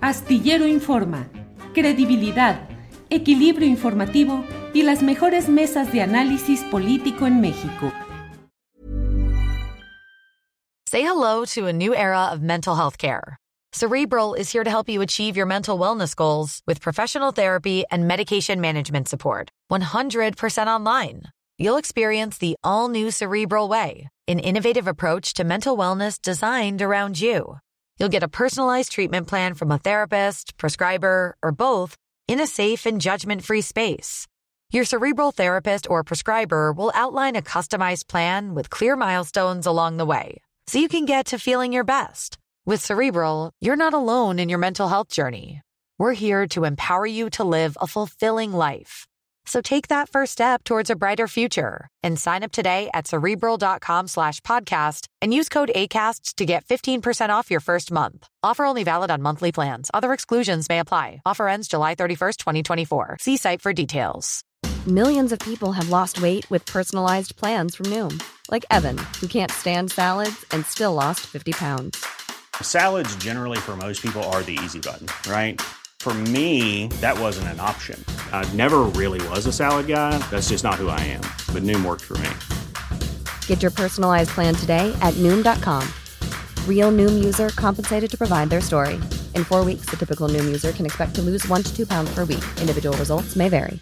Astillero Informa, credibilidad, equilibrio informativo y las mejores mesas de análisis político en México. Say hello to a new era of mental health care. Cerebral is here to help you achieve your mental wellness goals with professional therapy and medication management support. 100% online. You'll experience the all-new Cerebral Way, an innovative approach to mental wellness designed around you. You'll get a personalized treatment plan from a therapist, prescriber, or both in a safe and judgment-free space. Your Cerebral therapist or prescriber will outline a customized plan with clear milestones along the way, so you can get to feeling your best. With Cerebral, you're not alone in your mental health journey. We're here to empower you to live a fulfilling life. So take that first step towards a brighter future and sign up today at Cerebral.com/podcast and use code ACAST to get 15% off your first month. Offer only valid on monthly plans. Other exclusions may apply. Offer ends July 31st, 2024. See site for details. Millions of people have lost weight with personalized plans from Noom. Like Evan, who can't stand salads and still lost 50 pounds. Salads generally for most people are the easy button, right? For me, that wasn't an option. I never really was a salad guy. That's just not who I am. But Noom worked for me. Get your personalized plan today at Noom.com. Real Noom user compensated to provide their story. In 4 weeks, the typical Noom user can expect to lose 1 to 2 pounds per week. Individual results may vary.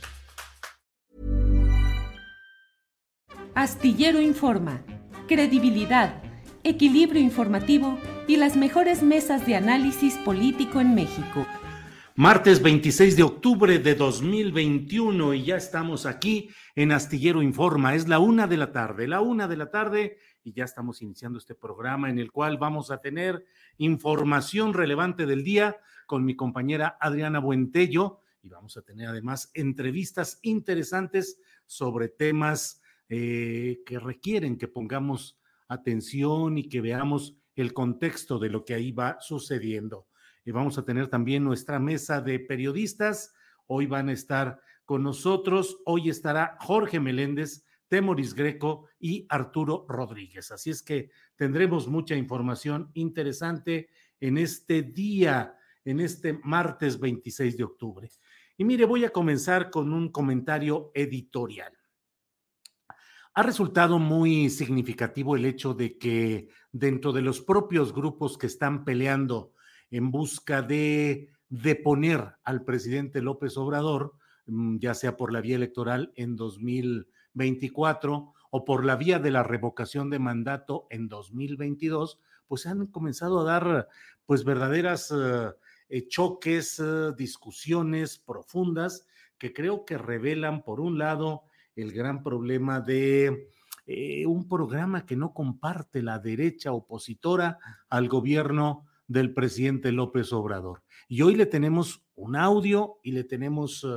Astillero Informa, credibilidad, equilibrio informativo y las mejores mesas de análisis político en México. Martes 26 de octubre de 2021 y ya estamos aquí en Astillero Informa. Es la 1 de la tarde y ya estamos iniciando este programa en el cual vamos a tener información relevante del día con mi compañera Adriana Buentello y vamos a tener además entrevistas interesantes sobre temas que requieren que pongamos atención y que veamos el contexto de lo que ahí va sucediendo. Y vamos a tener también nuestra mesa de periodistas. Hoy van a estar con nosotros. Hoy estará Jorge Meléndez, Temoris Greco y Arturo Rodríguez. Así es que tendremos mucha información interesante en este día, en este martes 26 de octubre. Y mire, voy a comenzar con un comentario editorial. Ha resultado muy significativo el hecho de que dentro de los propios grupos que están peleando en busca de deponer al presidente López Obrador, ya sea por la vía electoral en 2024 o por la vía de la revocación de mandato en 2022, pues han comenzado a dar pues verdaderas choques, discusiones profundas que creo que revelan, por un lado, el gran problema de un programa que no comparte la derecha opositora al gobierno del presidente López Obrador. Y hoy le tenemos un audio y le tenemos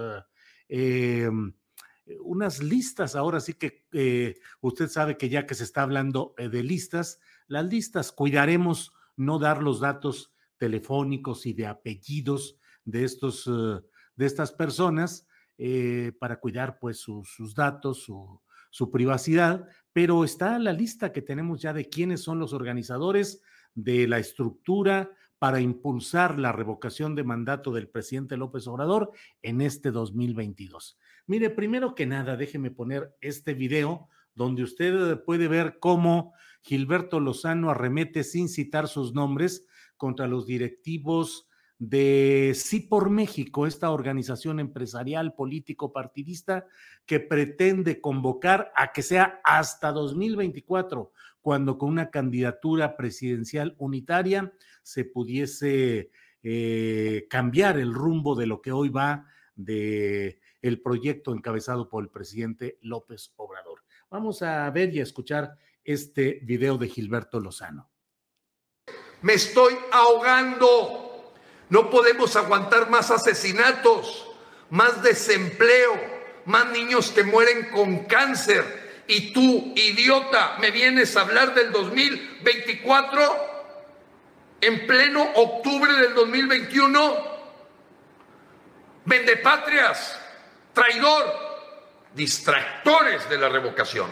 unas listas. Ahora sí que usted sabe que ya que se está hablando de listas, las listas cuidaremos no dar los datos telefónicos y de apellidos de estas personas para cuidar pues sus datos, su privacidad, pero está la lista que tenemos ya de quiénes son los organizadores de la estructura para impulsar la revocación de mandato del presidente López Obrador en este 2022. Mire, primero que nada, déjeme poner este video donde usted puede ver cómo Gilberto Lozano arremete sin citar sus nombres contra los directivos de Sí por México, esta organización empresarial político partidista que pretende convocar a que sea hasta 2024, cuando con una candidatura presidencial unitaria se pudiese cambiar el rumbo de lo que hoy va de el proyecto encabezado por el presidente López Obrador. Vamos a ver y a escuchar este video de Gilberto Lozano. Me estoy ahogando. No podemos aguantar más asesinatos, más desempleo, más niños que mueren con cáncer. Y tú, idiota, me vienes a hablar del 2024 en pleno octubre del 2021. Vendepatrias, traidor, distractores de la revocación.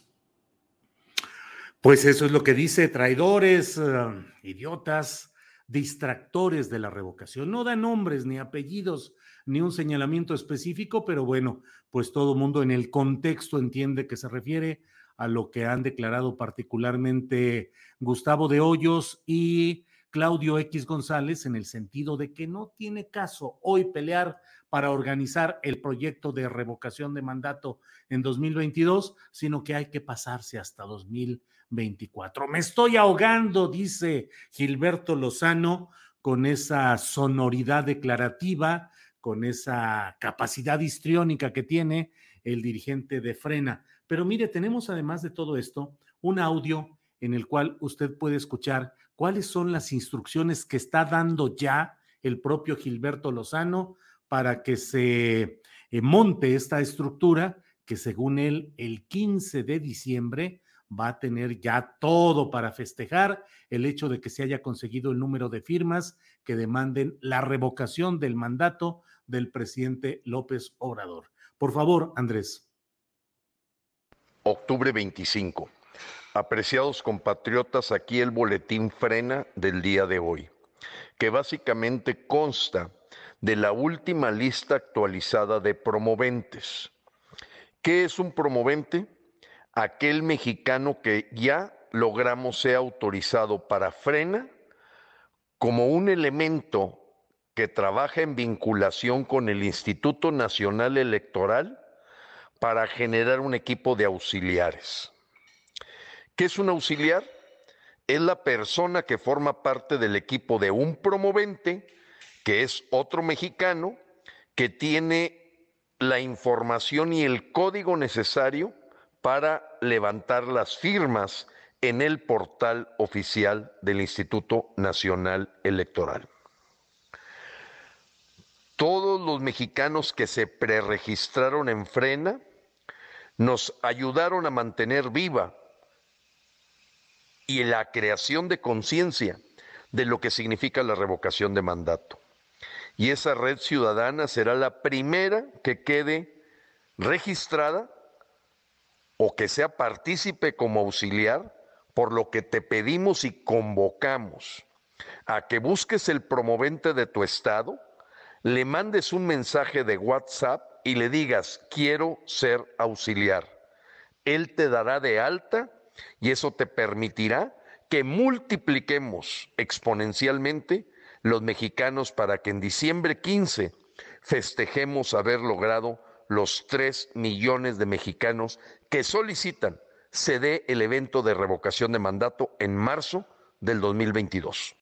Pues eso es lo que dice, traidores, idiotas, distractores de la revocación. No da nombres ni apellidos ni un señalamiento específico, pero bueno, pues todo mundo en el contexto entiende que se refiere a lo que han declarado particularmente Gustavo de Hoyos y Claudio X González, en el sentido de que no tiene caso hoy pelear para organizar el proyecto de revocación de mandato en 2022, sino que hay que pasarse hasta 2024. Me estoy ahogando, dice Gilberto Lozano, con esa sonoridad declarativa, con esa capacidad histriónica que tiene el dirigente de Frena. Pero mire, tenemos además de todo esto un audio en el cual usted puede escuchar cuáles son las instrucciones que está dando ya el propio Gilberto Lozano para que se monte esta estructura que, según él, el 15 de diciembre va a tener ya todo para festejar el hecho de que se haya conseguido el número de firmas que demanden la revocación del mandato del presidente López Obrador. Por favor, Andrés. Octubre 25. Apreciados compatriotas, aquí el boletín Frena del día de hoy, que básicamente consta de la última lista actualizada de promoventes. ¿Qué es un promovente? Aquel mexicano que ya logramos sea autorizado para Frena como un elemento que trabaja en vinculación con el Instituto Nacional Electoral para generar un equipo de auxiliares. ¿Qué es un auxiliar? Es la persona que forma parte del equipo de un promovente, que es otro mexicano, que tiene la información y el código necesario para levantar las firmas en el portal oficial del Instituto Nacional Electoral. Todos los mexicanos que se preregistraron en Frena nos ayudaron a mantener viva y la creación de conciencia de lo que significa la revocación de mandato. Y esa red ciudadana será la primera que quede registrada o que sea partícipe como auxiliar, por lo que te pedimos y convocamos a que busques el promovente de tu estado, le mandes un mensaje de WhatsApp y le digas, quiero ser auxiliar. Él te dará de alta y eso te permitirá que multipliquemos exponencialmente los mexicanos para que en diciembre 15 festejemos haber logrado los 3 millones de mexicanos que solicitan se dé el evento de revocación de mandato en marzo del 2022.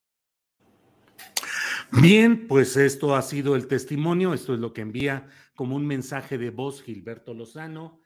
Bien, pues esto ha sido el testimonio, esto es lo que envía como un mensaje de voz Gilberto Lozano.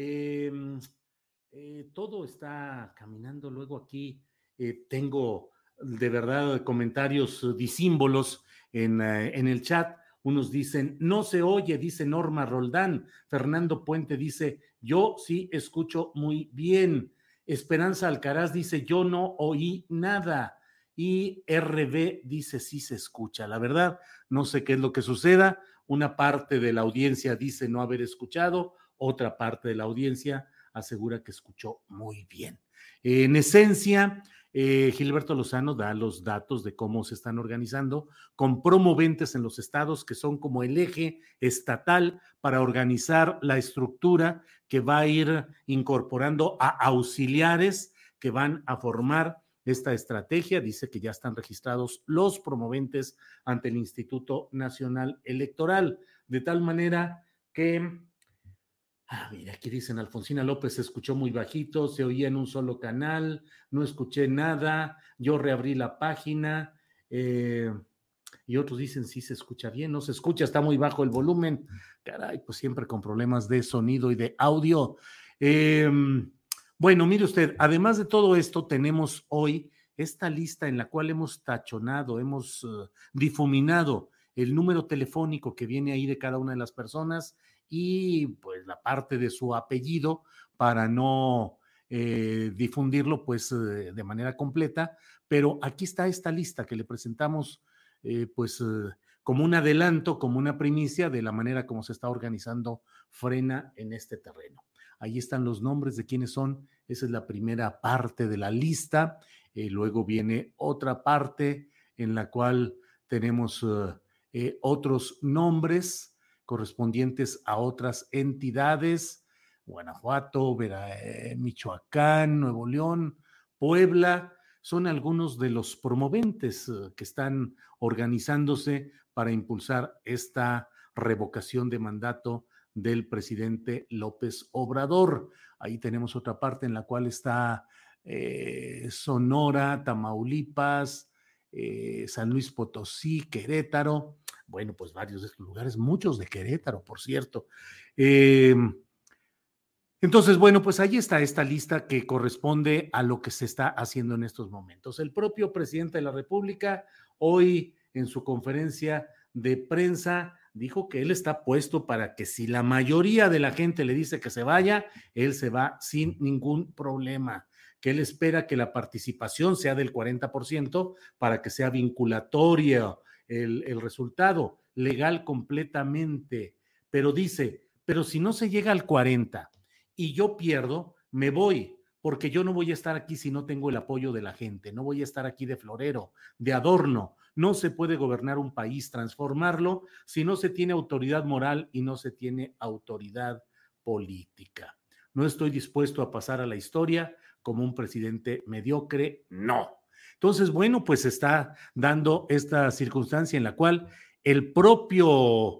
Todo está caminando. Luego aquí tengo de verdad comentarios disímbolos en el chat. Unos dicen, no se oye, dice Norma Roldán. Fernando Puente dice, yo sí escucho muy bien. Esperanza Alcaraz dice, yo no oí nada. Y RB dice, sí se escucha. La verdad, no sé qué es lo que suceda. Una parte de la audiencia dice no haber escuchado, otra parte de la audiencia asegura que escuchó muy bien. En esencia, Gilberto Lozano da los datos de cómo se están organizando con promoventes en los estados que son como el eje estatal para organizar la estructura que va a ir incorporando a auxiliares que van a formar esta estrategia. Dice que ya están registrados los promoventes ante el Instituto Nacional Electoral, de tal manera que, mira, aquí dicen, Alfonsina López se escuchó muy bajito, se oía en un solo canal, no escuché nada, yo reabrí la página, y otros dicen, sí se escucha bien, no se escucha, está muy bajo el volumen. Caray, pues siempre con problemas de sonido y de audio. Bueno, mire usted, además de todo esto, tenemos hoy esta lista en la cual hemos tachonado, hemos difuminado el número telefónico que viene ahí de cada una de las personas y pues la parte de su apellido para no difundirlo pues de manera completa, pero aquí está esta lista que le presentamos como un adelanto, como una primicia de la manera como se está organizando Frena en este terreno. Ahí están los nombres de quiénes son. Esa es la primera parte de la lista. Luego viene otra parte en la cual tenemos otros nombres correspondientes a otras entidades: Guanajuato, Michoacán, Nuevo León, Puebla. Son algunos de los promoventes que están organizándose para impulsar esta revocación de mandato del presidente López Obrador. Ahí tenemos otra parte en la cual está Sonora, Tamaulipas, San Luis Potosí, Querétaro. Bueno, pues varios de estos lugares, muchos de Querétaro, por cierto. Entonces, bueno, pues ahí está esta lista que corresponde a lo que se está haciendo en estos momentos. El propio presidente de la República, hoy en su conferencia de prensa, dijo que él está puesto para que si la mayoría de la gente le dice que se vaya, él se va sin ningún problema, que él espera que la participación sea del 40% para que sea vinculatorio el resultado, legal completamente. Pero dice, pero si no se llega al 40% y yo pierdo, me voy, porque yo no voy a estar aquí si no tengo el apoyo de la gente, no voy a estar aquí de florero, de adorno. No se puede gobernar un país, transformarlo, si no se tiene autoridad moral y no se tiene autoridad política. No estoy dispuesto a pasar a la historia como un presidente mediocre, no. Entonces, bueno, pues está dando esta circunstancia en la cual el propio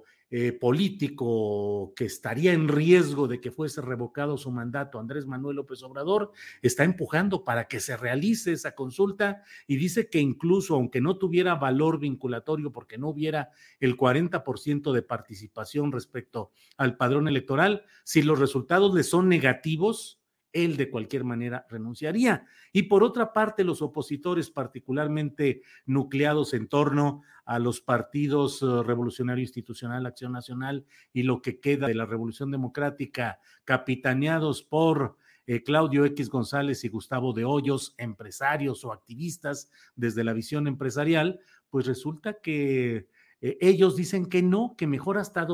político que estaría en riesgo de que fuese revocado su mandato, Andrés Manuel López Obrador, está empujando para que se realice esa consulta y dice que incluso aunque no tuviera valor vinculatorio porque no hubiera el 40% de participación respecto al padrón electoral, si los resultados le son negativos, él de cualquier manera renunciaría. Y por otra parte, los opositores, particularmente nucleados en torno a los partidos Revolucionario Institucional, Acción Nacional y lo que queda de la Revolución Democrática, capitaneados por Claudio X González y Gustavo de Hoyos, empresarios o activistas desde la visión empresarial, pues resulta que ellos dicen que no, que mejor hasta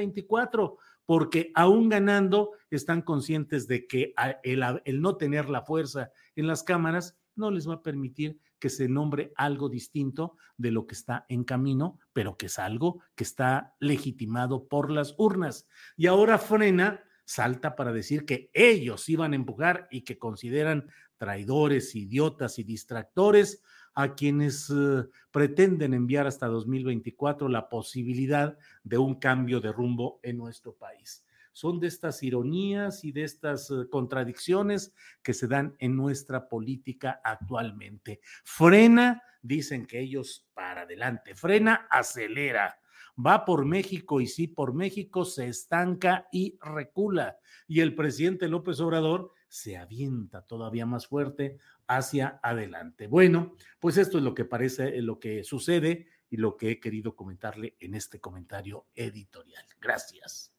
2024, porque aún ganando están conscientes de que el no tener la fuerza en las cámaras no les va a permitir que se nombre algo distinto de lo que está en camino, pero que es algo que está legitimado por las urnas. Y ahora frena, salta para decir que ellos iban a empujar y que consideran traidores, idiotas y distractores a quienes pretenden enviar hasta 2024 la posibilidad de un cambio de rumbo en nuestro país. Son de estas ironías y de estas contradicciones que se dan en nuestra política actualmente. Frena, dicen que ellos para adelante, frena, acelera. Va por México y sí por México, se estanca y recula. Y el presidente López Obrador se avienta todavía más fuerte hacia adelante. Bueno, pues esto es lo que parece, lo que sucede y lo que he querido comentarle en este comentario editorial. Gracias.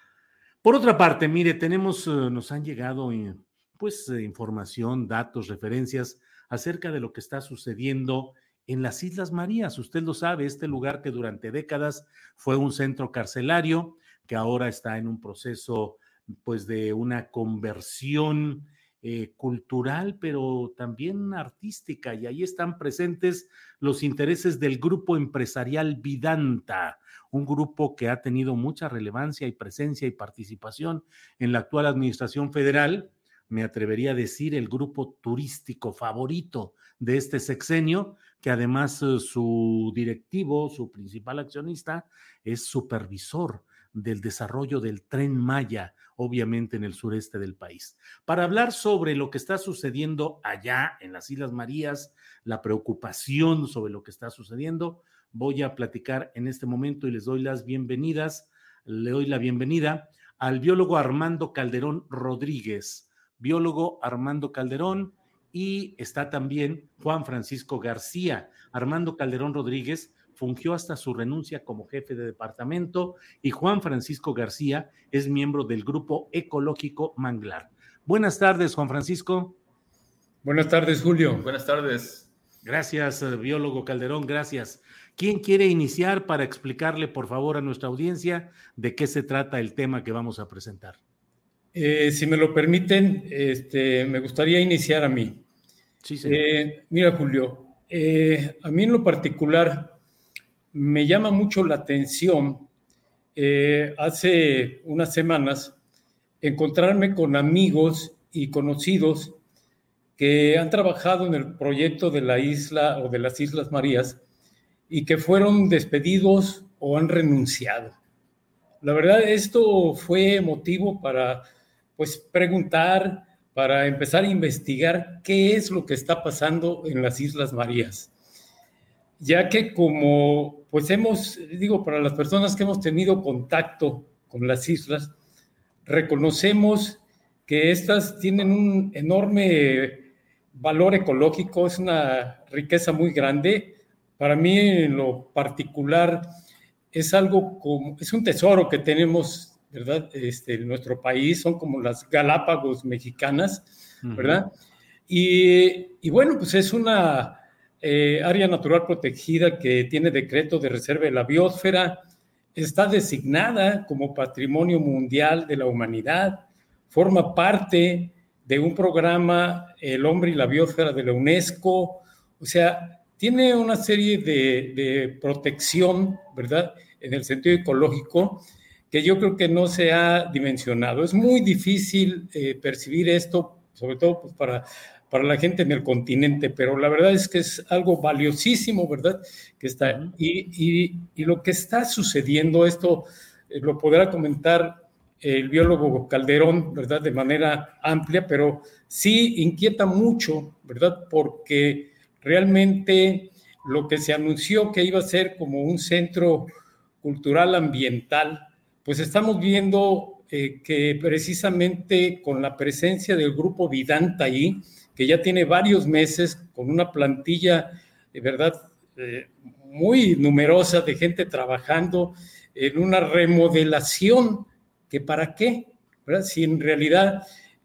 Por otra parte, mire, nos han llegado información, datos, referencias acerca de lo que está sucediendo en las Islas Marías. Usted lo sabe, este lugar que durante décadas fue un centro carcelario, que ahora está en un proceso pues de una conversión cultural, pero también artística, y ahí están presentes los intereses del grupo empresarial Vidanta, un grupo que ha tenido mucha relevancia y presencia y participación en la actual administración federal. Me atrevería a decir el grupo turístico favorito de este sexenio, que además su directivo, su principal accionista, es supervisor del desarrollo del Tren Maya, obviamente en el sureste del país. Para hablar sobre lo que está sucediendo allá en las Islas Marías, la preocupación sobre lo que está sucediendo, voy a platicar en este momento y les doy las bienvenidas. Le doy la bienvenida al biólogo Armando Calderón Rodríguez, biólogo Armando Calderón, y está también Juan Francisco García. Armando Calderón Rodríguez fungió hasta su renuncia como jefe de departamento y Juan Francisco García es miembro del Grupo Ecológico Manglar. Buenas tardes, Juan Francisco. Buenas tardes, Julio. Buenas tardes. Gracias, biólogo Calderón, gracias. ¿Quién quiere iniciar para explicarle, por favor, a nuestra audiencia de qué se trata el tema que vamos a presentar? Si me lo permiten, me gustaría iniciar a mí. Sí, señor. Mira, Julio, A mí en lo particular me llama mucho la atención hace unas semanas encontrarme con amigos y conocidos que han trabajado en el proyecto de la isla o de las Islas Marías y que fueron despedidos o han renunciado. La verdad, esto fue motivo para preguntar, para empezar a investigar qué es lo que está pasando en las Islas Marías. Ya que como para las personas que hemos tenido contacto con las islas, reconocemos que estas tienen un enorme valor ecológico, es una riqueza muy grande. Para mí, en lo particular, es un tesoro que tenemos, ¿verdad? En nuestro país, son como las Galápagos mexicanas, ¿verdad? Uh-huh. Y bueno, pues es una área natural protegida que tiene decreto de reserva de la biosfera, está designada como Patrimonio Mundial de la Humanidad, forma parte de un programa, El Hombre y la Biosfera de la UNESCO, o sea, tiene una serie de protección, ¿verdad?, en el sentido ecológico, que yo creo que no se ha dimensionado. Es muy difícil percibir esto, sobre todo pues, para la gente en el continente, pero la verdad es que es algo valiosísimo, ¿verdad?, que está. Uh-huh. Y lo que está sucediendo, esto lo podrá comentar el biólogo Calderón, ¿verdad?, de manera amplia, pero sí inquieta mucho, ¿verdad?, porque realmente lo que se anunció que iba a ser como un centro cultural ambiental, pues estamos viendo que precisamente con la presencia del grupo Vidanta ahí, que ya tiene varios meses con una plantilla, de verdad, muy numerosa de gente trabajando en una remodelación, que para qué, ¿verdad?, si en realidad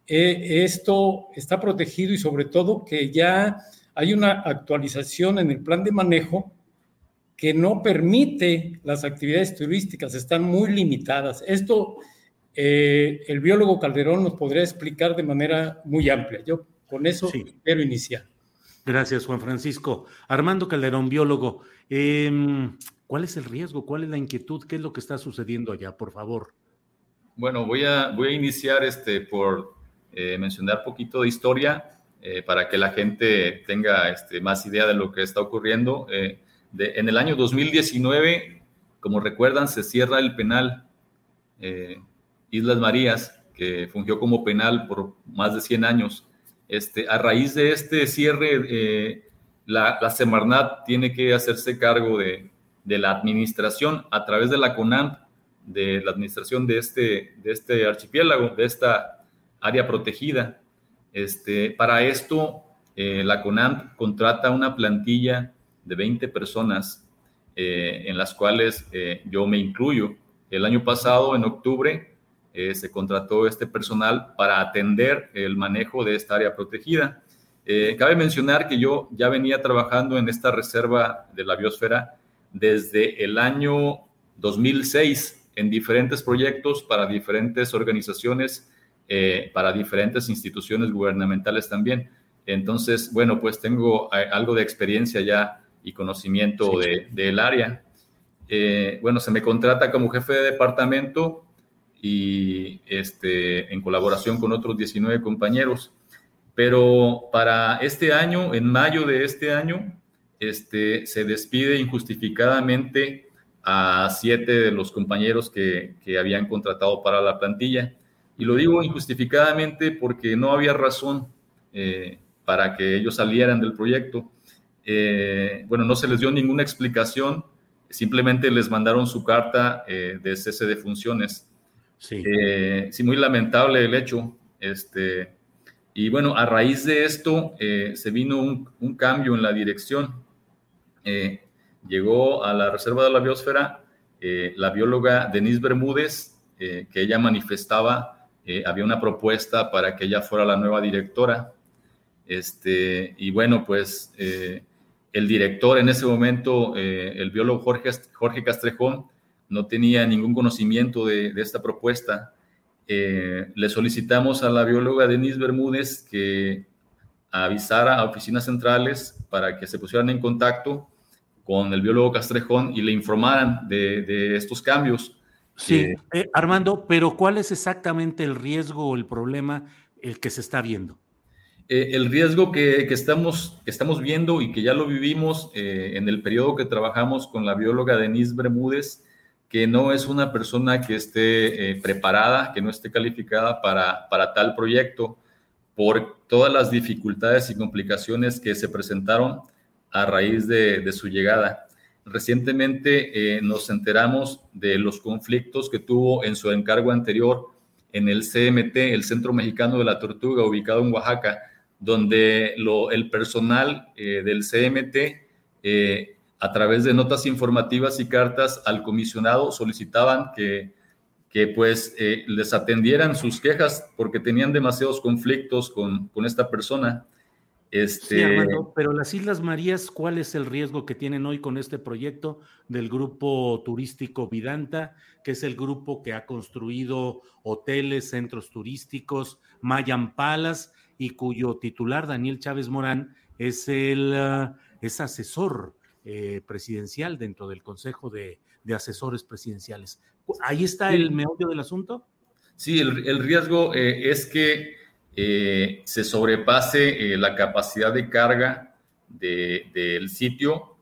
esto está protegido y sobre todo que ya hay una actualización en el plan de manejo que no permite las actividades turísticas, están muy limitadas. Esto el biólogo Calderón nos podría explicar de manera muy amplia. Yo con eso quiero iniciar. Gracias, Juan Francisco. Armando Calderón, biólogo, ¿cuál es el riesgo? ¿Cuál es la inquietud? ¿Qué es lo que está sucediendo allá, por favor? Bueno, voy a iniciar por mencionar un poquito de historia para que la gente tenga más idea de lo que está ocurriendo. En el año 2019, como recuerdan, se cierra el penal Islas Marías, que fungió como penal por más de 100 años. A raíz de este cierre, la Semarnat tiene que hacerse cargo de la administración a través de la CONAMP, de la administración de este archipiélago, de esta área protegida. Para esto, la CONAMP contrata una plantilla de 20 personas, en las cuales yo me incluyo. El año pasado, en octubre, se contrató este personal para atender el manejo de esta área protegida. Cabe mencionar que yo ya venía trabajando en esta reserva de la biosfera desde el año 2006 en diferentes proyectos para diferentes organizaciones, para diferentes instituciones gubernamentales también. Entonces, bueno, pues tengo algo de experiencia ya y conocimiento del área. Bueno, se me contrata como jefe de departamento y en colaboración con otros 19 compañeros. Pero para este año, en mayo de este año, se despide injustificadamente a 7 de los compañeros que habían contratado para la plantilla. Y lo digo injustificadamente porque no había razón para que ellos salieran del proyecto. Bueno, no se les dio ninguna explicación, simplemente les mandaron su carta de cese de funciones. Sí, muy lamentable el hecho. Y bueno, a raíz de esto se vino un cambio en la dirección. Llegó a la Reserva de la Biosfera la bióloga Denise Bermúdez, que ella manifestaba, había una propuesta para que ella fuera la nueva directora. Y bueno, pues el director en ese momento, el biólogo Jorge Castrejón, no tenía ningún conocimiento de esta propuesta. Le solicitamos a la bióloga Denise Bermúdez que avisara a oficinas centrales para que se pusieran en contacto con el biólogo Castrejón y le informaran de estos cambios. Sí, Armando, pero ¿cuál es exactamente el riesgo o el problema el que se está viendo? El riesgo que estamos viendo y que ya lo vivimos en el periodo que trabajamos con la bióloga Denise Bermúdez, que no es una persona que esté preparada, que no esté calificada para tal proyecto, por todas las dificultades y complicaciones que se presentaron a raíz de su llegada. Recientemente nos enteramos de los conflictos que tuvo en su encargo anterior en el CMT, el Centro Mexicano de la Tortuga, ubicado en Oaxaca, donde el personal del CMT, a través de notas informativas y cartas al comisionado, solicitaban que pues les atendieran sus quejas porque tenían demasiados conflictos con esta persona. Sí, Armando, pero las Islas Marías, ¿cuál es el riesgo que tienen hoy con este proyecto del grupo turístico Vidanta, que es el grupo que ha construido hoteles, centros turísticos, Mayan Palace, y cuyo titular, Daniel Chávez Morán, es asesor presidencial dentro del Consejo de Asesores Presidenciales? ¿Ahí está el meollo del asunto? Sí, el riesgo es que se sobrepase la capacidad de carga del sitio,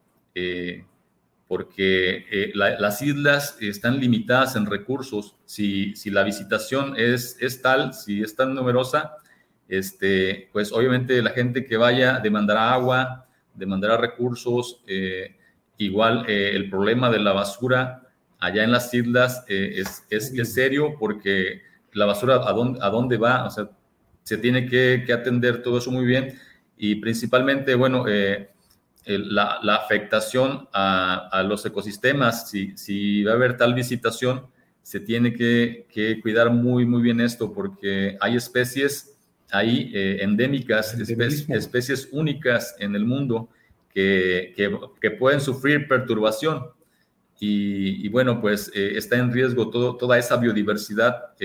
porque las islas están limitadas en recursos. Si la visitación es tal, si es tan numerosa, pues obviamente la gente que vaya demandará agua, demandará recursos. Igual el problema de la basura allá en las islas es serio, porque la basura ¿a dónde va? O sea, se tiene que atender todo eso muy bien, y principalmente, bueno, la afectación a los ecosistemas. Si va a haber tal visitación, se tiene que cuidar muy, muy bien esto, porque hay especies ahí endémicas, especies únicas en el mundo que pueden sufrir perturbación. Y bueno, pues está en riesgo toda esa biodiversidad.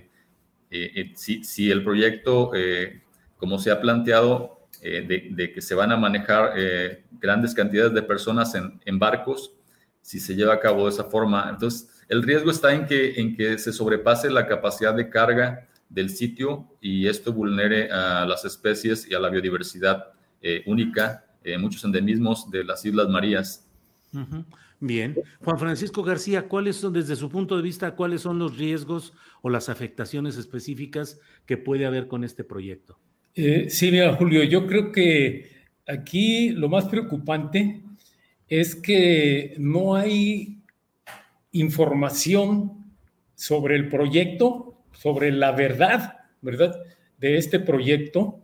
Si el proyecto, como se ha planteado, de que se van a manejar grandes cantidades de personas en barcos, si se lleva a cabo de esa forma, entonces el riesgo está en que se sobrepase la capacidad de carga del sitio y esto vulnere a las especies y a la biodiversidad única, muchos endemismos de las Islas Marías. Uh-huh. Bien. Juan Francisco García, ¿cuáles son, desde su punto de vista, cuáles son los riesgos o las afectaciones específicas que puede haber con este proyecto? Sí, mira, Julio, yo creo que aquí lo más preocupante es que no hay información sobre el proyecto, sobre la verdad de este proyecto.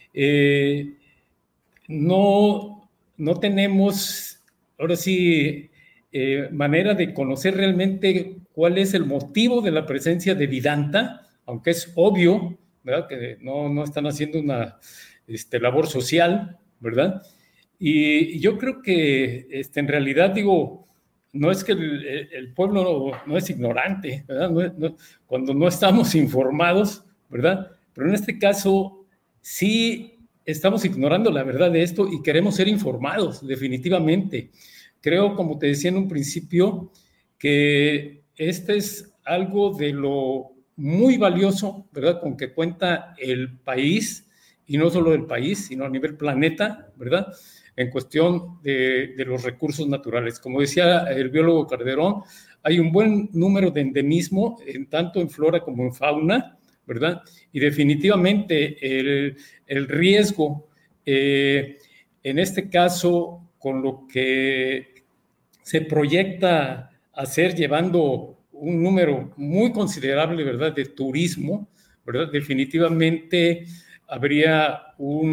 No tenemos, ahora sí, manera de conocer realmente cuál es el motivo de la presencia de Vidanta, aunque es obvio, ¿verdad?, que no están haciendo una labor social, ¿verdad? Y yo creo que en realidad, digo, no es que el pueblo no es ignorante, ¿verdad? Cuando no estamos informados, ¿verdad? Pero en este caso sí estamos ignorando la verdad de esto y queremos ser informados, definitivamente. Creo, como te decía en un principio, que este es algo de lo muy valioso, ¿verdad?, con que cuenta el país, y no solo el país, sino a nivel planeta, ¿verdad?, en cuestión de los recursos naturales. Como decía el biólogo Calderón, hay un buen número de endemismo, tanto en flora como en fauna, ¿verdad? Y definitivamente el riesgo, en este caso, con lo que se proyecta hacer, llevando un número muy considerable, ¿verdad?, de turismo, ¿verdad? Definitivamente habría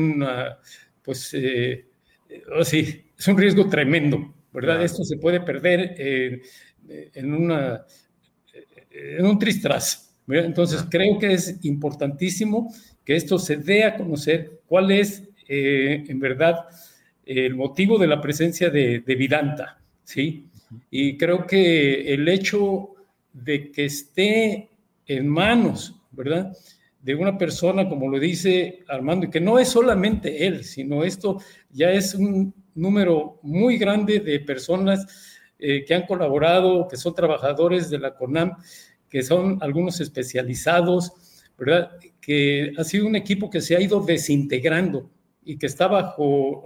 sí, es un riesgo tremendo, ¿verdad? Claro. Esto se puede perder en un tristras, ¿verdad? Entonces creo que es importantísimo que esto se dé a conocer cuál es en verdad el motivo de la presencia de Vidanta, ¿sí? Y creo que el hecho de que esté en manos, ¿verdad?, de una persona, como lo dice Armando, y que no es solamente él, sino esto ya es un número muy grande de personas que han colaborado, que son trabajadores de la CONAM, que son algunos especializados, ¿verdad? Que ha sido un equipo que se ha ido desintegrando y que está bajo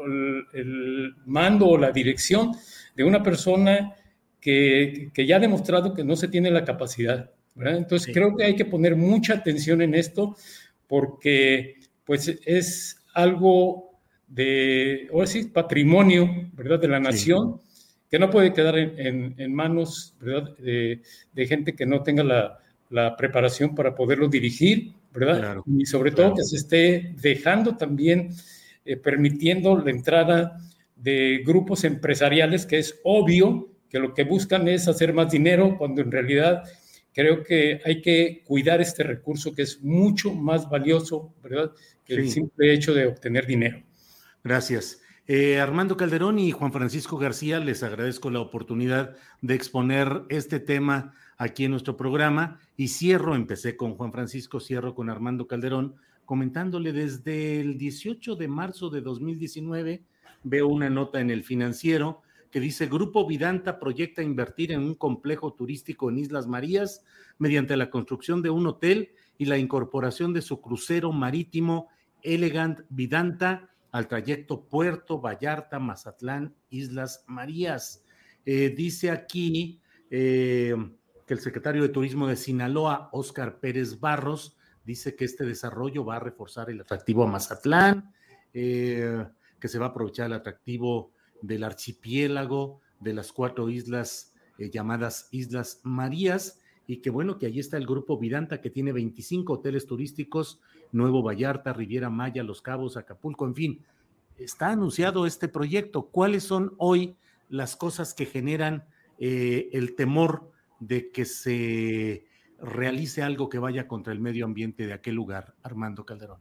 el mando o la dirección de una persona que ya ha demostrado que no se tiene la capacidad, ¿verdad? Entonces creo que hay que poner mucha atención en esto porque pues es algo de, ahora sí, patrimonio, ¿verdad?, de la nación, que no puede quedar en manos, ¿verdad?, de gente que no tenga la preparación para poderlo dirigir, ¿verdad? Claro, y sobre todo que se esté dejando también, permitiendo la entrada de grupos empresariales, que es obvio que lo que buscan es hacer más dinero, cuando en realidad creo que hay que cuidar este recurso que es mucho más valioso, ¿verdad?, que el simple hecho de obtener dinero. Gracias. Armando Calderón y Juan Francisco García, les agradezco la oportunidad de exponer este tema aquí en nuestro programa y empecé con Juan Francisco, cierro con Armando Calderón, comentándole desde el 18 de marzo de 2019, veo una nota en El Financiero que dice: Grupo Vidanta proyecta invertir en un complejo turístico en Islas Marías mediante la construcción de un hotel y la incorporación de su crucero marítimo Elegant Vidanta al trayecto Puerto Vallarta, Mazatlán, Islas Marías. Dice aquí que el secretario de Turismo de Sinaloa, Óscar Pérez Barros, dice que este desarrollo va a reforzar el atractivo a Mazatlán, que se va a aprovechar el atractivo del archipiélago de las 4 islas llamadas Islas Marías, y que bueno, que ahí está el Grupo Vidanta, que tiene 25 hoteles turísticos, Nuevo Vallarta, Riviera Maya, Los Cabos, Acapulco, en fin. Está anunciado este proyecto. ¿Cuáles son hoy las cosas que generan el temor de que se realice algo que vaya contra el medio ambiente de aquel lugar, Armando Calderón?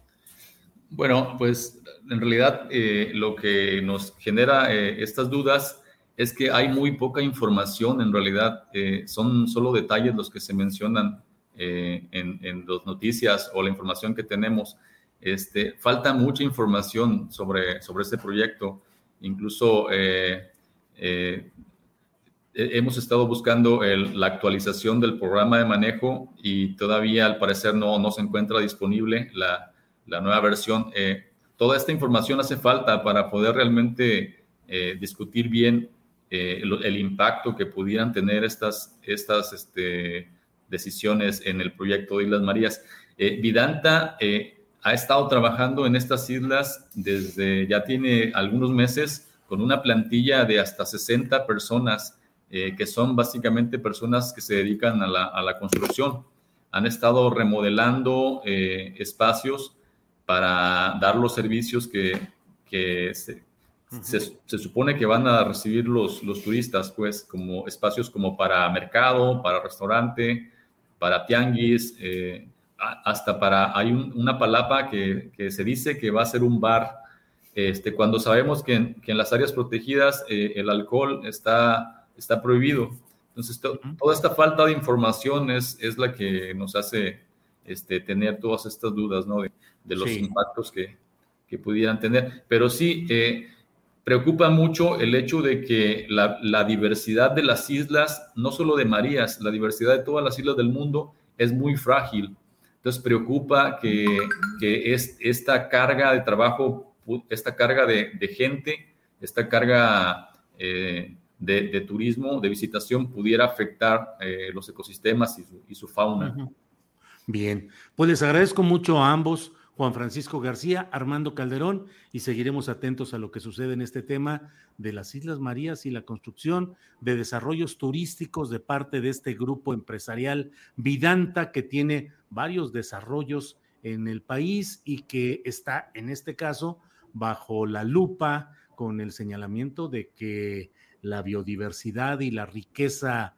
Bueno, pues en realidad lo que nos genera estas dudas es que hay muy poca información. En realidad son solo detalles los que se mencionan en las noticias o la información que tenemos. Falta mucha información sobre este proyecto. Incluso hemos estado buscando la actualización del programa de manejo y todavía al parecer no se encuentra disponible la nueva versión. Toda esta información hace falta para poder realmente discutir bien el impacto que pudieran tener estas decisiones en el proyecto de Islas Marías. Vidanta ha estado trabajando en estas islas desde ya tiene algunos meses con una plantilla de hasta 60 personas que son básicamente personas que se dedican a la construcción. Han estado remodelando espacios para dar los servicios que se supone que van a recibir los turistas, pues, como espacios como para mercado, para restaurante, para tianguis, hasta hay una palapa que se dice que va a ser un bar, cuando sabemos que en las áreas protegidas el alcohol está prohibido. Entonces, toda esta falta de información es la que nos hace tener todas estas dudas, ¿no?, de los impactos que pudieran tener. Pero sí, preocupa mucho el hecho de que la diversidad de las islas, no solo de Marías, la diversidad de todas las islas del mundo es muy frágil. Entonces preocupa que esta carga de trabajo, esta carga de gente, esta carga de turismo, de visitación, pudiera afectar los ecosistemas y su fauna. Bien, pues les agradezco mucho a ambos, Juan Francisco García, Armando Calderón, y seguiremos atentos a lo que sucede en este tema de las Islas Marías y la construcción de desarrollos turísticos de parte de este grupo empresarial Vidanta, que tiene varios desarrollos en el país y que está, en este caso, bajo la lupa con el señalamiento de que la biodiversidad y la riqueza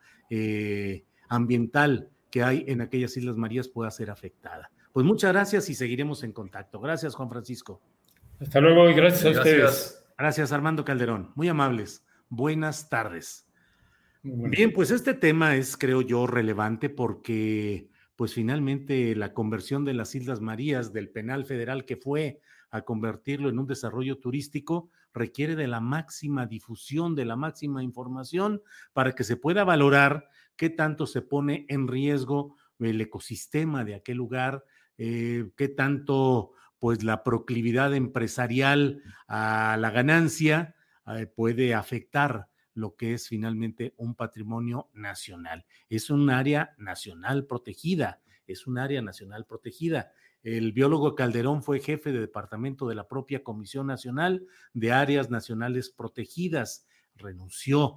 ambiental que hay en aquellas Islas Marías pueda ser afectada. Pues muchas gracias y seguiremos en contacto. Gracias, Juan Francisco. Hasta luego y gracias a ustedes. Gracias, Armando Calderón. Muy amables. Buenas tardes. Bien, pues este tema es, creo yo, relevante porque pues finalmente la conversión de las Islas Marías, del penal federal que fue a convertirlo en un desarrollo turístico, requiere de la máxima difusión, de la máxima información para que se pueda valorar qué tanto se pone en riesgo el ecosistema de aquel lugar, qué tanto pues la proclividad empresarial a la ganancia puede afectar lo que es finalmente un patrimonio nacional. Es un área nacional protegida, es un área nacional protegida. El biólogo Calderón fue jefe de departamento de la propia Comisión Nacional de Áreas Nacionales Protegidas, renunció,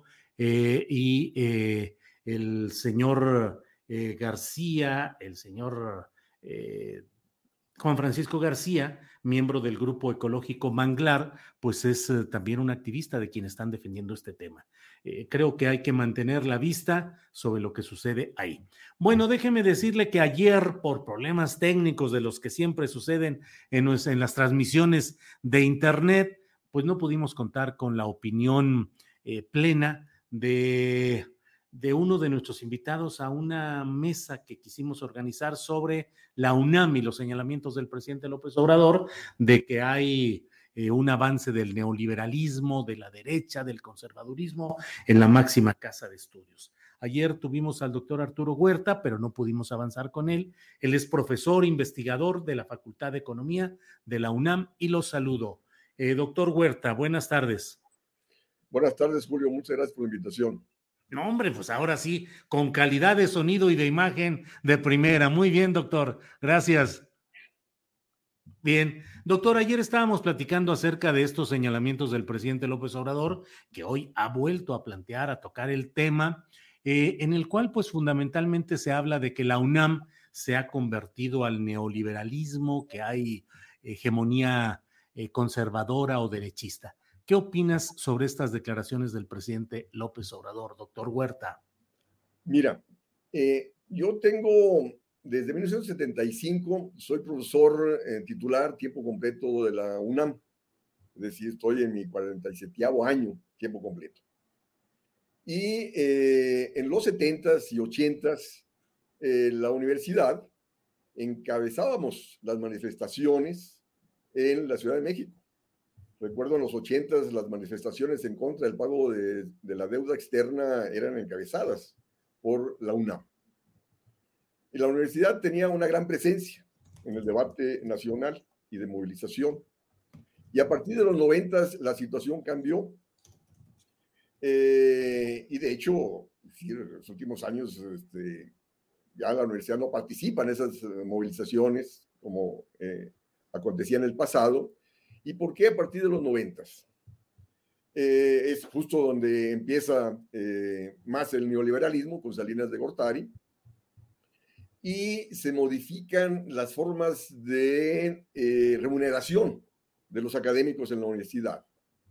el señor García, el señor Juan Francisco García, miembro del Grupo Ecológico Manglar, pues es también un activista de quienes están defendiendo este tema. Creo que hay que mantener la vista sobre lo que sucede ahí. Bueno, déjeme decirle que ayer, por problemas técnicos de los que siempre suceden en las transmisiones de Internet, pues no pudimos contar con la opinión plena de uno de nuestros invitados a una mesa que quisimos organizar sobre la UNAM y los señalamientos del presidente López Obrador de que hay un avance del neoliberalismo, de la derecha, del conservadurismo en la máxima casa de estudios. Ayer tuvimos al doctor Arturo Huerta, pero no pudimos avanzar con él. Él es profesor investigador de la Facultad de Economía de la UNAM y lo saludo. Doctor Huerta, buenas tardes. Buenas tardes, Julio. Muchas gracias por la invitación. No, hombre, pues ahora sí, con calidad de sonido y de imagen de primera. Muy bien, doctor. Gracias. Bien. Doctor, ayer estábamos platicando acerca de estos señalamientos del presidente López Obrador, que hoy ha vuelto a plantear, a tocar el tema, en el cual pues fundamentalmente se habla de que la UNAM se ha convertido al neoliberalismo, que hay hegemonía conservadora o derechista. ¿Qué opinas sobre estas declaraciones del presidente López Obrador, doctor Huerta? Mira, yo tengo, desde 1975, soy profesor titular tiempo completo de la UNAM, es decir, estoy en mi 47º año tiempo completo. Y en los 70s y 80s, la universidad encabezábamos las manifestaciones en la Ciudad de México. Recuerdo en los 80s las manifestaciones en contra del pago de la deuda externa eran encabezadas por la UNAM. Y la universidad tenía una gran presencia en el debate nacional y de movilización. Y a partir de los 90s la situación cambió. Y de hecho, en los últimos años ya la universidad no participa en esas movilizaciones como acontecía en el pasado. ¿Y por qué a partir de los 90s? Es justo donde empieza más el neoliberalismo con Salinas de Gortari y se modifican las formas de remuneración de los académicos en la universidad.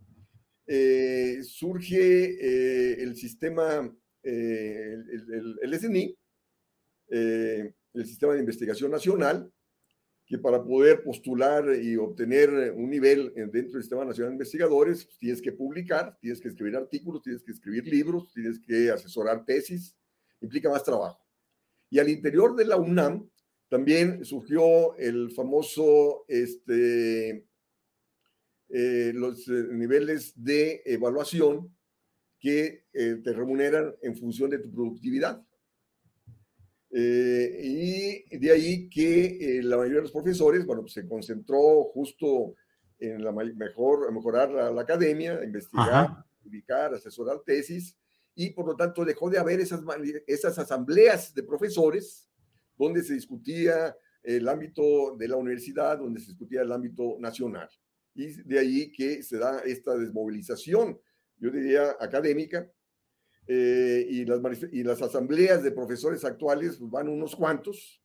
Surge el sistema, el SNI, el Sistema de Investigación Nacional, que para poder postular y obtener un nivel dentro del Sistema Nacional de Investigadores, pues tienes que publicar, tienes que escribir artículos, tienes que escribir libros, tienes que asesorar tesis, implica más trabajo. Y al interior de la UNAM también surgió el famoso, los niveles de evaluación que te remuneran en función de tu productividad. Y de ahí que la mayoría de los profesores, bueno, pues se concentró justo en mejorar la academia, investigar, publicar, asesorar tesis, y por lo tanto dejó de haber esas asambleas de profesores donde se discutía el ámbito de la universidad, donde se discutía el ámbito nacional. Y de ahí que se da esta desmovilización, yo diría académica, y las asambleas de profesores actuales pues van unos cuantos,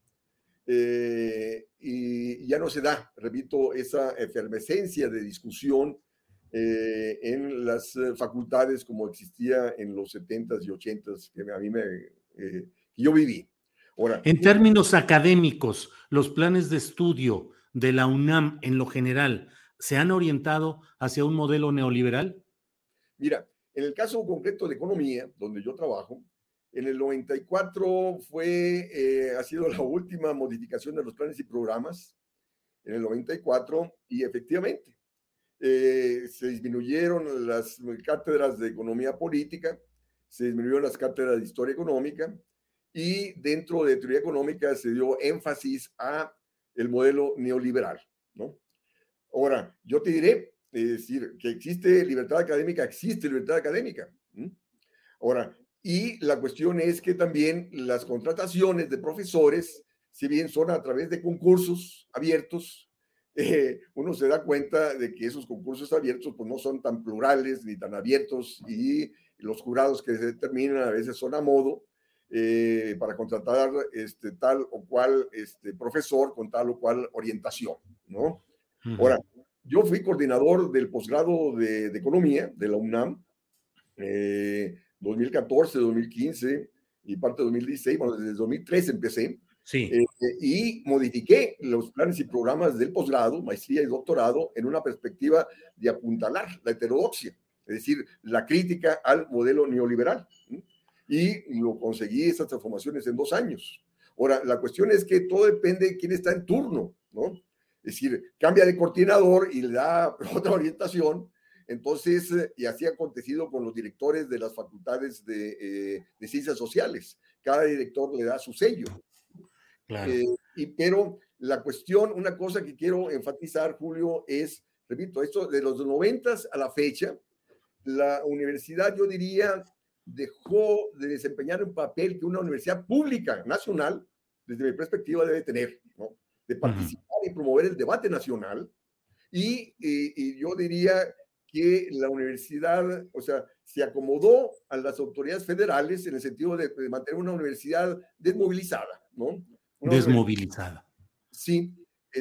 y ya no se da, repito, esa efervescencia de discusión en las facultades como existía en los 70s y 80s que a mí que yo viví. Ahora, en términos académicos, los planes de estudio de la UNAM en lo general ¿se han orientado hacia un modelo neoliberal? Mira, en el caso concreto de economía, donde yo trabajo, En el 94 ha sido la última modificación de los planes y programas, en el 94, y efectivamente se disminuyeron las cátedras de economía política, se disminuyeron las cátedras de historia económica, y dentro de teoría económica se dio énfasis a el modelo neoliberal, ¿no? Ahora, yo te diré, es decir, que existe libertad académica. Ahora, y la cuestión es que también las contrataciones de profesores, si bien son a través de concursos abiertos, uno se da cuenta de que esos concursos abiertos pues no son tan plurales ni tan abiertos, y los jurados que se determinan a veces son a modo para contratar tal o cual profesor con tal o cual orientación, ¿no? Uh-huh. Ahora, yo fui coordinador del posgrado de Economía de la UNAM, 2014, 2015 y parte de 2016, bueno, desde 2013 empecé. Sí. Y modifiqué los planes y programas del posgrado, maestría y doctorado en una perspectiva de apuntalar la heterodoxia, es decir, la crítica al modelo neoliberal. Y lo conseguí, esas transformaciones, en 2 años. Ahora, la cuestión es que todo depende de quién está en turno, ¿no? Es decir, cambia de coordinador y le da otra orientación. Entonces, y así ha acontecido con los directores de las facultades de ciencias sociales. Cada director le da su sello. Claro. Pero la cuestión, una cosa que quiero enfatizar, Julio, es, repito, esto de los 90s a la fecha, la universidad, yo diría, dejó de desempeñar un papel que una universidad pública nacional, desde mi perspectiva, debe tener, ¿no? De participar y promover el debate nacional. Y yo diría que la universidad, o sea, se acomodó a las autoridades federales en el sentido de mantener una universidad desmovilizada, ¿no? Desmovilizada. Sí,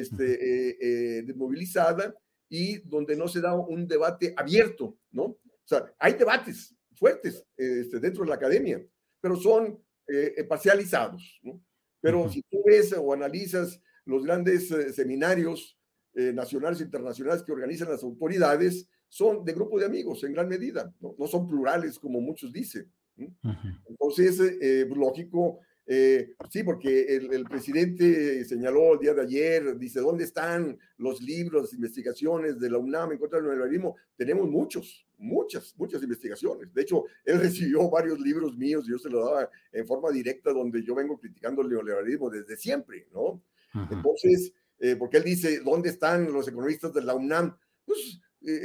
desmovilizada, y donde no se da un debate abierto, ¿no? O sea, hay debates fuertes dentro de la academia, pero son parcializados, ¿no? Pero si tú ves o analizas los grandes seminarios nacionales e internacionales que organizan las autoridades, son de grupo de amigos en gran medida, ¿no? No son plurales como muchos dicen, ¿no? Entonces, lógico, sí, porque el presidente señaló el día de ayer, dice, ¿dónde están los libros, las investigaciones de la UNAM en contra del neoliberalismo? Tenemos muchas investigaciones. De hecho, él recibió varios libros míos y yo se los daba en forma directa, donde yo vengo criticando el neoliberalismo desde siempre, ¿no? Entonces, porque él dice, ¿dónde están los economistas de la UNAM? Pues,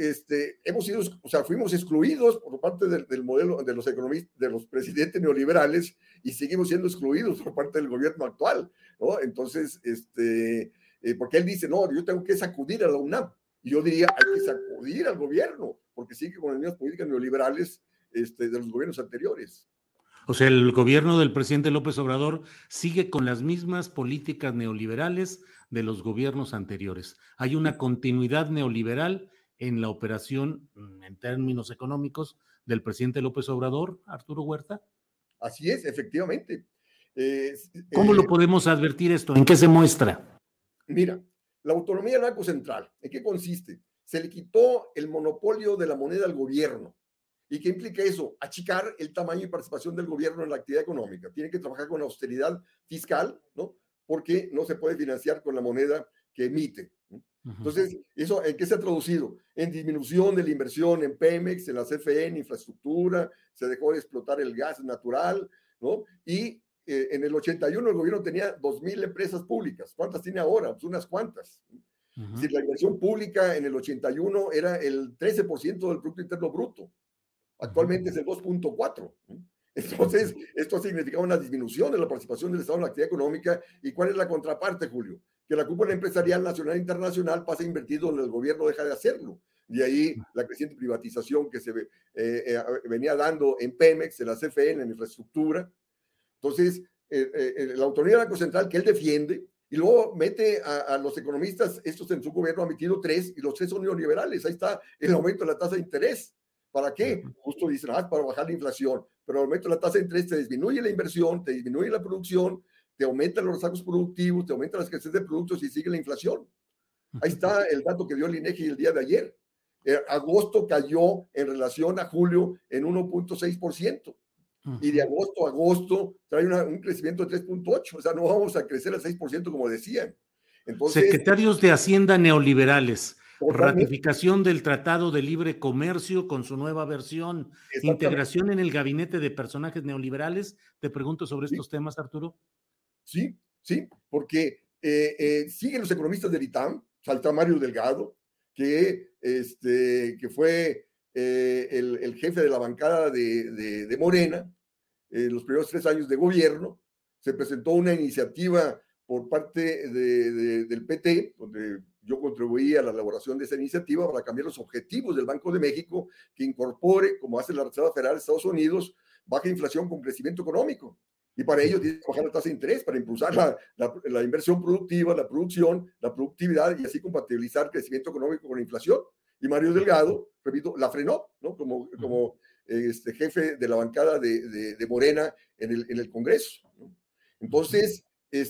fuimos excluidos por parte del modelo de los economistas, de los presidentes neoliberales, y seguimos siendo excluidos por parte del gobierno actual, ¿no? Entonces, porque él dice, no, yo tengo que sacudir a la UNAM, y yo diría, hay que sacudir al gobierno, porque sigue con las mismas políticas neoliberales de los gobiernos anteriores. O sea, el gobierno del presidente López Obrador sigue con las mismas políticas neoliberales de los gobiernos anteriores. Hay una continuidad neoliberal en la operación, en términos económicos, del presidente López Obrador, Arturo Huerta. Así es, efectivamente. ¿Cómo lo podemos advertir esto? ¿En qué se muestra? Mira, la autonomía del Banco Central, ¿en qué consiste? Se le quitó el monopolio de la moneda al gobierno. ¿Y qué implica eso? Achicar el tamaño y participación del gobierno en la actividad económica. Tiene que trabajar con austeridad fiscal, ¿no? Porque no se puede financiar con la moneda que emite, ¿no? Entonces, ¿eso en qué se ha traducido? En disminución de la inversión en Pemex, en la CFE, en infraestructura, se dejó de explotar el gas natural, ¿no? Y en el 81 el gobierno tenía 2,000 empresas públicas. ¿Cuántas tiene ahora? Pues unas cuantas. Es decir, la inversión pública en el 81 era el 13% del Producto Interno Bruto. Actualmente es el 2.4%. Entonces, esto ha significado una disminución de la participación del Estado en la actividad económica. ¿Y cuál es la contraparte, Julio? Que la cúpula empresarial nacional e internacional pasa a invertir donde el gobierno deja de hacerlo. De ahí la creciente privatización que se venía dando en Pemex, en la CFE, en la infraestructura. Entonces, la autonomía del Banco Central que él defiende, y luego mete a los economistas, estos en su gobierno ha metido 3, y los 3 son neoliberales. Ahí está el aumento de la tasa de interés. ¿Para qué? Justo dicen, para bajar la inflación. Pero el aumento de la tasa de interés te disminuye la inversión, te disminuye la producción, te aumentan los rezagos productivos, te aumenta la escasez de productos y sigue la inflación. Ahí está el dato que dio el INEGI el día de ayer. Agosto cayó en relación a julio en 1.6%. y de agosto a agosto trae un crecimiento de 3.8, o sea, no vamos a crecer al 6% como decían. Entonces, secretarios de Hacienda neoliberales, totalmente. ratificación del Tratado de Libre Comercio con su nueva versión, integración en el gabinete de personajes neoliberales. Te pregunto sobre estos temas, Arturo. Sí, sí, porque siguen los economistas del ITAM, salta Mario Delgado, que fue el jefe de la bancada de Morena los primeros 3 años de gobierno. Se presentó una iniciativa por parte del PT, donde yo contribuí a la elaboración de esa iniciativa para cambiar los objetivos del Banco de México, que incorpore, como hace la Reserva Federal de Estados Unidos, baja inflación con crecimiento económico. Y para ello tiene que bajar la tasa de interés, para impulsar la inversión productiva, la producción, la productividad y así compatibilizar crecimiento económico con la inflación. Y Mario Delgado, repito, la frenó, ¿no? Como jefe de la bancada de Morena en el Congreso, ¿no? Entonces,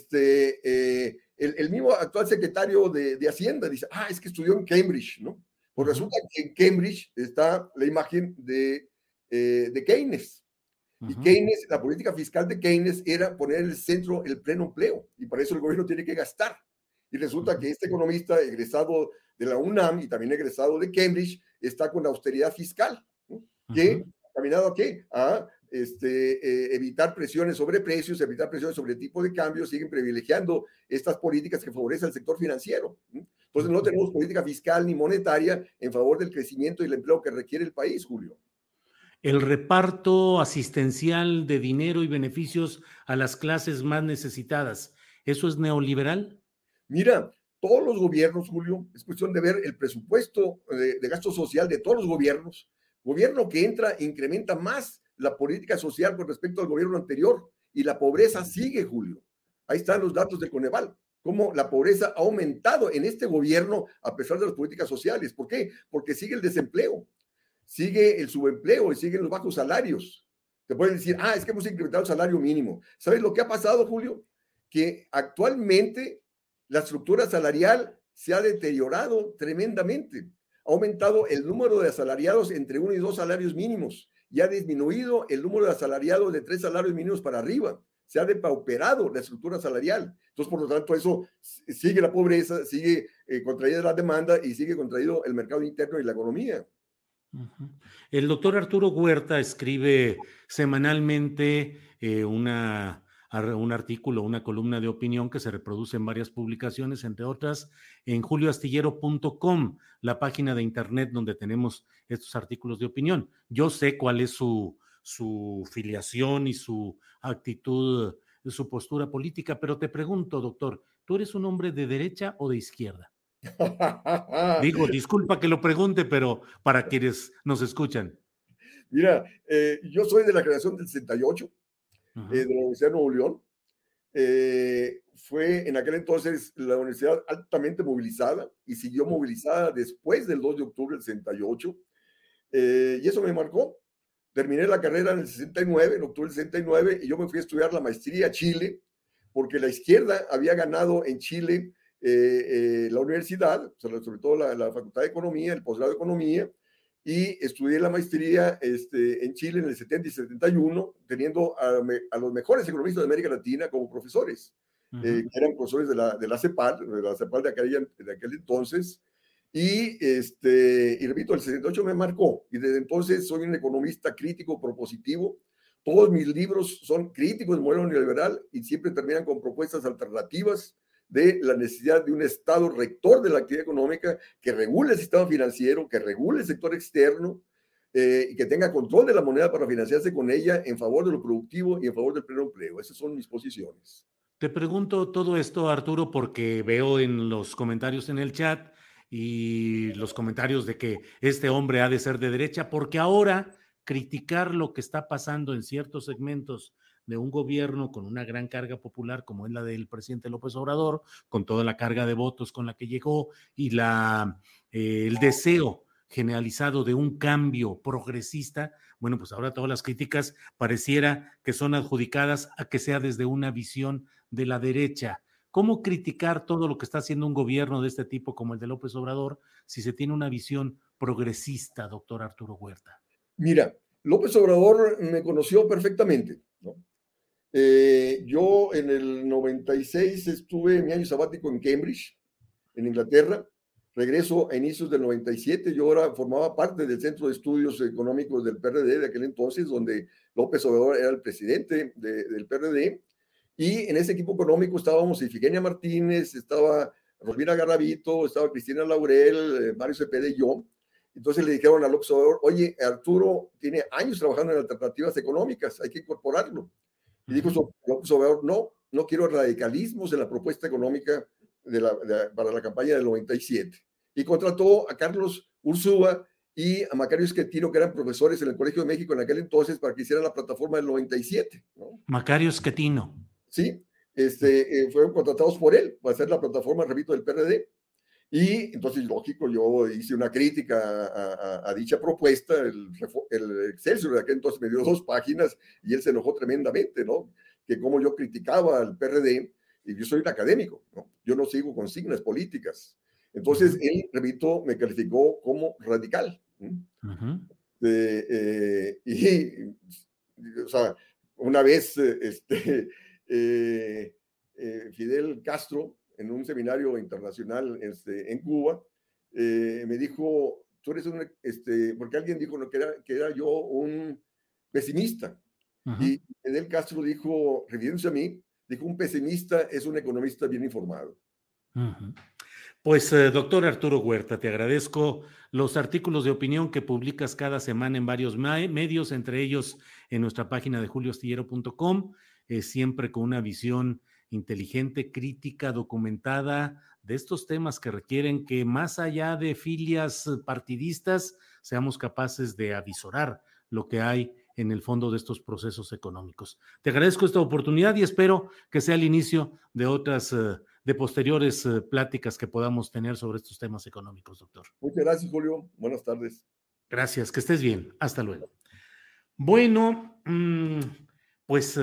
el mismo actual secretario de Hacienda dice, es que estudió en Cambridge, ¿no? Pues resulta que en Cambridge está la imagen de Keynes. Y Keynes, la política fiscal de Keynes era poner en el centro el pleno empleo, y para eso el gobierno tiene que gastar. Y resulta que este economista egresado de la UNAM y también egresado de Cambridge está con la austeridad fiscal, ¿no? Que ha caminado a ¿qué? A evitar presiones sobre precios, evitar presiones sobre el tipo de cambio, siguen privilegiando estas políticas que favorecen al sector financiero, ¿no? Entonces no tenemos política fiscal ni monetaria en favor del crecimiento y el empleo que requiere el país, Julio. El reparto asistencial de dinero y beneficios a las clases más necesitadas, ¿eso es neoliberal? Mira, todos los gobiernos, Julio, es cuestión de ver el presupuesto de gasto social de todos los gobiernos. Gobierno que entra incrementa más la política social con respecto al gobierno anterior y la pobreza sigue, Julio. Ahí están los datos de Coneval, cómo la pobreza ha aumentado en este gobierno a pesar de las políticas sociales. ¿Por qué? Porque sigue el desempleo, sigue el subempleo y siguen los bajos salarios. Te pueden decir, es que hemos incrementado el salario mínimo. ¿Sabes lo que ha pasado, Julio? Que actualmente la estructura salarial se ha deteriorado tremendamente. Ha aumentado el número de asalariados entre 1 y 2 salarios mínimos y ha disminuido el número de asalariados de 3 salarios mínimos para arriba. Se ha depauperado la estructura salarial. Entonces, por lo tanto, eso sigue la pobreza, sigue contraída la demanda y sigue contraído el mercado interno y la economía. El doctor Arturo Huerta escribe semanalmente un artículo, una columna de opinión que se reproduce en varias publicaciones, entre otras en julioastillero.com, la página de internet donde tenemos estos artículos de opinión. Yo sé cuál es su filiación y su actitud, su postura política, pero te pregunto, doctor, ¿tú eres un hombre de derecha o de izquierda? Digo, disculpa que lo pregunte, pero para quienes nos escuchan. Mira, yo soy de la generación del 68, de la Universidad de Nuevo León. Fue en aquel entonces la universidad altamente movilizada y siguió movilizada después del 2 de octubre del 68. Y eso me marcó. Terminé la carrera en el 69, en octubre del 69, y yo me fui a estudiar la maestría a Chile, porque la izquierda había ganado en Chile la universidad, sobre todo la Facultad de Economía, el posgrado de Economía, y estudié la maestría en Chile en el 70 y 71, teniendo a los mejores economistas de América Latina como profesores, que eran profesores de la CEPAL de aquel entonces, y repito, el 68 me marcó, y desde entonces soy un economista crítico, propositivo. Todos mis libros son críticos del modelo neoliberal y siempre terminan con propuestas alternativas de la necesidad de un Estado rector de la actividad económica que regule el sistema financiero, que regule el sector externo y que tenga control de la moneda para financiarse con ella en favor de lo productivo y en favor del pleno empleo. Esas son mis posiciones. Te pregunto todo esto, Arturo, porque veo en los comentarios en el chat y los comentarios de que este hombre ha de ser de derecha, porque ahora criticar lo que está pasando en ciertos segmentos de un gobierno con una gran carga popular como es la del presidente López Obrador, con toda la carga de votos con la que llegó y el deseo generalizado de un cambio progresista, bueno, pues ahora todas las críticas pareciera que son adjudicadas a que sea desde una visión de la derecha. ¿Cómo criticar todo lo que está haciendo un gobierno de este tipo como el de López Obrador si se tiene una visión progresista, doctor Arturo Huerta? Mira, López Obrador me conoció perfectamente, ¿no? Yo en el 96 estuve en mi año sabático en Cambridge, en Inglaterra. Regreso a inicios del 97. Yo ahora formaba parte del Centro de Estudios Económicos del PRD de aquel entonces, donde López Obrador era el presidente del PRD. Y en ese equipo económico estábamos Ifigenia Martínez, estaba Rosmira Garavito, estaba Cristina Laurel, Mario Cepeda y yo. Entonces le dijeron a López Obrador, oye, Arturo tiene años trabajando en alternativas económicas, hay que incorporarlo. Y dijo López Obrador, no quiero radicalismos en la propuesta económica para la campaña del 97. Y contrató a Carlos Ursúa y a Macario Esquetino, que eran profesores en el Colegio de México en aquel entonces, para que hicieran la plataforma del 97, ¿no? Macario Esquetino. Sí, fueron contratados por él para hacer la plataforma, repito, del PRD. Y entonces, lógico, yo hice una crítica a dicha propuesta. El Excelsior de aquel entonces me dio 2 páginas y él se enojó tremendamente, ¿no? Que como yo criticaba al PRD, y yo soy un académico, ¿no? Yo no sigo consignas políticas. Entonces, él, repito, me calificó como radical. O sea, una vez Fidel Castro, en un seminario internacional en Cuba, me dijo, tú eres porque alguien dijo que era yo un pesimista. Y Fidel Castro dijo, refiriéndose a mí, dijo, un pesimista es un economista bien informado. Pues, doctor Arturo Huerta, te agradezco los artículos de opinión que publicas cada semana en varios medios, entre ellos en nuestra página de julioastillero.com, siempre con una visión inteligente, crítica, documentada de estos temas que requieren que más allá de filias partidistas seamos capaces de avisorar lo que hay en el fondo de estos procesos económicos. Te agradezco esta oportunidad y espero que sea el inicio de otras, de posteriores pláticas que podamos tener sobre estos temas económicos, doctor. Muchas gracias, Julio. Buenas tardes. Gracias, que estés bien. Hasta luego. Bueno, pues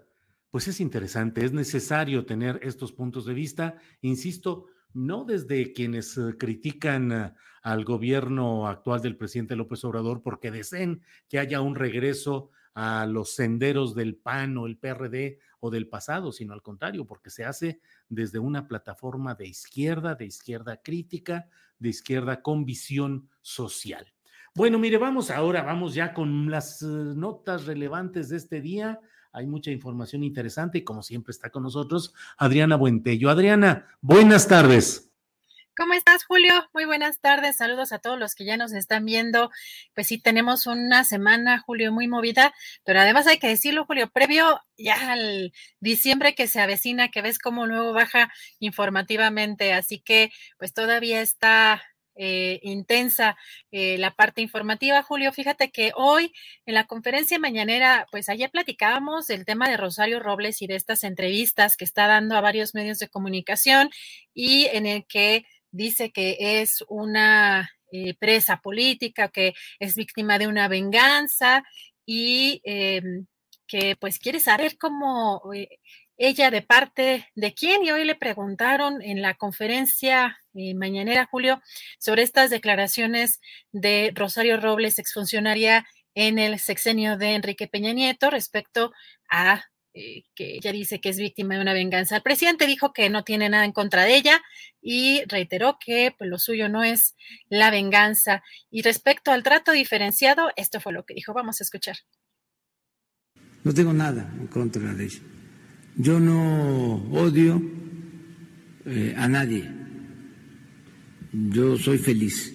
es interesante, es necesario tener estos puntos de vista, insisto, no desde quienes critican al gobierno actual del presidente López Obrador porque deseen que haya un regreso a los senderos del PAN o el PRD o del pasado, sino al contrario, porque se hace desde una plataforma de izquierda crítica, de izquierda con visión social. Bueno, mire, vamos ya con las notas relevantes de este día. Hay mucha información interesante y como siempre está con nosotros Adriana Buentello. Adriana, buenas tardes. ¿Cómo estás, Julio? Muy buenas tardes. Saludos a todos los que ya nos están viendo. Pues sí, tenemos una semana, Julio, muy movida, pero además hay que decirlo, Julio, previo ya al diciembre que se avecina, que ves cómo luego baja informativamente, así que pues todavía está intensa la parte informativa, Julio. Fíjate que hoy en la conferencia mañanera, pues ayer platicábamos del tema de Rosario Robles y de estas entrevistas que está dando a varios medios de comunicación y en el que dice que es una presa política, que es víctima de una venganza y que pues quiere saber cómo ella de parte de quién, y hoy le preguntaron en la conferencia mañanera, Julio, sobre estas declaraciones de Rosario Robles, exfuncionaria en el sexenio de Enrique Peña Nieto, respecto a que ella dice que es víctima de una venganza. El presidente dijo que no tiene nada en contra de ella y reiteró que pues, lo suyo no es la venganza. Y respecto al trato diferenciado, esto fue lo que dijo. Vamos a escuchar. No tengo nada en contra de ella. Yo no odio a nadie. Yo soy feliz.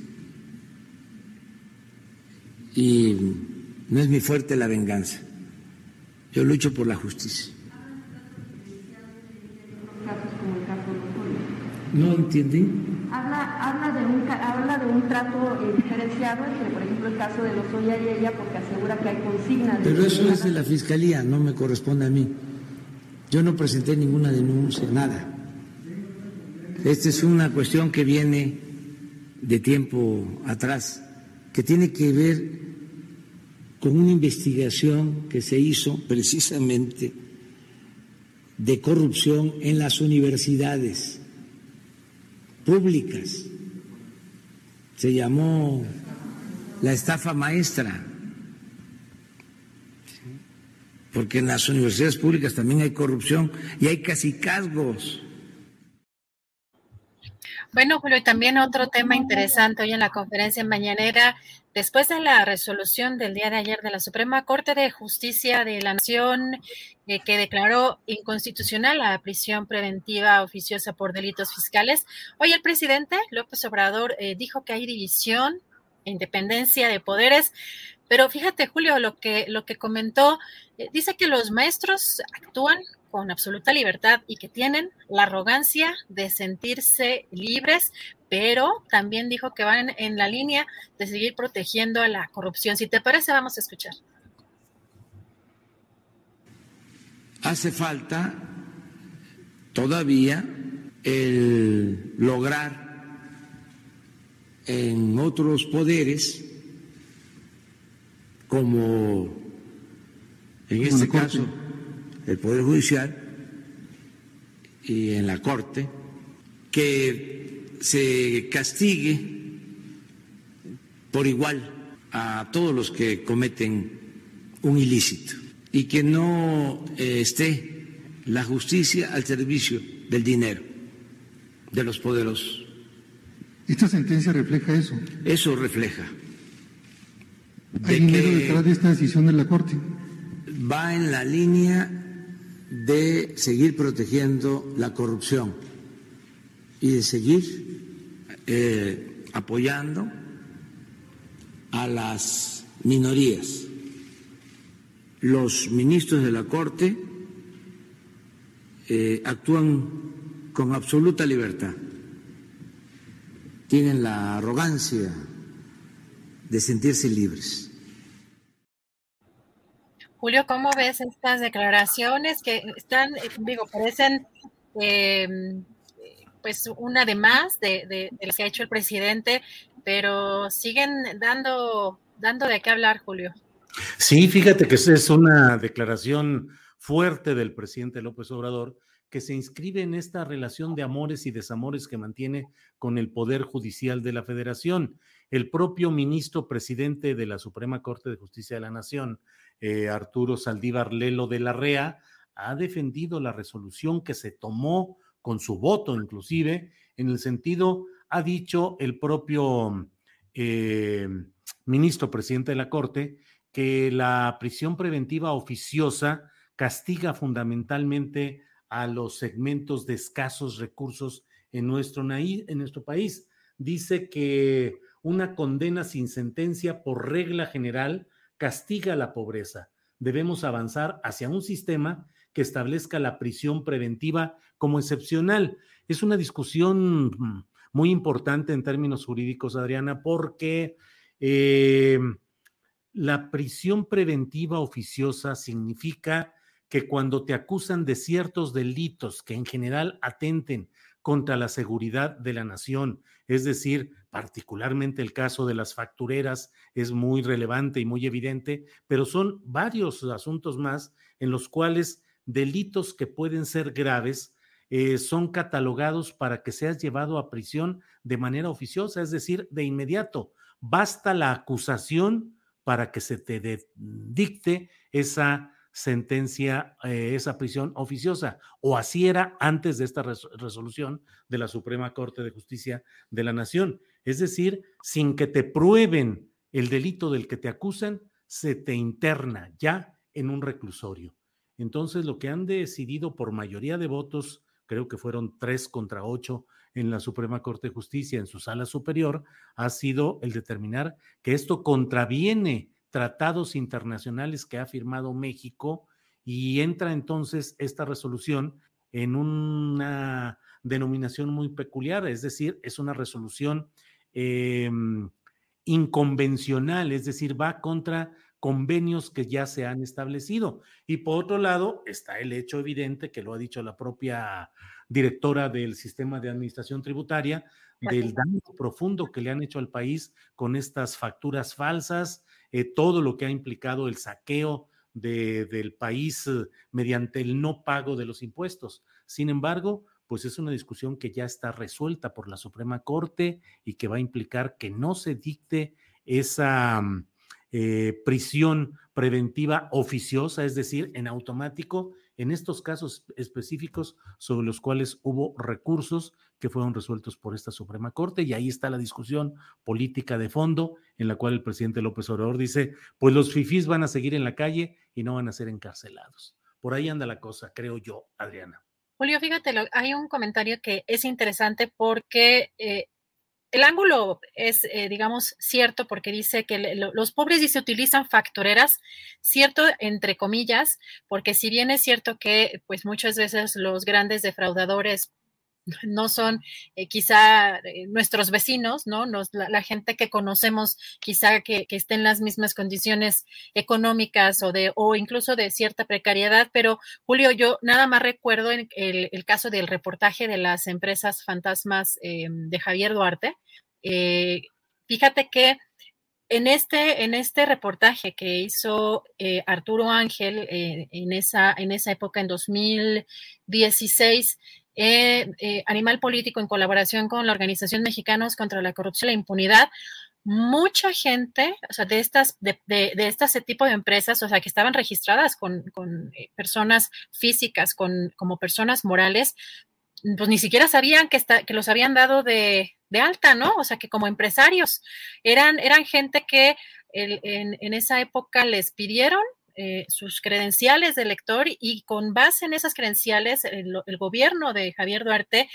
Y no es mi fuerte la venganza. Yo lucho por la justicia. No entendí. Habla de un trato diferenciado entre, por ejemplo, el caso de Lozoya y ella, porque asegura que hay consignas. Pero eso es de la Fiscalía, no me corresponde a mí. Yo no presenté ninguna denuncia, nada. Esta es una cuestión que viene de tiempo atrás, que tiene que ver con una investigación que se hizo precisamente de corrupción en las universidades públicas. Se llamó la estafa maestra. porque en las universidades públicas también hay corrupción y hay cacicazgos. Bueno, Julio, y también otro tema interesante hoy en la conferencia mañanera, después de la resolución del día de ayer de la Suprema Corte de Justicia de la Nación, que declaró inconstitucional la prisión preventiva oficiosa por delitos fiscales, hoy el presidente López Obrador dijo que hay división e independencia de poderes, pero fíjate, Julio, lo que comentó, dice que los maestros actúan con absoluta libertad y que tienen la arrogancia de sentirse libres, pero también dijo que van en la línea de seguir protegiendo a la corrupción. Si te parece, vamos a escuchar. Hace falta todavía el lograr en otros poderes, como en este caso el Poder Judicial y en la Corte, que se castigue por igual a todos los que cometen un ilícito y que no esté la justicia al servicio del dinero de los poderosos. ¿Esta sentencia refleja eso? Eso refleja. ¿Hay dinero detrás de esta decisión de la Corte? Va en la línea de seguir protegiendo la corrupción y de seguir apoyando a las minorías. Los ministros de la Corte actúan con absoluta libertad. Tienen la arrogancia de sentirse libres. Julio, ¿cómo ves estas declaraciones que están, parecen pues una de más de lo que ha hecho el presidente, pero siguen dando de qué hablar, Julio? Sí, fíjate que es una declaración fuerte del presidente López Obrador, que se inscribe en esta relación de amores y desamores que mantiene con el Poder Judicial de la Federación. El propio ministro presidente de la Suprema Corte de Justicia de la Nación, Arturo Saldívar Lelo de la Rea, ha defendido la resolución que se tomó con su voto inclusive, en el sentido, ha dicho el propio ministro presidente de la Corte, que la prisión preventiva oficiosa castiga fundamentalmente a los segmentos de escasos recursos en nuestro país. Dice que una condena sin sentencia por regla general castiga la pobreza. Debemos avanzar hacia un sistema que establezca la prisión preventiva como excepcional. Es una discusión muy importante en términos jurídicos, Adriana, porque la prisión preventiva oficiosa significa que cuando te acusan de ciertos delitos que en general atenten contra la seguridad de la nación, es decir, particularmente el caso de las factureras es muy relevante y muy evidente, pero son varios asuntos más en los cuales delitos que pueden ser graves son catalogados para que seas llevado a prisión de manera oficiosa, es decir, de inmediato. Basta la acusación para que se te dicte esa sentencia, esa prisión oficiosa, o así era antes de esta resolución de la Suprema Corte de Justicia de la Nación. Es decir, sin que te prueben el delito del que te acusan, se te interna ya en un reclusorio. Entonces, lo que han decidido por mayoría de votos, creo que fueron 3-8 en la Suprema Corte de Justicia, en su sala superior, ha sido el determinar que esto contraviene tratados internacionales que ha firmado México, y entra entonces esta resolución en una denominación muy peculiar, es decir, es una resolución inconvencional, es decir, va contra convenios que ya se han establecido. Y por otro lado está el hecho evidente, que lo ha dicho la propia directora del Sistema de Administración Tributaria, del daño profundo que le han hecho al país con estas facturas falsas, todo lo que ha implicado el saqueo del país mediante el no pago de los impuestos. Sin embargo, pues es una discusión que ya está resuelta por la Suprema Corte y que va a implicar que no se dicte esa prisión preventiva oficiosa, es decir, en automático, en estos casos específicos sobre los cuales hubo recursos que fueron resueltos por esta Suprema Corte, y ahí está la discusión política de fondo en la cual el presidente López Obrador dice, pues los fifís van a seguir en la calle y no van a ser encarcelados. Por ahí anda la cosa, creo yo, Adriana. Julio, fíjate, hay un comentario que es interesante porque el ángulo es, digamos, cierto, porque dice que los pobres, dice, utilizan factureras, cierto, entre comillas, porque si bien es cierto que pues muchas veces los grandes defraudadores no son quizá nuestros vecinos, ¿no? La gente que conocemos quizá que esté en las mismas condiciones económicas o incluso de cierta precariedad, pero Julio, yo nada más recuerdo el caso del reportaje de las empresas fantasmas de Javier Duarte. Fíjate que en este reportaje que hizo Arturo Ángel en esa época, en 2016, Animal Político, en colaboración con la Organización Mexicanos contra la Corrupción y la Impunidad, mucha gente, o sea, de este tipo de empresas, o sea, que estaban registradas con personas físicas, como personas morales, pues ni siquiera sabían que los habían dado de alta, ¿no? O sea, que como empresarios eran gente que en esa época les pidieron sus credenciales de lector, y con base en esas credenciales el gobierno de Javier Duarte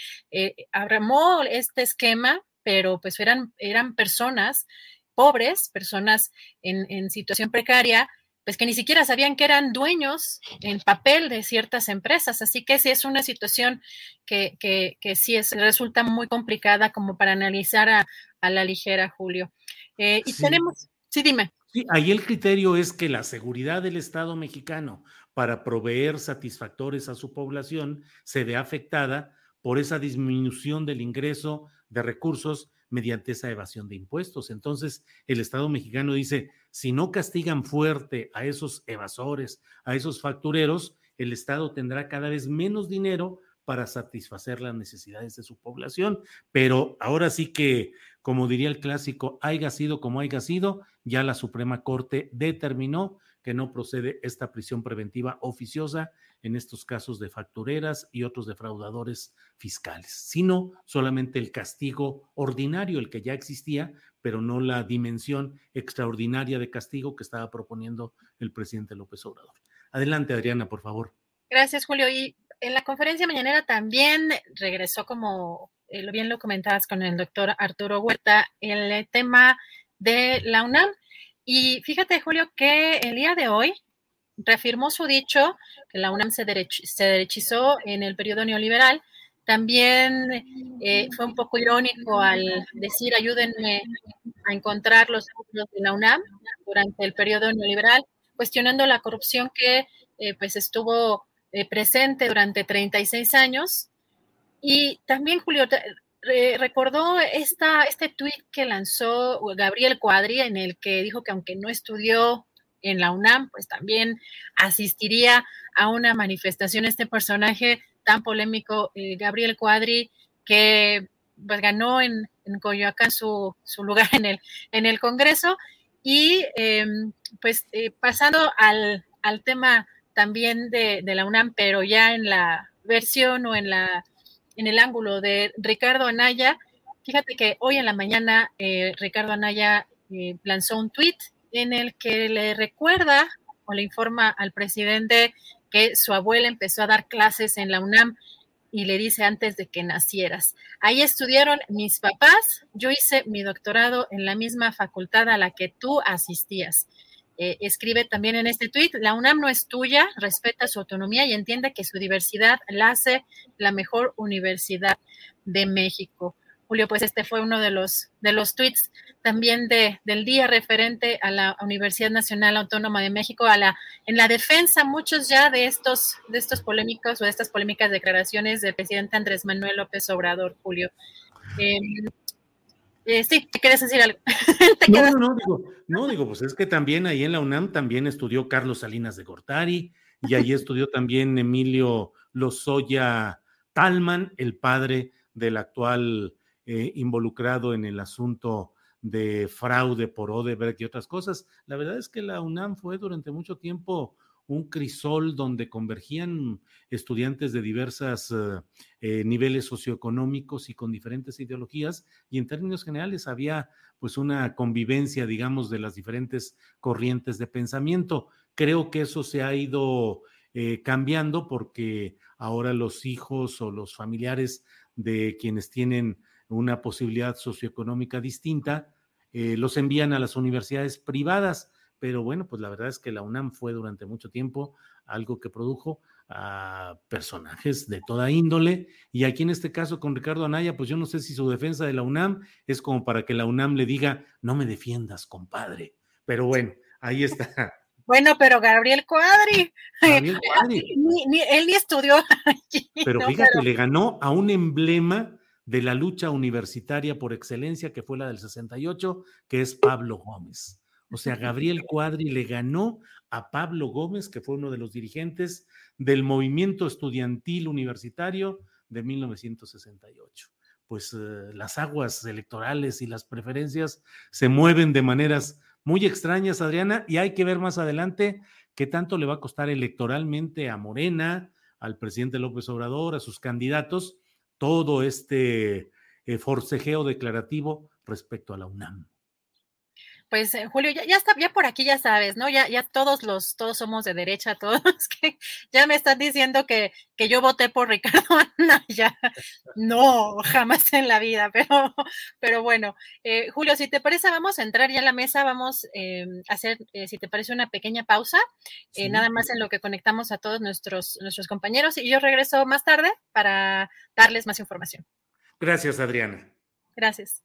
armó este esquema, pero pues eran personas pobres, personas en situación precaria, pues que ni siquiera sabían que eran dueños en papel de ciertas empresas. Así que sí es una situación que sí resulta muy complicada como para analizar a la ligera, Julio. Y sí. Sí, dime. Sí, ahí el criterio es que la seguridad del Estado mexicano para proveer satisfactores a su población se ve afectada por esa disminución del ingreso de recursos mediante esa evasión de impuestos. Entonces, el Estado mexicano dice, si no castigan fuerte a esos evasores, a esos factureros, el Estado tendrá cada vez menos dinero para satisfacer las necesidades de su población. Pero ahora sí que, como diría el clásico, haya sido como haya sido, ya la Suprema Corte determinó que no procede esta prisión preventiva oficiosa en estos casos de factureras y otros defraudadores fiscales, sino solamente el castigo ordinario, el que ya existía, pero no la dimensión extraordinaria de castigo que estaba proponiendo el presidente López Obrador. Adelante, Adriana, por favor. Gracias, Julio. Y en la conferencia mañanera también regresó, como bien lo comentabas con el doctor Arturo Huerta, el tema de la UNAM. Y fíjate, Julio, que el día de hoy reafirmó su dicho que la UNAM se derechizó en el periodo neoliberal. También fue un poco irónico al decir, ayúdenme a encontrar los títulos de la UNAM durante el periodo neoliberal, cuestionando la corrupción que pues estuvo presente durante 36 años. Y también, Julio, recordó este tuit que lanzó Gabriel Cuadri, en el que dijo que aunque no estudió en la UNAM, pues también asistiría a una manifestación. Este personaje tan polémico, Gabriel Cuadri, que pues ganó en Coyoacán su lugar en el Congreso. Y pasando al tema también de la UNAM, pero ya en la versión o en el ángulo de Ricardo Anaya. Fíjate que hoy en la mañana Ricardo Anaya lanzó un tuit en el que le recuerda o le informa al presidente que su abuela empezó a dar clases en la UNAM y le dice: antes de que nacieras. Ahí estudiaron mis papás, yo hice mi doctorado en la misma facultad a la que tú asistías. Escribe también en este tuit: la UNAM no es tuya, respeta su autonomía y entiende que su diversidad la hace la mejor universidad de México. Julio, pues este fue uno de los tuits también del día referente a la Universidad Nacional Autónoma de México, en la defensa, muchos ya de estos polémicos o de estas polémicas declaraciones del presidente Andrés Manuel López Obrador, Julio. Sí, ¿te quieres decir algo? Digo, pues es que también ahí en la UNAM también estudió Carlos Salinas de Gortari, y ahí estudió también Emilio Lozoya Talman, el padre del actual involucrado en el asunto de fraude por Odebrecht y otras cosas. La verdad es que la UNAM fue durante mucho tiempo un crisol donde convergían estudiantes de diversos niveles socioeconómicos y con diferentes ideologías, y en términos generales había pues una convivencia, digamos, de las diferentes corrientes de pensamiento. Creo que eso se ha ido cambiando porque ahora los hijos o los familiares de quienes tienen una posibilidad socioeconómica distinta los envían a las universidades privadas. Pero bueno, pues la verdad es que la UNAM fue durante mucho tiempo algo que produjo a personajes de toda índole, y aquí en este caso con Ricardo Anaya, pues yo no sé si su defensa de la UNAM es como para que la UNAM le diga, no me defiendas, compadre, pero bueno, ahí está. Bueno, pero Gabriel Cuadri, él ni estudió allí. Pero fíjate, le ganó a un emblema de la lucha universitaria por excelencia, que fue la del 68, que es Pablo Gómez. O sea, Gabriel Cuadri le ganó a Pablo Gómez, que fue uno de los dirigentes del movimiento estudiantil universitario de 1968. Pues las aguas electorales y las preferencias se mueven de maneras muy extrañas, Adriana, y hay que ver más adelante qué tanto le va a costar electoralmente a Morena, al presidente López Obrador, a sus candidatos, todo este forcejeo declarativo respecto a la UNAM. Pues Julio, ya está, ya por aquí ya sabes, ¿no? Ya todos somos de derecha, todos que ya me están diciendo que yo voté por Ricardo Anaya. No, jamás en la vida, pero bueno, Julio, si te parece, vamos a entrar ya a la mesa, vamos a hacer, si te parece, una pequeña pausa, sí. Nada más en lo que conectamos a todos nuestros compañeros, y yo regreso más tarde para darles más información. Gracias, Adriana. Gracias.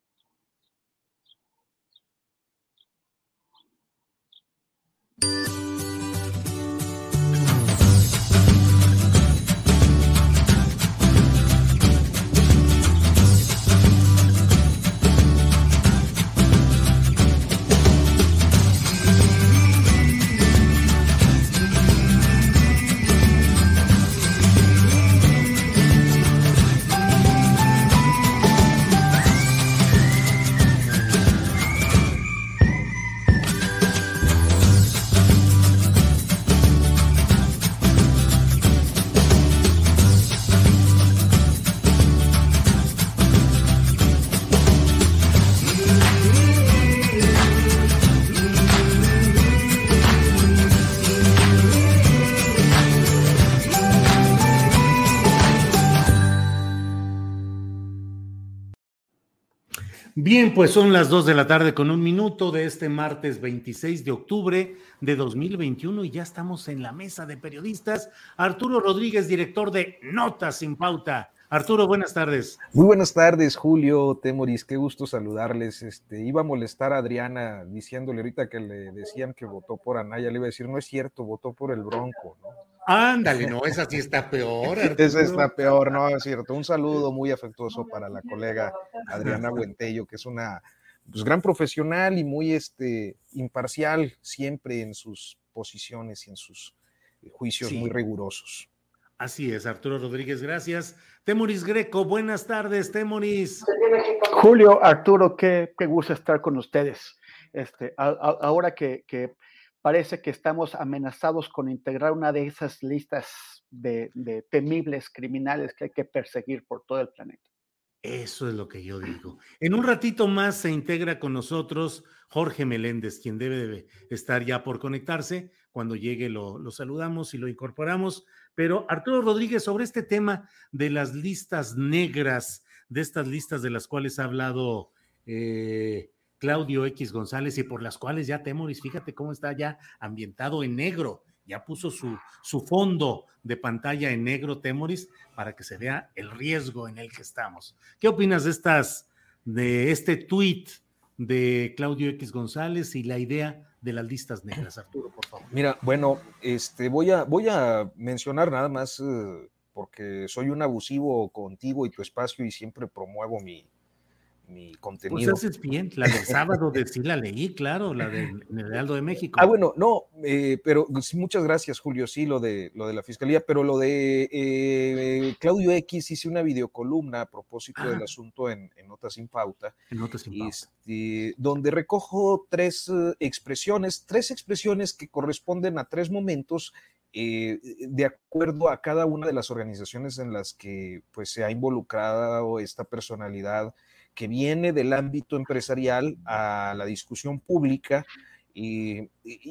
Bien, pues son las 2:00 p.m. de este martes 26 de octubre de 2021 y ya estamos en la mesa de periodistas. Arturo Rodríguez, director de Notas sin Pauta. Arturo, buenas tardes. Muy buenas tardes, Julio, Temoris, qué gusto saludarles. Iba a molestar a Adriana diciéndole ahorita que le decían que votó por Anaya, le iba a decir, no es cierto, votó por el Bronco, ¿no? Ándale, no, esa sí está peor, Arturo. Esa está peor, no, es cierto. Un saludo muy afectuoso para la colega Adriana Buentello, que es una gran profesional y muy imparcial siempre en sus posiciones y en sus juicios muy rigurosos. Así es, Arturo Rodríguez, gracias. Temoris Greco, buenas tardes, Temoris. Julio, Arturo, qué gusto estar con ustedes. Ahora que parece que estamos amenazados con integrar una de esas listas de temibles criminales que hay que perseguir por todo el planeta. Eso es lo que yo digo. En un ratito más se integra con nosotros Jorge Meléndez, quien debe de estar ya por conectarse. Cuando llegue lo saludamos y lo incorporamos. Pero Arturo Rodríguez, sobre este tema de las listas negras, de estas listas de las cuales ha hablado Claudio X González y por las cuales ya Temoris, fíjate cómo está ya ambientado en negro, ya puso su fondo de pantalla en negro, Temoris, para que se vea el riesgo en el que estamos. ¿Qué opinas de este tuit de Claudio X González y la idea de las listas negras, Arturo, por favor? Mira, bueno, voy a mencionar nada más porque soy un abusivo contigo y tu espacio y siempre promuevo mi contenido. Pues haces bien, la del sábado sí la leí, claro, la del Heraldo de México. Bueno, no, pero sí, muchas gracias, Julio, sí, lo de la Fiscalía, pero lo de Claudio X, hice una videocolumna a propósito del asunto en Notas sin Pauta. En Notas sin Pauta. Donde recojo tres expresiones que corresponden a tres momentos de acuerdo a cada una de las organizaciones en las que pues, se ha involucrado esta personalidad que viene del ámbito empresarial a la discusión pública y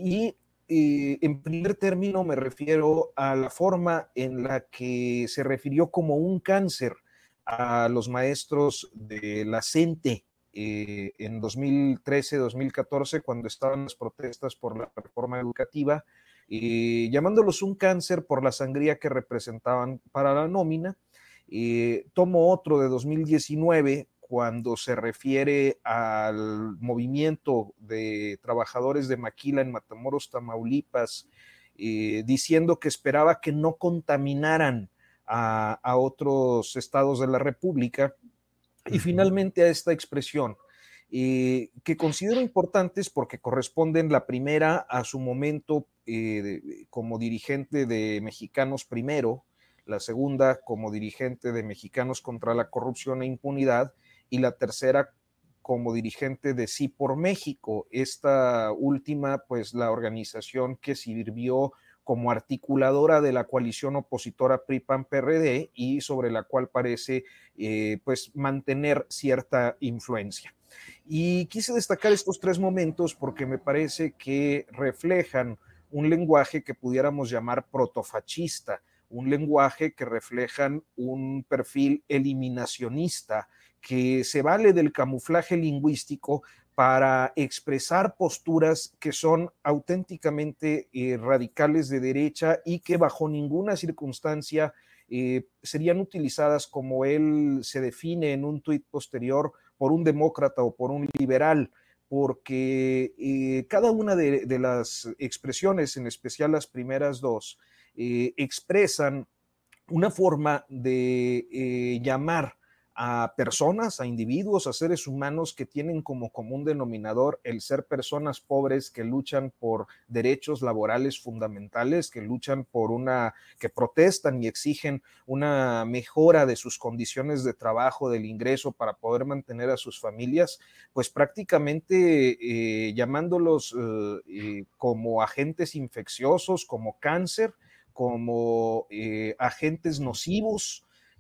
en primer término me refiero a la forma en la que se refirió como un cáncer a los maestros de la CENTE en 2013-2014 cuando estaban las protestas por la reforma educativa, llamándolos un cáncer por la sangría que representaban para la nómina. Tomo otro de 2019 cuando se refiere al movimiento de trabajadores de Maquila en Matamoros, Tamaulipas, diciendo que esperaba que no contaminaran a otros estados de la República. Y finalmente a esta expresión, que considero importantes porque corresponden la primera a su momento como dirigente de Mexicanos Primero, la segunda como dirigente de Mexicanos contra la Corrupción e Impunidad y la tercera como dirigente de Sí por México. Esta última, pues la organización que sirvió como articuladora de la coalición opositora PRI-PAN-PRD y sobre la cual parece pues mantener cierta influencia. Y quise destacar estos tres momentos porque me parece que reflejan un lenguaje que pudiéramos llamar protofascista, un lenguaje que reflejan un perfil eliminacionista que se vale del camuflaje lingüístico para expresar posturas que son auténticamente radicales de derecha y que bajo ninguna circunstancia serían utilizadas como él se define en un tuit posterior por un demócrata o por un liberal, porque cada una de las expresiones, en especial las primeras dos, expresan una forma de llamar a personas, a individuos, a seres humanos que tienen como común denominador el ser personas pobres que luchan por derechos laborales fundamentales, que luchan que protestan y exigen una mejora de sus condiciones de trabajo, del ingreso para poder mantener a sus familias, pues prácticamente llamándolos como agentes infecciosos, como cáncer, como agentes nocivos,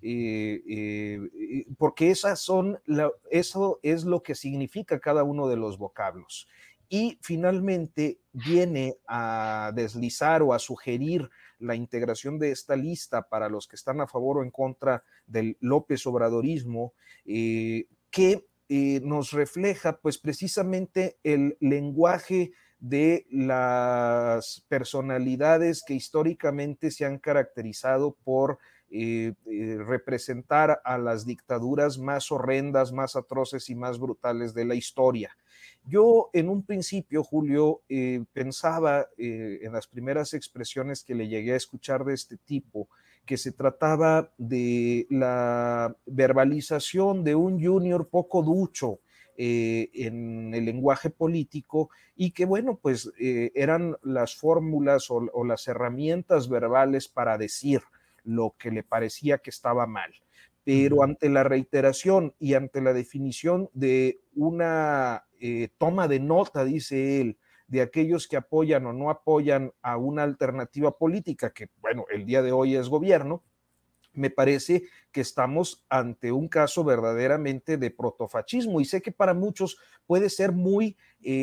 porque eso es lo que significa cada uno de los vocablos. Y finalmente viene a deslizar o a sugerir la integración de esta lista para los que están a favor o en contra del López Obradorismo, que nos refleja pues precisamente el lenguaje de las personalidades que históricamente se han caracterizado por representar a las dictaduras más horrendas, más atroces y más brutales de la historia. Yo en un principio, Julio, pensaba en las primeras expresiones que le llegué a escuchar de este tipo, que se trataba de la verbalización de un junior poco ducho en el lenguaje político y que, bueno, pues eran las fórmulas o las herramientas verbales para decir lo que le parecía que estaba mal. Pero ante la reiteración y ante la definición de una toma de nota, dice él, de aquellos que apoyan o no apoyan a una alternativa política, que, bueno, el día de hoy es gobierno, me parece que estamos ante un caso verdaderamente de protofascismo y sé que para muchos puede ser muy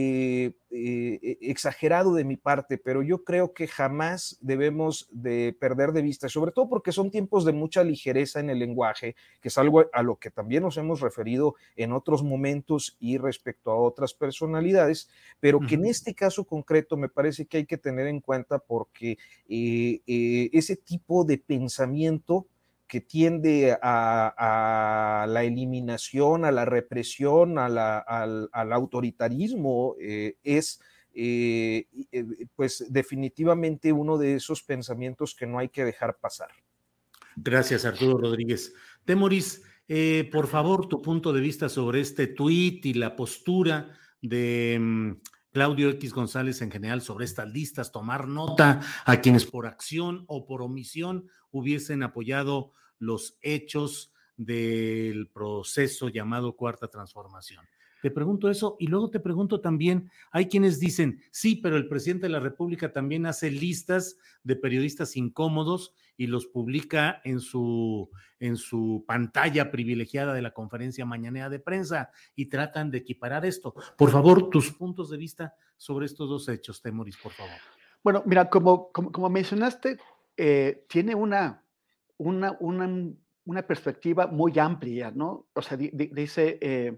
exagerado de mi parte, pero yo creo que jamás debemos de perder de vista, sobre todo porque son tiempos de mucha ligereza en el lenguaje, que es algo a lo que también nos hemos referido en otros momentos y respecto a otras personalidades, pero que en este caso concreto me parece que hay que tener en cuenta porque ese tipo de pensamiento que tiende a la eliminación, a la represión, al autoritarismo, es pues definitivamente uno de esos pensamientos que no hay que dejar pasar. Gracias, Arturo Rodríguez. Temoris, Por favor, tu punto de vista sobre este tuit y la postura de Claudio X González en general sobre estas listas, tomar nota a quienes por acción o por omisión hubiesen apoyado los hechos del proceso llamado Cuarta Transformación. Te pregunto eso y luego te pregunto también, hay quienes dicen, sí, pero el presidente de la República también hace listas de periodistas incómodos y los publica en su pantalla privilegiada de la conferencia mañanera de prensa y tratan de equiparar esto. Por favor, tus puntos de vista sobre estos dos hechos, Temoris, por favor. Bueno, mira, como mencionaste, tiene una perspectiva muy amplia, ¿no? O sea, dice...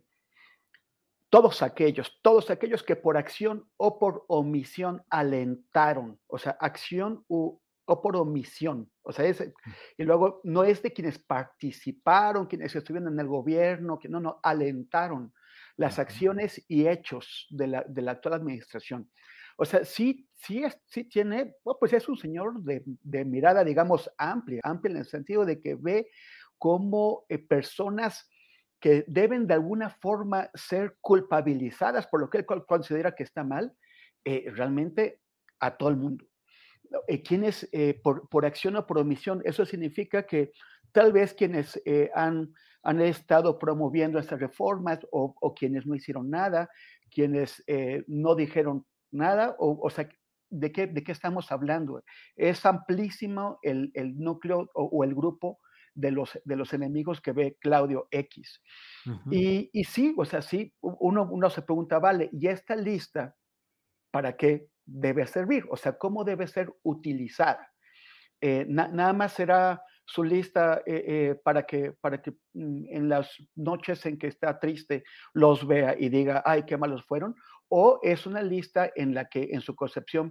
todos aquellos que por acción o por omisión alentaron, o sea, acción o por omisión, o sea, y luego no es de quienes participaron, quienes estuvieron en el gobierno, que no, alentaron las acciones y hechos de la actual administración. O sea, sí tiene, bueno, pues es un señor de mirada, digamos, amplia en el sentido de que ve cómo personas que deben de alguna forma ser culpabilizadas por lo que él considera que está mal, realmente a todo el mundo. Quienes por acción o por omisión, eso significa que tal vez quienes han estado promoviendo estas reformas o quienes no hicieron nada, quienes no dijeron nada, o sea, ¿de qué estamos hablando? Es amplísimo el núcleo o el grupo de los enemigos que ve Claudio X. Uh-huh. Y sí, o sea, sí, uno se pregunta, vale, ¿y esta lista para qué debe servir? O sea, ¿cómo debe ser utilizada? Nada más será su lista para que en las noches en que está triste los vea y diga, ay, qué malos fueron, o es una lista en la que en su concepción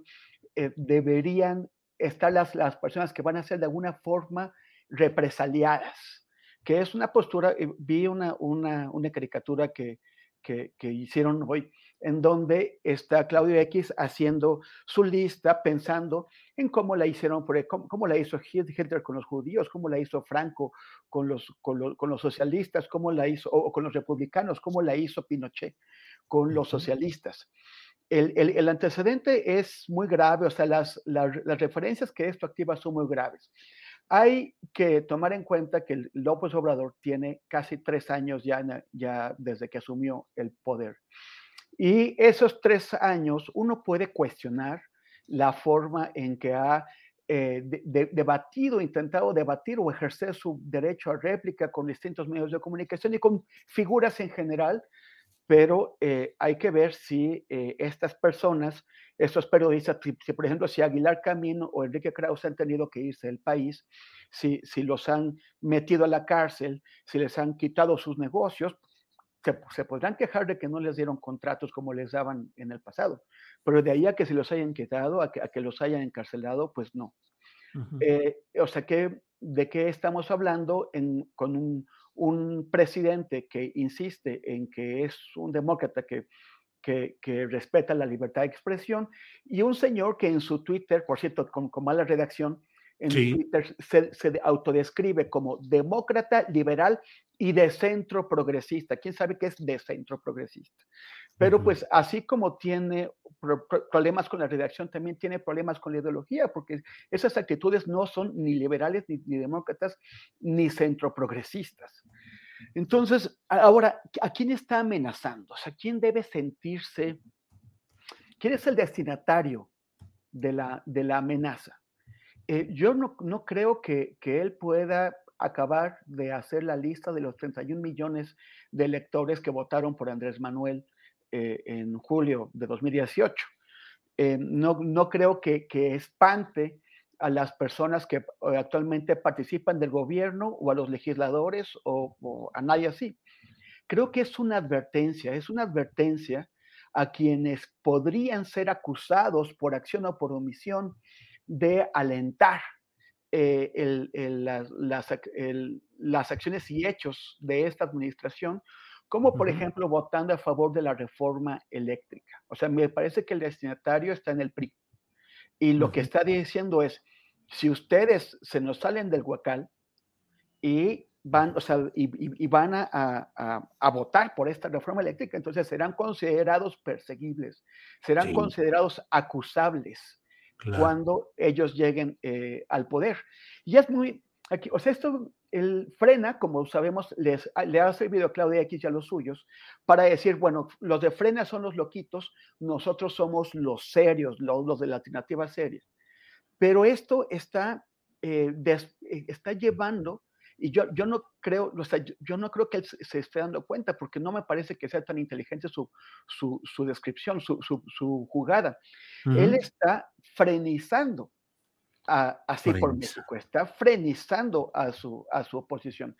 deberían estar las personas que van a ser de alguna forma represaliadas, que es una postura. Vi una caricatura que hicieron hoy, en donde está Claudio X haciendo su lista, pensando en cómo la hicieron, cómo la hizo Hitler con los judíos, cómo la hizo Franco con los socialistas, cómo la hizo, o con los republicanos, cómo la hizo Pinochet con los socialistas. El antecedente es muy grave, o sea, las referencias que esto activa son muy graves. Hay que tomar en cuenta que López Obrador tiene casi 3 años ya desde que asumió el poder. Y esos 3 años uno puede cuestionar la forma en que ha intentado debatir o ejercer su derecho a réplica con distintos medios de comunicación y con figuras en general, pero hay que ver si estas personas, estos periodistas, si por ejemplo, si Aguilar Camín o Enrique Krause han tenido que irse del país, si los han metido a la cárcel, si les han quitado sus negocios, se podrán quejar de que no les dieron contratos como les daban en el pasado, pero de ahí a que se los hayan quitado, a que los hayan encarcelado, pues no. Uh-huh. O sea, ¿de qué estamos hablando con un presidente que insiste en que es un demócrata que respeta la libertad de expresión, y un señor que en su Twitter, por cierto, con mala redacción, en Twitter se autodescribe como demócrata, liberal y de centro progresista? ¿Quién sabe qué es de centro progresista? Pero pues así como tiene problemas con la redacción, también tiene problemas con la ideología, porque esas actitudes no son ni liberales, ni demócratas, ni centro progresistas. Entonces, ahora, ¿a quién está amenazando? O sea, ¿quién debe sentirse? ¿Quién es el destinatario de la amenaza? Yo no creo que él pueda acabar de hacer la lista de los 31 millones de electores que votaron por Andrés Manuel en julio de 2018. No creo que espante a las personas que actualmente participan del gobierno o a los legisladores o a nadie así. Creo que es una advertencia a quienes podrían ser acusados por acción o por omisión de alentar las acciones y hechos de esta administración, como por ejemplo votando a favor de la reforma eléctrica. O sea, me parece que el destinatario está en el PRI. Y lo que está diciendo es, si ustedes se nos salen del huacal y van, o sea, y van a votar por esta reforma eléctrica, entonces serán considerados perseguibles, serán considerados acusables cuando ellos lleguen al poder. Y es muy, aquí, o sea, esto, el Frena, como sabemos, le ha servido a Claudia X y a los suyos para decir, bueno, los de Frena son los loquitos, nosotros somos los serios, los de la alternativa seria. Pero esto está llevando, y yo no creo, o sea, yo no creo que él se esté dando cuenta, porque no me parece que sea tan inteligente su descripción, su jugada. Él está frenizando así por México, está frenizando a su oposición,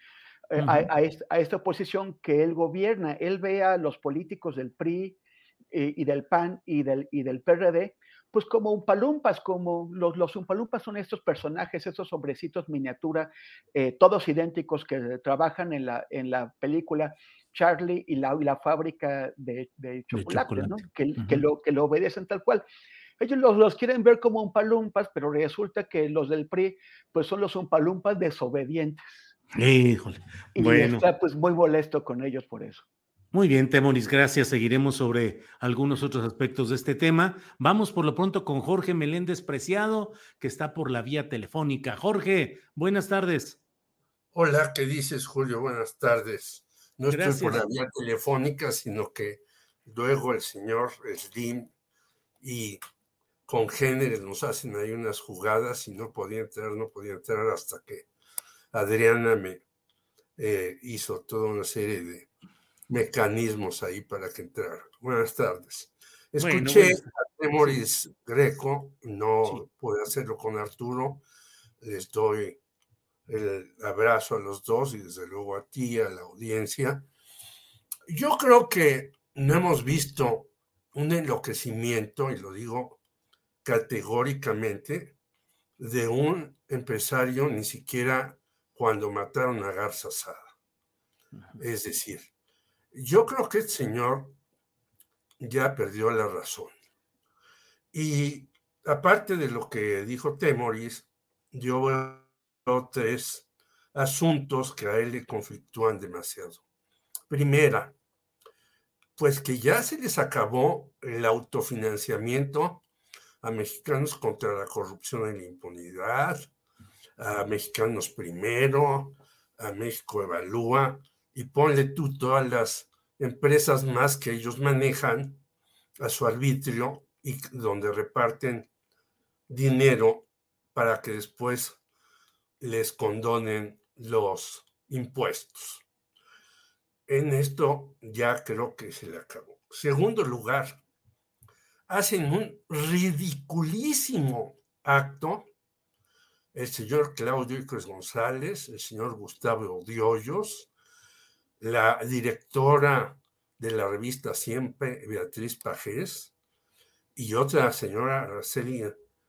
a esta oposición que él gobierna. Él ve a los políticos del PRI y del PAN y del PRD, pues como umpalumpas, como los umpalumpas son estos personajes, estos hombrecitos miniatura, todos idénticos, que trabajan en la película Charlie y la fábrica de chocolate, ¿no? Que lo obedecen tal cual. Ellos los quieren ver como umpalumpas, pero resulta que los del PRI pues son los umpalumpas desobedientes. Híjole. Bueno. Y está pues muy molesto con ellos por eso. Muy bien, Temoris, gracias. Seguiremos sobre algunos otros aspectos de este tema. Vamos por lo pronto con Jorge Meléndez Preciado, que está por la vía telefónica. Jorge, buenas tardes. Hola, ¿qué dices, Julio? Buenas tardes. No Gracias. Estoy por la vía telefónica, sino que luego el señor Slim y congéneres nos hacen ahí unas jugadas y no podía entrar hasta que Adriana me hizo toda una serie de mecanismos ahí para que entrara. Buenas tardes. Escuché a Temoris Greco, no pude hacerlo con Arturo. Les doy el abrazo a los dos y desde luego a ti, a la audiencia. Yo creo que no hemos visto un enloquecimiento, y lo digo categóricamente, de un empresario ni siquiera cuando mataron a Garza Sada. Es decir, yo creo que el señor ya perdió la razón. Y aparte de lo que dijo Temoris, yo veo tres asuntos que a él le conflictúan demasiado. Primera, pues que ya se les acabó el autofinanciamiento a Mexicanos contra la Corrupción y la Impunidad, a Mexicanos Primero, a México Evalúa, y ponle tú todas las empresas más que ellos manejan a su arbitrio y donde reparten dinero para que después les condonen los impuestos. En esto ya creo que se le acabó. Segundo lugar, hacen un ridiculísimo acto el señor Claudio X González, el señor Gustavo de Hoyos, la directora de la revista Siempre, Beatriz Pajés, y otra señora, Araceli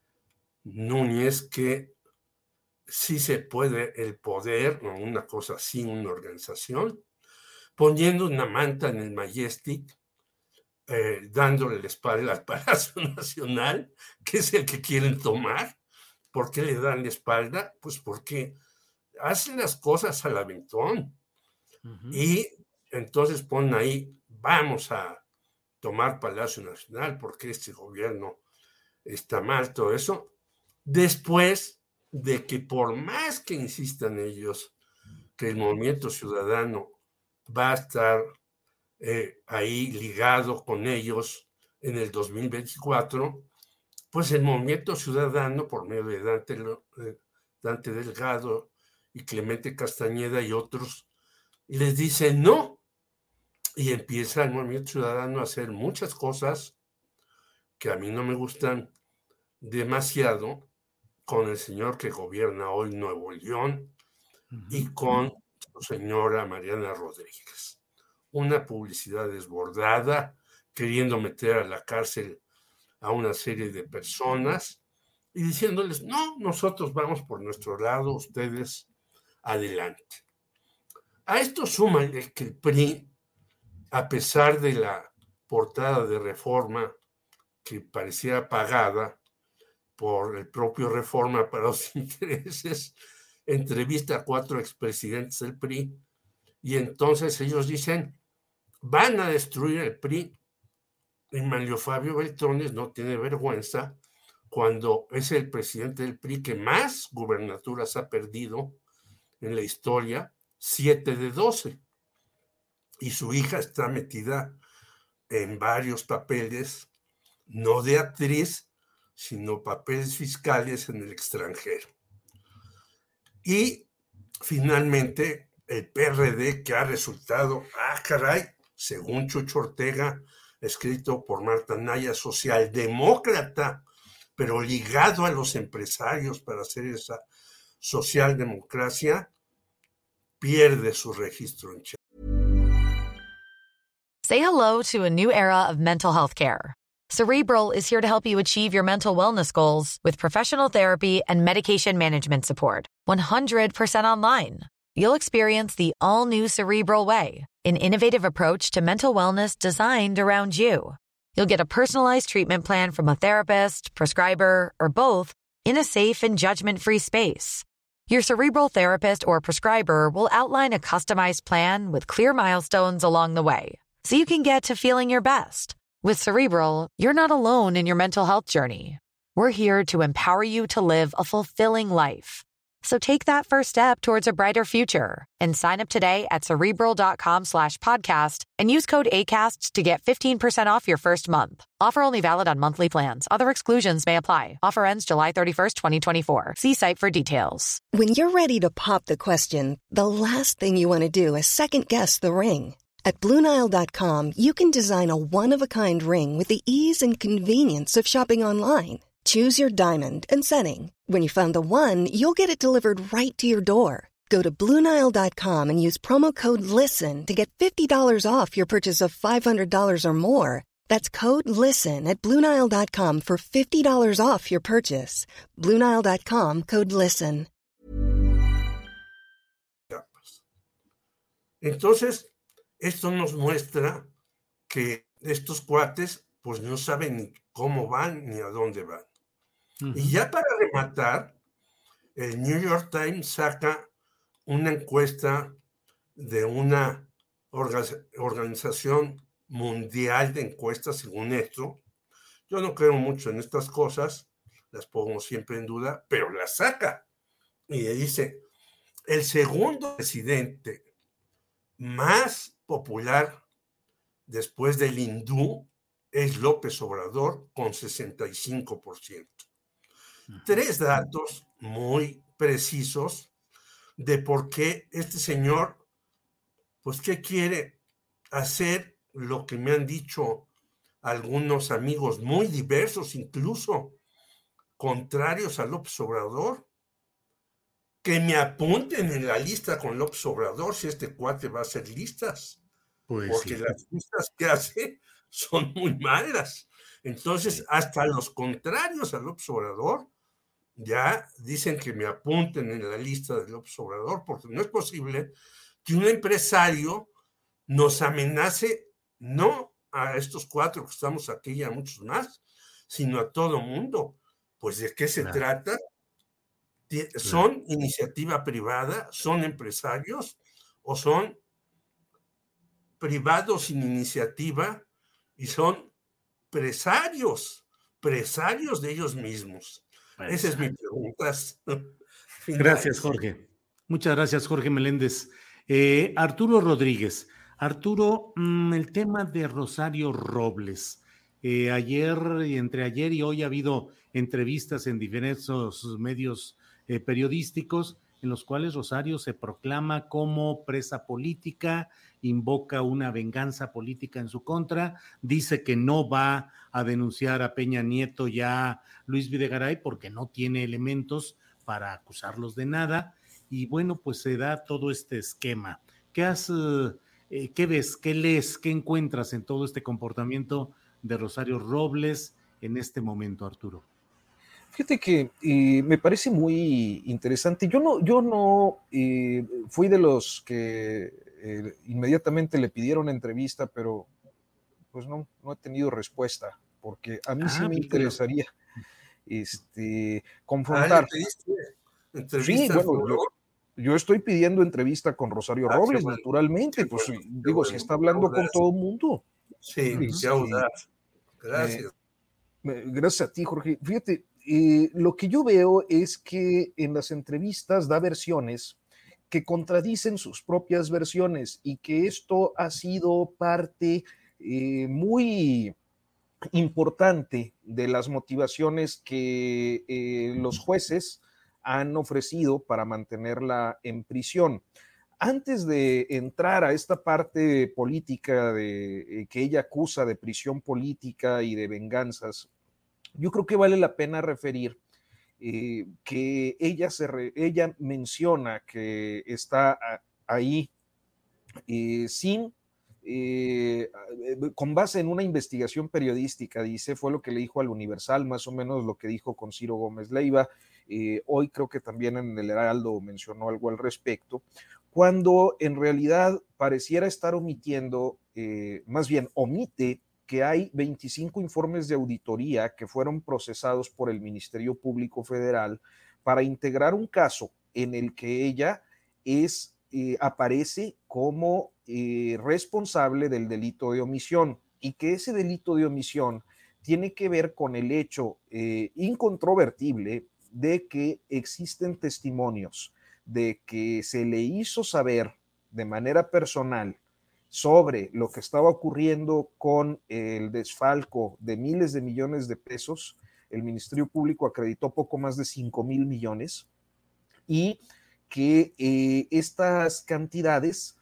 Núñez, que sí se puede el poder, o una cosa así, una organización, poniendo una manta en el Majestic, dándole la espalda al Palacio Nacional, que es el que quieren tomar. ¿Por qué le dan la espalda? Pues porque hacen las cosas al aventón. Y entonces ponen ahí, vamos a tomar Palacio Nacional porque este gobierno está mal, todo eso. Después de que por más que insistan ellos que el Movimiento Ciudadano va a estar ahí ligado con ellos en el 2024, pues el Movimiento Ciudadano, por medio de Dante Delgado y Clemente Castañeda y otros, les dice no, y empieza el Movimiento Ciudadano a hacer muchas cosas que a mí no me gustan demasiado con el señor que gobierna hoy Nuevo León y con su señora Mariana Rodríguez. Una publicidad desbordada, queriendo meter a la cárcel a una serie de personas y diciéndoles, no, nosotros vamos por nuestro lado, ustedes adelante. A esto súmale que el PRI, a pesar de la portada de Reforma que parecía pagada por el propio Reforma para los intereses, entrevista a 4 expresidentes del PRI y entonces ellos dicen, van a destruir el PRI. Y Manlio Fabio Beltrones no tiene vergüenza cuando es el presidente del PRI que más gubernaturas ha perdido en la historia, 7 de 12. Y su hija está metida en varios papeles, no de actriz, sino papeles fiscales en el extranjero. Y finalmente el PRD, que ha resultado, según Chucho Ortega, escrito por Marta Anaya, socialdemócrata, pero ligado a los empresarios para hacer esa socialdemocracia, pierde su registro en Chiapas. Say hello to a new era of mental health care. Cerebral is here to help you achieve your mental wellness goals with professional therapy and medication management support. 100% online. You'll experience the all-new Cerebral Way, an innovative approach to mental wellness designed around you. You'll get a personalized treatment plan from a therapist, prescriber, or both in a safe and judgment-free space. Your Cerebral therapist or prescriber will outline a customized plan with clear milestones along the way, so you can get to feeling your best. With Cerebral, you're not alone in your mental health journey. We're here to empower you to live a fulfilling life. So take that first step towards a brighter future and sign up today at Cerebral.com/podcast and use code ACAST to get 15% off your first month. Offer only valid on monthly plans. Other exclusions may apply. Offer ends July 31st, 2024. See site for details. When you're ready to pop the question, the last thing you want to do is second-guess the ring. At BlueNile.com, you can design a one-of-a-kind ring with the ease and convenience of shopping online. Choose your diamond and setting. When you find the one, you'll get it delivered right to your door. Go to BlueNile.com and use promo code LISTEN to get $50 off your purchase of $500 or more. That's code LISTEN at BlueNile.com for $50 off your purchase. BlueNile.com, code LISTEN. Entonces, esto nos muestra que estos cuates pues no saben ni cómo van ni a dónde van. Y ya para rematar, el New York Times saca una encuesta de una organización mundial de encuestas, según esto. Yo no creo mucho en estas cosas, las pongo siempre en duda, pero las saca. Y le dice, el segundo presidente más popular después del hindú es López Obrador, con 65%. 3 datos muy precisos de por qué este señor, pues, ¿qué quiere hacer? Lo que me han dicho algunos amigos muy diversos, incluso contrarios a López Obrador, que me apunten en la lista con López Obrador si este cuate va a hacer listas, pues porque sí, las listas que hace son muy malas. Entonces, hasta los contrarios a López Obrador ya dicen que me apunten en la lista de López Obrador, porque no es posible que un empresario nos amenace, no a estos 4 que estamos aquí y a muchos más, sino a todo mundo. Pues, ¿de qué se trata? ¿Son iniciativa privada? ¿Son empresarios? ¿O son privados sin iniciativa y son presarios de ellos mismos? Esa es mi pregunta. Gracias, Jorge. Muchas gracias, Jorge Meléndez. Arturo Rodríguez. Arturo, el tema de Rosario Robles. Entre ayer y hoy ha habido entrevistas en diversos medios periodísticos en los cuales Rosario se proclama como presa política, invoca una venganza política en su contra, dice que no va a denunciar a Peña Nieto y a Luis Videgaray porque no tiene elementos para acusarlos de nada, y bueno, pues se da todo este esquema. ¿Qué ves, qué lees, qué encuentras en todo este comportamiento de Rosario Robles en este momento, Arturo? Fíjate que me parece muy interesante. Yo no fui de los que inmediatamente le pidieron entrevista, pero pues no he tenido respuesta, porque a mí sí me interesaría confrontar. Sí, bueno, Yo estoy pidiendo entrevista con Rosario Robles, bueno, naturalmente, pues digo, bueno, si está hablando con todo el mundo. Sí, qué audaz. Gracias. Gracias a ti, Jorge. Fíjate, lo que yo veo es que en las entrevistas da versiones que contradicen sus propias versiones y que esto ha sido parte muy importante de las motivaciones que los jueces han ofrecido para mantenerla en prisión. Antes de entrar a esta parte política de que ella acusa de prisión política y de venganzas, yo creo que vale la pena referir que ella menciona que está ahí sin con base en una investigación periodística, dice, fue lo que le dijo al Universal, más o menos lo que dijo con Ciro Gómez Leiva. Hoy creo que también en el Heraldo mencionó algo al respecto, cuando en realidad pareciera estar omitiendo, más bien omite que hay 25 informes de auditoría que fueron procesados por el Ministerio Público Federal para integrar un caso en el que ella aparece como responsable del delito de omisión, y que ese delito de omisión tiene que ver con el hecho incontrovertible de que existen testimonios de que se le hizo saber de manera personal sobre lo que estaba ocurriendo con el desfalco de miles de millones de pesos. El Ministerio Público acreditó poco más de 5,000 millones, y que estas cantidades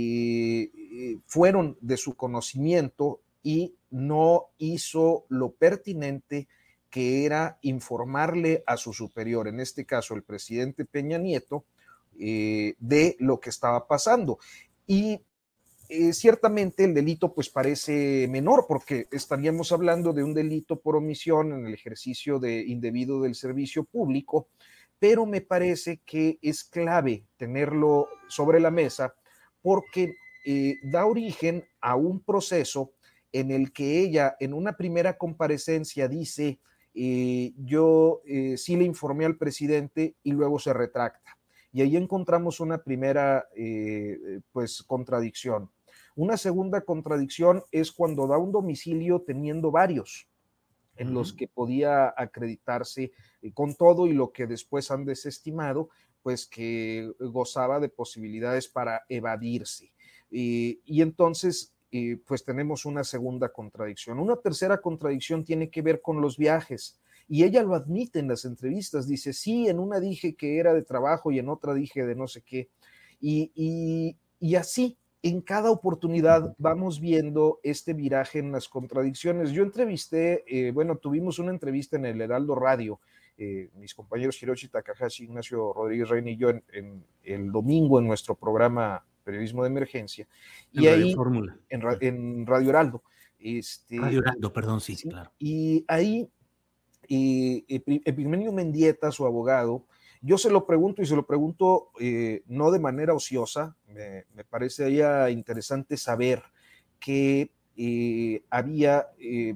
fueron de su conocimiento y no hizo lo pertinente, que era informarle a su superior, en este caso el presidente Peña Nieto, de lo que estaba pasando. Y ciertamente el delito pues parece menor, porque estaríamos hablando de un delito por omisión en el ejercicio indebido del servicio público, pero me parece que es clave tenerlo sobre la mesa, porque da origen a un proceso en el que ella en una primera comparecencia dice, yo sí le informé al presidente, y luego se retracta. Y ahí encontramos una primera pues contradicción. Una segunda contradicción es cuando da un domicilio teniendo varios, en los que podía acreditarse con todo, y lo que después han desestimado, pues que gozaba de posibilidades para evadirse. Y entonces, pues tenemos una segunda contradicción. Una tercera contradicción tiene que ver con los viajes, y ella lo admite en las entrevistas. Dice, sí, en una dije que era de trabajo y en otra dije de no sé qué. Y así, en cada oportunidad vamos viendo este viraje en las contradicciones. Yo entrevisté, tuvimos una entrevista en el Heraldo Radio, mis compañeros Hiroshi Takahashi, Ignacio Rodríguez Reina y yo, en el domingo, en nuestro programa Periodismo de Emergencia, y ahí en Radio Heraldo. Radio Heraldo, perdón, sí, claro. Y ahí Epigmenio Mendieta, su abogado, yo se lo pregunto, y se lo pregunto no de manera ociosa, me parece ya interesante saber que había,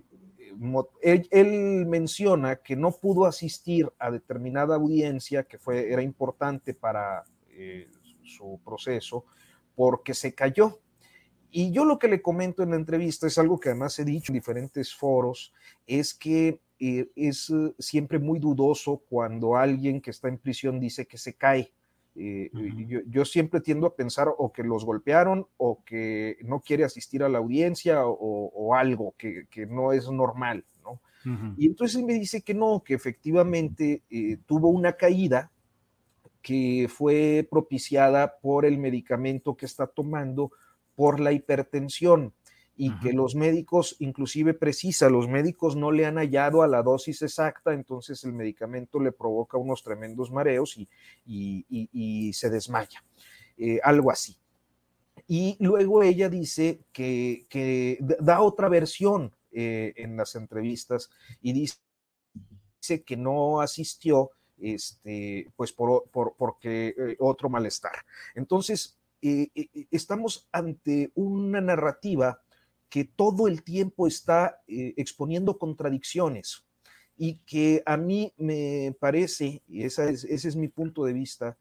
él menciona que no pudo asistir a determinada audiencia que era importante para su proceso, porque se cayó. Y yo lo que le comento en la entrevista es algo que además he dicho en diferentes foros, es que es siempre muy dudoso cuando alguien que está en prisión dice que se cae. Yo siempre tiendo a pensar o que los golpearon, o que no quiere asistir a la audiencia, o algo que no es normal, ¿no? Y entonces él me dice que no, que efectivamente tuvo una caída que fue propiciada por el medicamento que está tomando por la hipertensión, y que los médicos, inclusive precisa, los médicos no le han hallado a la dosis exacta, entonces el medicamento le provoca unos tremendos mareos y se desmaya, algo así. Y luego ella dice que da otra versión en las entrevistas, y dice que no asistió pues porque otro malestar. Entonces, estamos ante una narrativa que todo el tiempo está exponiendo contradicciones, y que a mí me parece, y ese es mi punto de vista,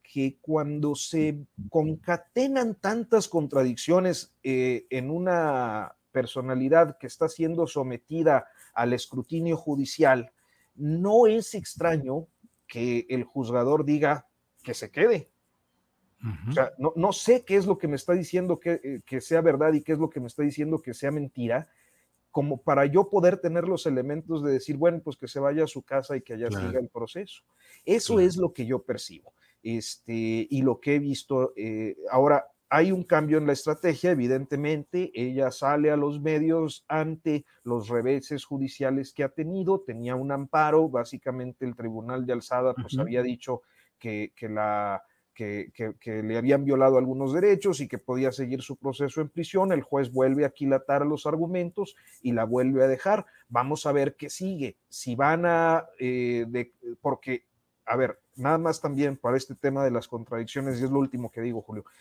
que cuando se concatenan tantas contradicciones en una personalidad que está siendo sometida al escrutinio judicial, no es extraño que el juzgador diga que se quede. O sea, no sé qué es lo que me está diciendo que sea verdad y qué es lo que me está diciendo que sea mentira, como para yo poder tener los elementos de decir, bueno, pues que se vaya a su casa y que allá siga el proceso. Eso es lo que yo percibo. Y lo que he visto, ahora hay un cambio en la estrategia, evidentemente, ella sale a los medios ante los reveses judiciales que ha tenido, tenía un amparo, básicamente el tribunal de alzada pues había dicho que le habían violado algunos derechos y que podía seguir su proceso en prisión. El juez vuelve a aquilatar los argumentos y la vuelve a dejar. Vamos a ver qué sigue. Si van porque, a ver, nada más también para este tema de las contradicciones, y es lo último que digo, Julio,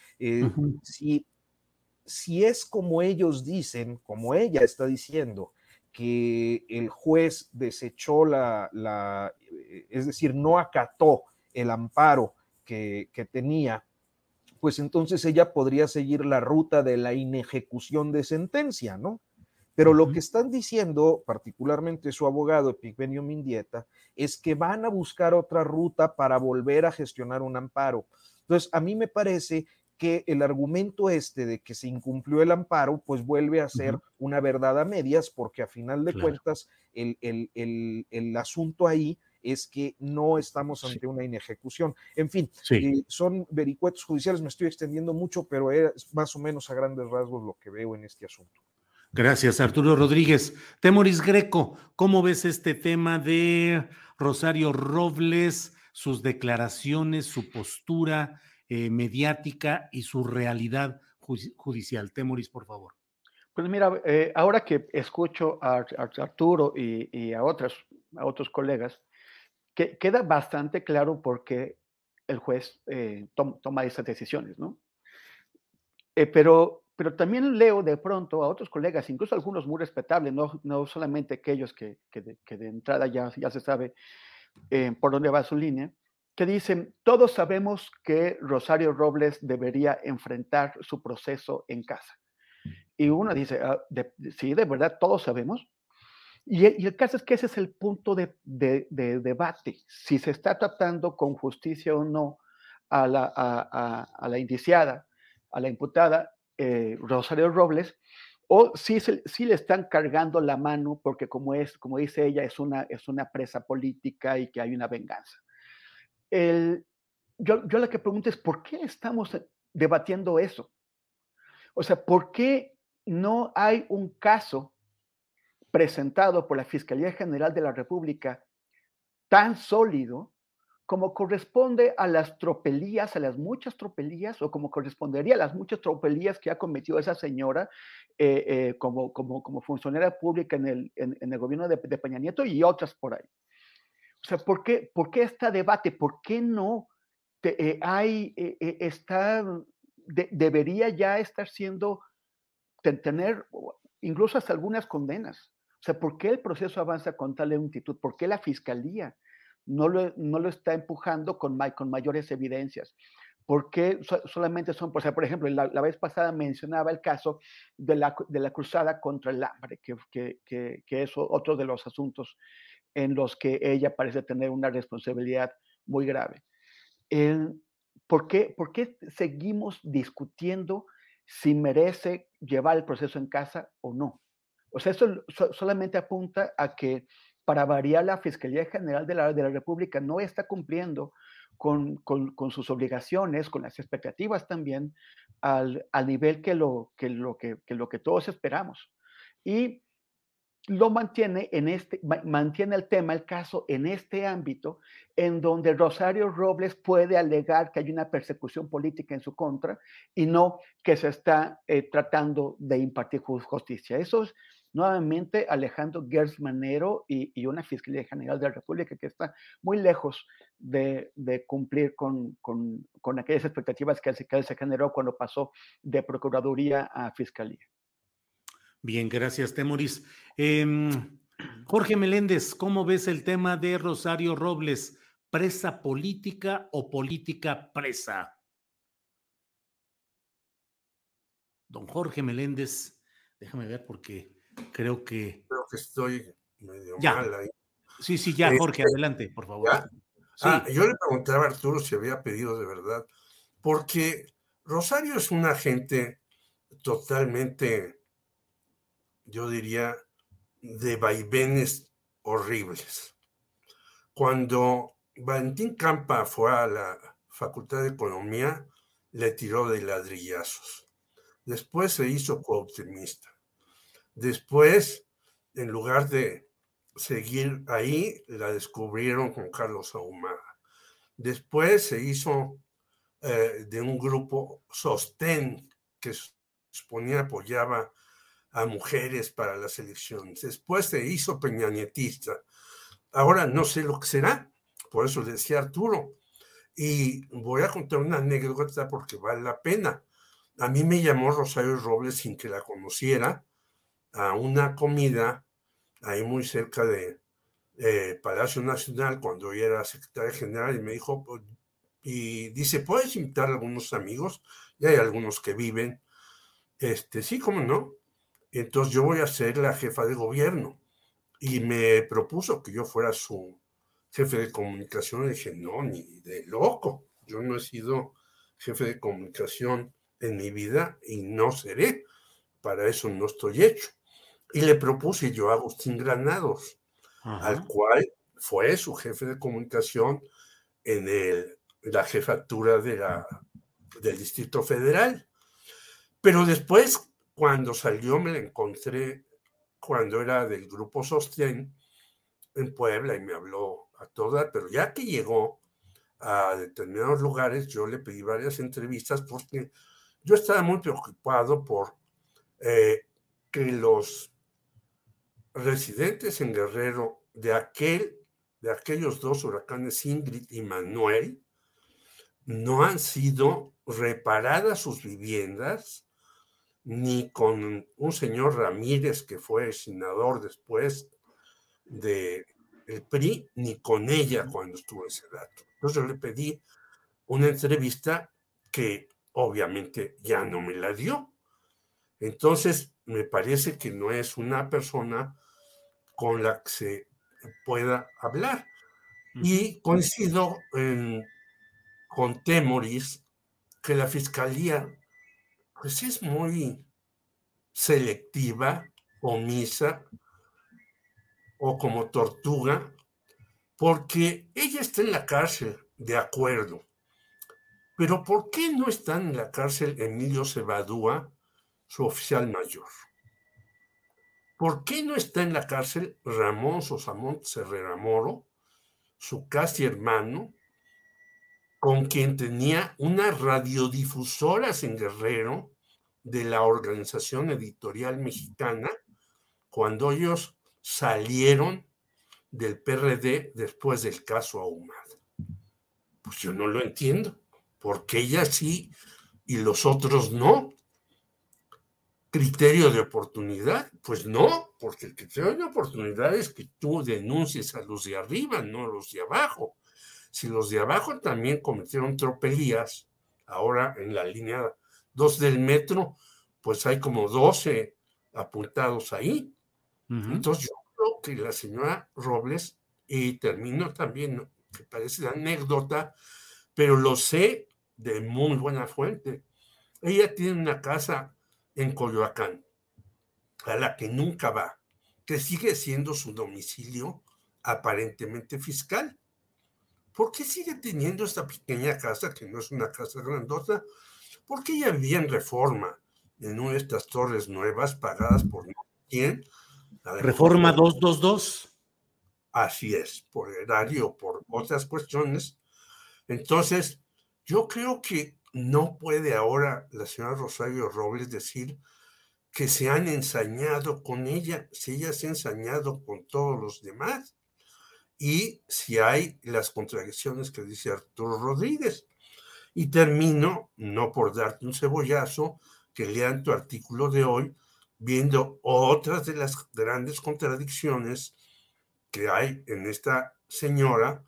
si es como ellos dicen, como ella está diciendo, que el juez desechó es decir, no acató el amparo que tenía, pues entonces ella podría seguir la ruta de la inejecución de sentencia, ¿no? Pero lo que están diciendo, particularmente su abogado, Epigmenio Mindieta, es que van a buscar otra ruta para volver a gestionar un amparo. Entonces, a mí me parece que el argumento de que se incumplió el amparo, pues vuelve a ser una verdad a medias, porque a final de cuentas, el asunto ahí es que no estamos ante una inejecución. En fin, son vericuetos judiciales, me estoy extendiendo mucho, pero es más o menos a grandes rasgos lo que veo en este asunto. Gracias, Arturo Rodríguez. Temoris Greco, ¿cómo ves este tema de Rosario Robles, sus declaraciones, su postura mediática y su realidad judicial? Temoris, por favor. Pues mira, ahora que escucho a Arturo y a otros colegas, que queda bastante claro por qué el juez toma esas decisiones, ¿no? Pero también leo de pronto a otros colegas, incluso algunos muy respetables, no solamente aquellos que de entrada ya se sabe por dónde va su línea, que dicen, todos sabemos que Rosario Robles debería enfrentar su proceso en casa. Y uno dice, sí, de verdad, todos sabemos. Y el caso es que ese es el punto de debate, si se está tratando con justicia o no a la indiciada, a la imputada Rosario Robles, o si le están cargando la mano porque como dice ella, es una presa política y que hay una venganza. Yo lo que pregunto es, ¿por qué estamos debatiendo eso? O sea, ¿por qué no hay un caso presentado por la Fiscalía General de la República tan sólido como corresponde a las tropelías, a las muchas tropelías, o como correspondería a las muchas tropelías que ha cometido esa señora como funcionaria pública en el gobierno de Peña Nieto y otras por ahí? O sea, ¿por qué este debate? ¿Por qué no debería ya estar tener incluso hasta algunas condenas? O sea, ¿por qué el proceso avanza con tal lentitud? ¿Por qué la fiscalía no lo está empujando con mayores evidencias? ¿Por qué solamente son, o sea, por ejemplo, la vez pasada mencionaba el caso de la cruzada contra el hambre, que es otro de los asuntos en los que ella parece tener una responsabilidad muy grave? ¿Por qué seguimos discutiendo si merece llevar el proceso en casa o no? O sea, eso solamente apunta a que, para variar, la Fiscalía General de la República no está cumpliendo con sus obligaciones, con las expectativas también, al nivel que lo que todos esperamos. Y lo mantiene el caso en este ámbito, en donde Rosario Robles puede alegar que hay una persecución política en su contra y no que se está tratando de impartir justicia. Eso es nuevamente Alejandro Gertz Manero y una Fiscalía General de la República que está muy lejos de cumplir con aquellas expectativas que se generó cuando pasó de Procuraduría a Fiscalía. Bien, gracias, Temoris. Jorge Meléndez, ¿cómo ves el tema de Rosario Robles? ¿Presa política o política presa? Don Jorge Meléndez, déjame ver porque creo que estoy medio ya. mal ahí. Sí, ya, Jorge, adelante, por favor. ¿Ya? Sí. Yo le preguntaba a Arturo si había pedido de verdad, porque Rosario es una gente totalmente, yo diría, de vaivenes horribles. Cuando Valentín Campa fue a la Facultad de Economía, le tiró de ladrillazos. Después se hizo cooptimista. Después, en lugar de seguir ahí, la descubrieron con Carlos Ahumada. Después se hizo de un grupo Sostén, que suponía apoyaba a mujeres para las elecciones. Después se hizo peñanietista. Ahora no sé lo que será, por eso le decía Arturo. Y voy a contar una anécdota porque vale la pena. A mí me llamó Rosario Robles sin que la conociera a una comida ahí muy cerca de Palacio Nacional cuando ella era secretaria general y me dijo, y dice, ¿puedes invitar a algunos amigos? Y hay algunos que viven. Sí, ¿cómo no? Entonces yo voy a ser la jefa de gobierno. Y me propuso que yo fuera su jefe de comunicación. Y dije, no, ni de loco. Yo no he sido jefe de comunicación en mi vida y no seré. Para eso no estoy hecho. Y le propuse yo a Agustín Granados, al cual fue su jefe de comunicación en la jefatura del Distrito Federal. Pero después, cuando salió, me la encontré cuando era del Grupo Sostén en Puebla y me habló a toda, pero ya que llegó a determinados lugares, yo le pedí varias entrevistas porque yo estaba muy preocupado por que los residentes en Guerrero de aquellos dos huracanes Ingrid y Manuel no han sido reparadas sus viviendas, ni con un señor Ramírez que fue senador después del PRI, ni con ella cuando estuvo en Sedato. Entonces yo le pedí una entrevista que obviamente ya no me la dio. Entonces me parece que no es una persona con la que se pueda hablar. Y coincido con Temoris que la fiscalía pues es muy selectiva, omisa o como tortuga, porque ella está en la cárcel, de acuerdo. Pero ¿por qué no está en la cárcel Emilio Cebadúa, su oficial mayor? ¿Por qué no está en la cárcel Ramón Sosamontes Herrera Moro, su casi hermano, con quien tenía unas radiodifusoras en Guerrero de la Organización Editorial Mexicana, cuando ellos salieron del PRD después del caso Ahumada? Pues yo no lo entiendo. ¿Por qué ella sí y los otros no? ¿Criterio de oportunidad? Pues no, porque el criterio de oportunidad es que tú denuncies a los de arriba, no a los de abajo. Si los de abajo también cometieron tropelías, ahora en la línea 2 del metro, pues hay como 12 apuntados ahí. Entonces yo creo que la señora Robles, y termino también, que parece de anécdota, pero lo sé de muy buena fuente. Ella tiene una casa en Coyoacán, a la que nunca va, que sigue siendo su domicilio aparentemente fiscal. ¿Por qué sigue teniendo esta pequeña casa, que no es una casa grandota? Porque ella vivía en Reforma, en una de estas torres nuevas pagadas por no sé quién. Reforma 222. Así es, por erario o por otras cuestiones. Entonces, yo creo que no puede ahora la señora Rosario Robles decir que se han ensañado con ella, si ella se ha ensañado con todos los demás, y si hay las contradicciones que dice Arturo Rodríguez. Y termino, no por darte un cebollazo, que lean tu artículo de hoy, viendo otras de las grandes contradicciones que hay en esta señora,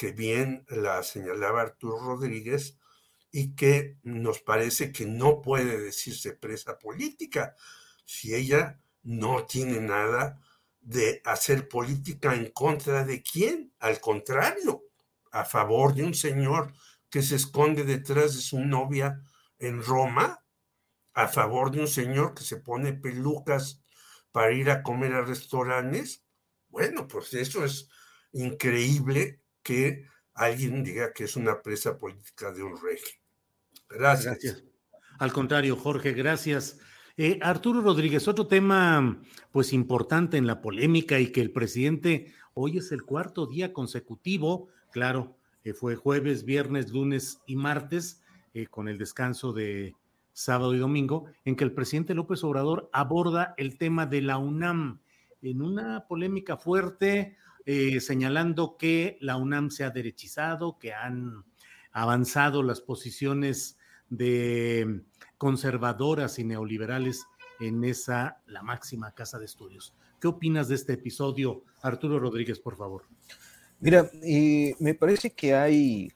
que bien la señalaba Arturo Rodríguez y que nos parece que no puede decirse presa política si ella no tiene nada de hacer política en contra de quién, al contrario, a favor de un señor que se esconde detrás de su novia en Roma, a favor de un señor que se pone pelucas para ir a comer a restaurantes. Bueno, pues eso es increíble que alguien diga que es una presa política de un régimen. Gracias. Al contrario, Jorge, gracias. Arturo Rodríguez, otro tema pues importante en la polémica y que el presidente hoy es el cuarto día consecutivo, claro, fue jueves, viernes, lunes y martes, con el descanso de sábado y domingo, en que el presidente López Obrador aborda el tema de la UNAM en una polémica fuerte, señalando que la UNAM se ha derechizado, que han avanzado las posiciones de conservadoras y neoliberales en esa, la máxima casa de estudios. ¿Qué opinas de este episodio, Arturo Rodríguez, por favor? Mira, me parece que hay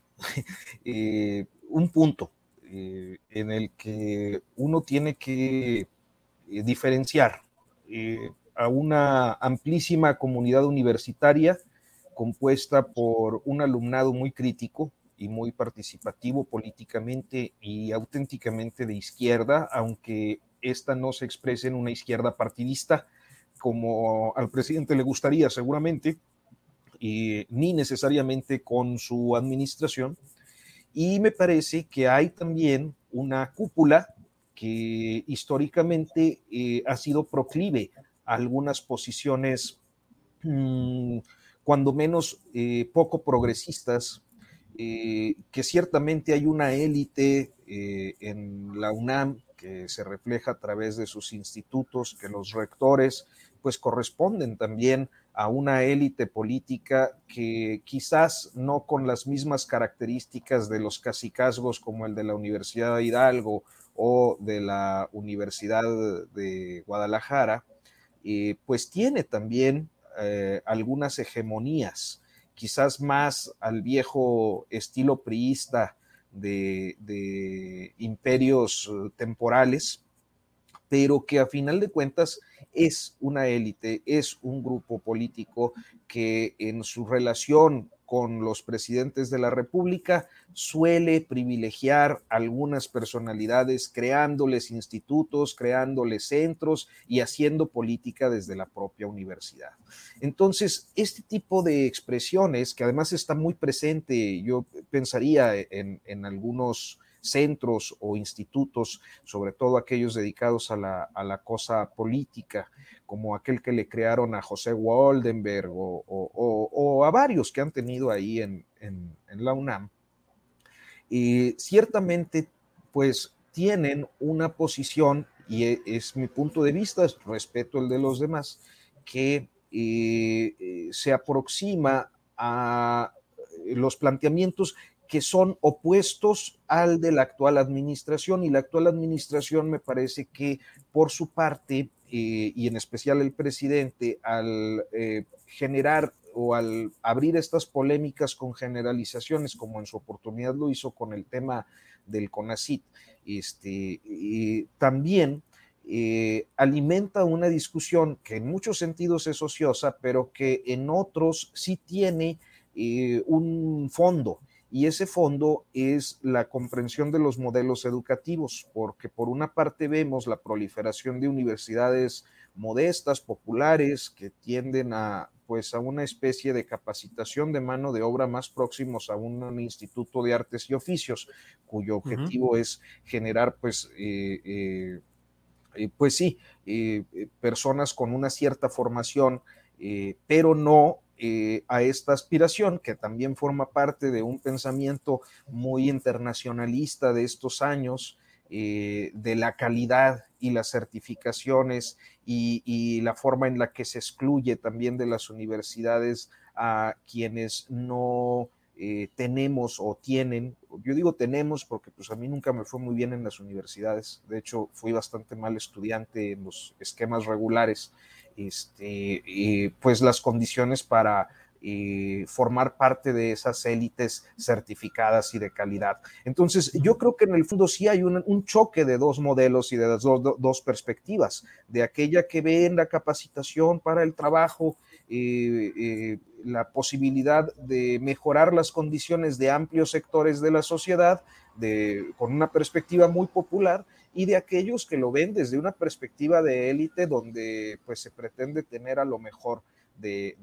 un punto en el que uno tiene que diferenciar a una amplísima comunidad universitaria compuesta por un alumnado muy crítico y muy participativo políticamente y auténticamente de izquierda, aunque esta no se exprese en una izquierda partidista, como al presidente le gustaría seguramente, ni necesariamente con su administración. Y me parece que hay también una cúpula que históricamente ha sido proclive a algunas posiciones, cuando menos poco progresistas, que ciertamente hay una élite en la UNAM que se refleja a través de sus institutos, que los rectores pues corresponden también a una élite política que quizás no con las mismas características de los cacicazgos como el de la Universidad de Hidalgo o de la Universidad de Guadalajara, pues tiene también algunas hegemonías, quizás más al viejo estilo priista de imperios temporales, pero que a final de cuentas es una élite, es un grupo político que en su relación con los presidentes de la República suele privilegiar algunas personalidades, creándoles institutos, creándoles centros y haciendo política desde la propia universidad. Entonces, este tipo de expresiones, que además está muy presente, yo pensaría en algunos centros o institutos, sobre todo aquellos dedicados a la cosa política, como aquel que le crearon a José Waldenberg o a varios que han tenido ahí en la UNAM, ciertamente pues tienen una posición, y es mi punto de vista, respeto el de los demás, que se aproxima a los planteamientos que son opuestos al de la actual administración, y la actual administración me parece que por su parte, y en especial el presidente, al generar o al abrir estas polémicas con generalizaciones, como en su oportunidad lo hizo con el tema del CONACYT, también alimenta una discusión que en muchos sentidos es ociosa, pero que en otros sí tiene un fondo. Y ese fondo es la comprensión de los modelos educativos, porque por una parte vemos la proliferación de universidades modestas, populares, que tienden a una especie de capacitación de mano de obra más próximos a un instituto de artes y oficios, cuyo objetivo es generar personas con una cierta formación, pero no a esta aspiración que también forma parte de un pensamiento muy internacionalista de estos años, de la calidad y las certificaciones y la forma en la que se excluye también de las universidades a quienes no tenemos o tienen. Yo digo tenemos porque pues a mí nunca me fue muy bien en las universidades, de hecho fui bastante mal estudiante en los esquemas regulares, pues las condiciones para formar parte de esas élites certificadas y de calidad. Entonces, yo creo que en el fondo sí hay un choque de dos modelos y de las dos perspectivas, de aquella que ve en la capacitación para el trabajo la posibilidad de mejorar las condiciones de amplios sectores de la sociedad con una perspectiva muy popular, y de aquellos que lo ven desde una perspectiva de élite donde pues se pretende tener a lo mejor de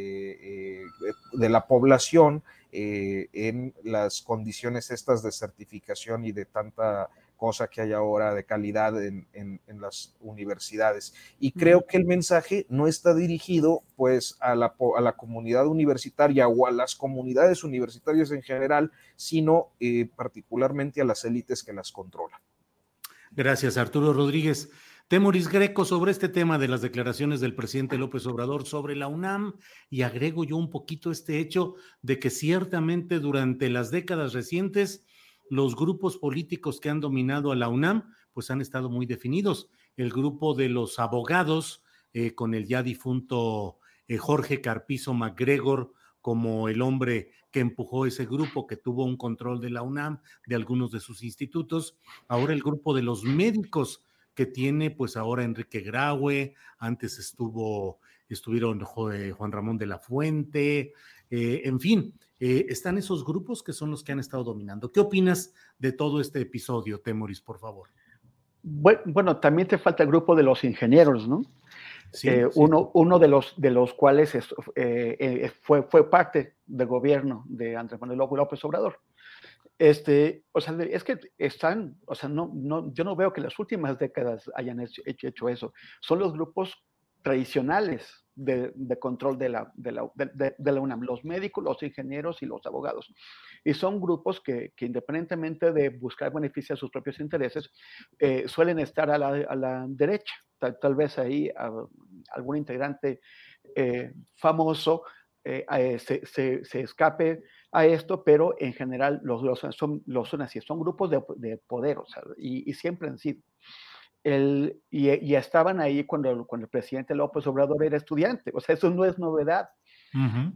la población en las condiciones estas de certificación y de tanta cosa que hay ahora de calidad en las universidades. Y creo que el mensaje no está dirigido pues a la comunidad universitaria o a las comunidades universitarias en general, sino particularmente a las élites que las controlan. Gracias, Arturo Rodríguez. Temoris Greco, sobre este tema de las declaraciones del presidente López Obrador sobre la UNAM, y agrego yo un poquito este hecho de que ciertamente durante las décadas recientes los grupos políticos que han dominado a la UNAM pues han estado muy definidos. El grupo de los abogados, con el ya difunto Jorge Carpizo MacGregor como el hombre que empujó ese grupo, que tuvo un control de la UNAM, de algunos de sus institutos. Ahora el grupo de los médicos que tiene pues ahora Enrique Graue, antes estuvieron Juan Ramón de la Fuente, en fin, están esos grupos que son los que han estado dominando. ¿Qué opinas de todo este episodio, Temoris, por favor? Bueno, también te falta el grupo de los ingenieros, ¿no? Sí, sí. Uno de los cuales fue parte del gobierno de Andrés Manuel López Obrador. O sea, es que están, o sea, yo no veo que las últimas décadas hayan hecho eso. Son los grupos tradicionales de control de la UNAM, los médicos, los ingenieros y los abogados. Y son grupos que independientemente de buscar beneficios a sus propios intereses, suelen estar a la derecha. Tal vez ahí algún integrante famoso se escape a esto, pero en general son así, son grupos de poder, o sea, y siempre han sido. Y estaban ahí cuando el presidente López Obrador era estudiante, o sea, eso no es novedad. Uh-huh.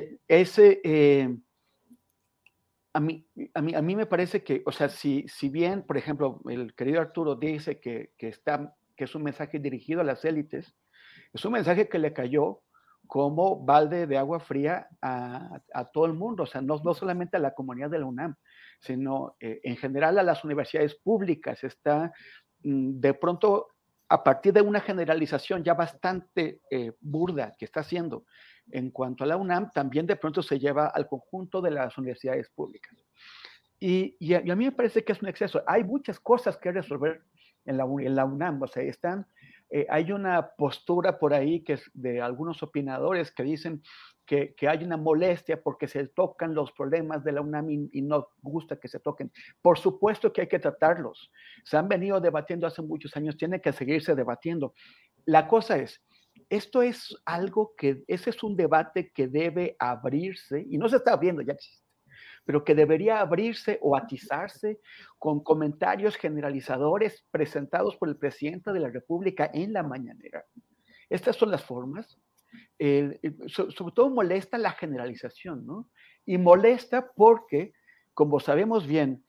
A mí me parece que, o sea, si bien, por ejemplo, el querido Arturo dice que es un mensaje dirigido a las élites, es un mensaje que le cayó como balde de agua fría a todo el mundo, o sea, no solamente a la comunidad de la UNAM, sino en general a las universidades públicas. Está de pronto, a partir de una generalización ya bastante burda que está haciendo en cuanto a la UNAM, también de pronto se lleva al conjunto de las universidades públicas. Y a mí me parece que es un exceso. Hay muchas cosas que resolver en la UNAM, o sea, hay una postura por ahí que es de algunos opinadores que dicen que hay una molestia porque se tocan los problemas de la UNAM y no gusta que se toquen. Por supuesto que hay que tratarlos. Se han venido debatiendo hace muchos años, tiene que seguirse debatiendo. La cosa es, esto es algo ese es un debate que debe abrirse, y no se está abriendo, ya existe, pero que debería abrirse o atizarse con comentarios generalizadores presentados por el presidente de la República en la mañanera. Estas son las formas. Sobre todo molesta la generalización, ¿no? Y molesta porque, como sabemos bien,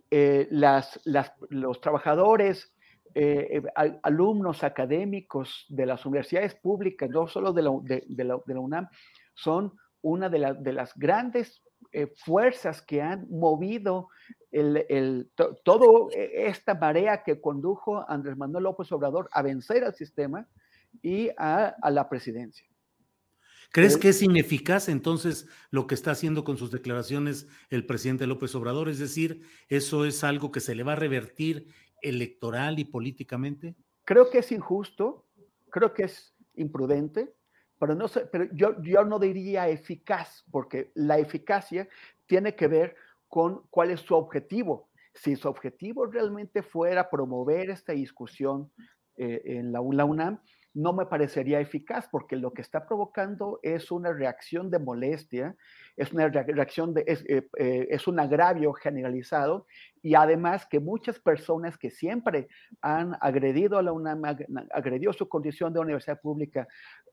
los trabajadores, alumnos académicos de las universidades públicas, no solo de la UNAM, son una de las grandes fuerzas que han movido toda esta marea que condujo Andrés Manuel López Obrador a vencer al sistema y a la presidencia. ¿Crees que es ineficaz entonces lo que está haciendo con sus declaraciones el presidente López Obrador? Es decir, ¿eso es algo que se le va a revertir electoral y políticamente? Creo que es injusto, creo que es imprudente, pero yo no diría eficaz, porque la eficacia tiene que ver con cuál es su objetivo. Si su objetivo realmente fuera promover esta discusión en la UNAM, no me parecería eficaz, porque lo que está provocando es una reacción de molestia, es una reacción es un agravio generalizado, y además que muchas personas que siempre han agredido a la UNAM, agredido su condición de universidad pública,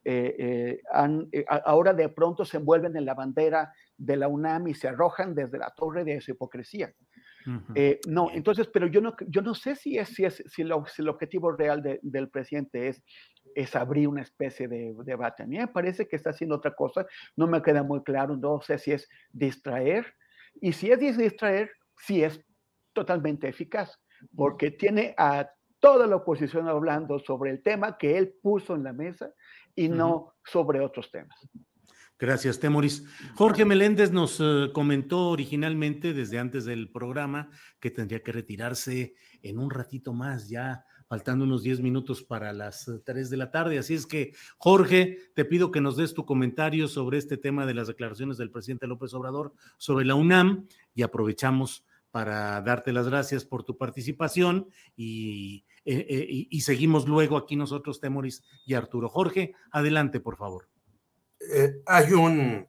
ahora de pronto se envuelven en la bandera de la UNAM y se arrojan desde la torre de su hipocresía. No, entonces, pero yo no sé si el objetivo real del presidente es abrir una especie de debate. A mí me parece que está haciendo otra cosa, no me queda muy claro, no sé si es distraer, y si es distraer, sí es totalmente eficaz, porque tiene a toda la oposición hablando sobre el tema que él puso en la mesa y no sobre otros temas. Gracias, Temoris. Jorge Meléndez nos comentó originalmente desde antes del programa que tendría que retirarse en un ratito más, ya faltando unos 10 minutos para las 3 de la tarde. Así es que, Jorge, te pido que nos des tu comentario sobre este tema de las declaraciones del presidente López Obrador sobre la UNAM, y aprovechamos para darte las gracias por tu participación y seguimos luego aquí nosotros, Temoris y Arturo. Jorge, adelante, por favor. Hay una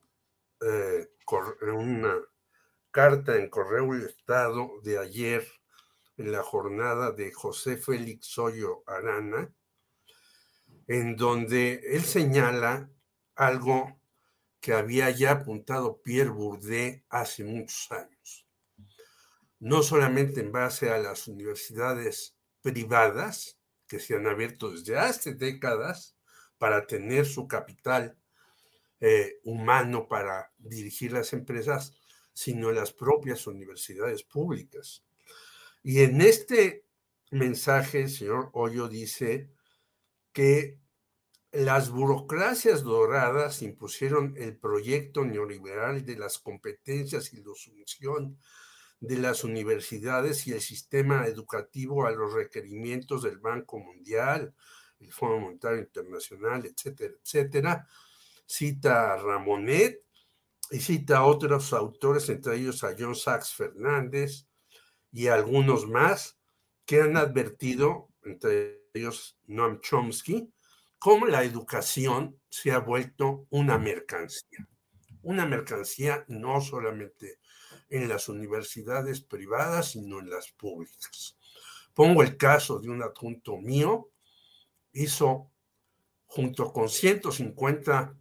carta en Correo del Estado de ayer, en la jornada de José Félix Soyo Arana, en donde él señala algo que había ya apuntado Pierre Bourdieu hace muchos años. No solamente en base a las universidades privadas, que se han abierto desde hace décadas para tener su capital humano para dirigir las empresas, sino las propias universidades públicas. Y en este mensaje el señor Hoyo dice que las burocracias doradas impusieron el proyecto neoliberal de las competencias y la sumisión de las universidades y el sistema educativo a los requerimientos del Banco Mundial, el Fondo Monetario Internacional, etcétera, etcétera. Cita a Ramonet y cita a otros autores, entre ellos a John Sachs Fernández y a algunos más, que han advertido, entre ellos Noam Chomsky, cómo la educación se ha vuelto una mercancía. Una mercancía no solamente en las universidades privadas, sino en las públicas. Pongo el caso de un adjunto mío, hizo junto con 150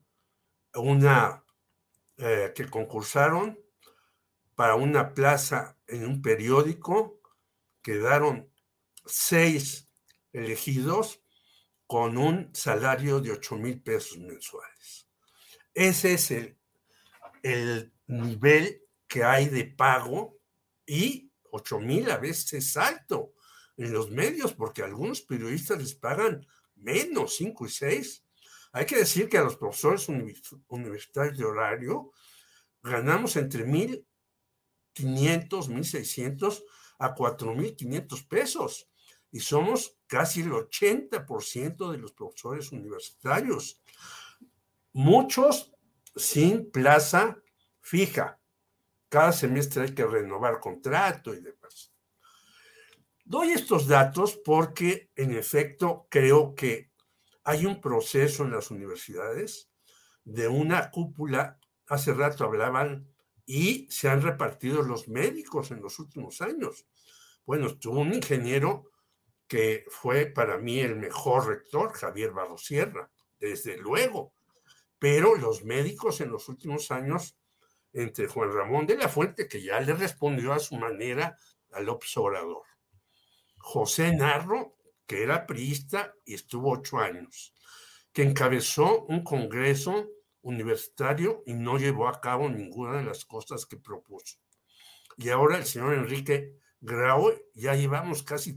que concursaron para una plaza en un periódico, quedaron 6 elegidos con un salario de 8,000 pesos mensuales. Ese es el nivel que hay de pago, y 8,000 a veces es alto en los medios, porque algunos periodistas les pagan menos, 5 y 6. Hay que decir que a los profesores universitarios de horario ganamos entre 1,500, 1,600 a 4,500 pesos. Y somos casi el 80% de los profesores universitarios. Muchos sin plaza fija. Cada semestre hay que renovar contrato y demás. Doy estos datos porque, en efecto, creo que hay un proceso en las universidades de una cúpula. Hace rato hablaban y se han repartido los médicos en los últimos años. Bueno, estuvo un ingeniero que fue para mí el mejor rector, Javier Barrosierra, desde luego. Pero los médicos en los últimos años, entre Juan Ramón de la Fuente, que ya le respondió a su manera a López Obrador, José Narro, que era priista y estuvo 8 años, que encabezó un congreso universitario y no llevó a cabo ninguna de las cosas que propuso. Y ahora el señor Enrique Grau, ya llevamos casi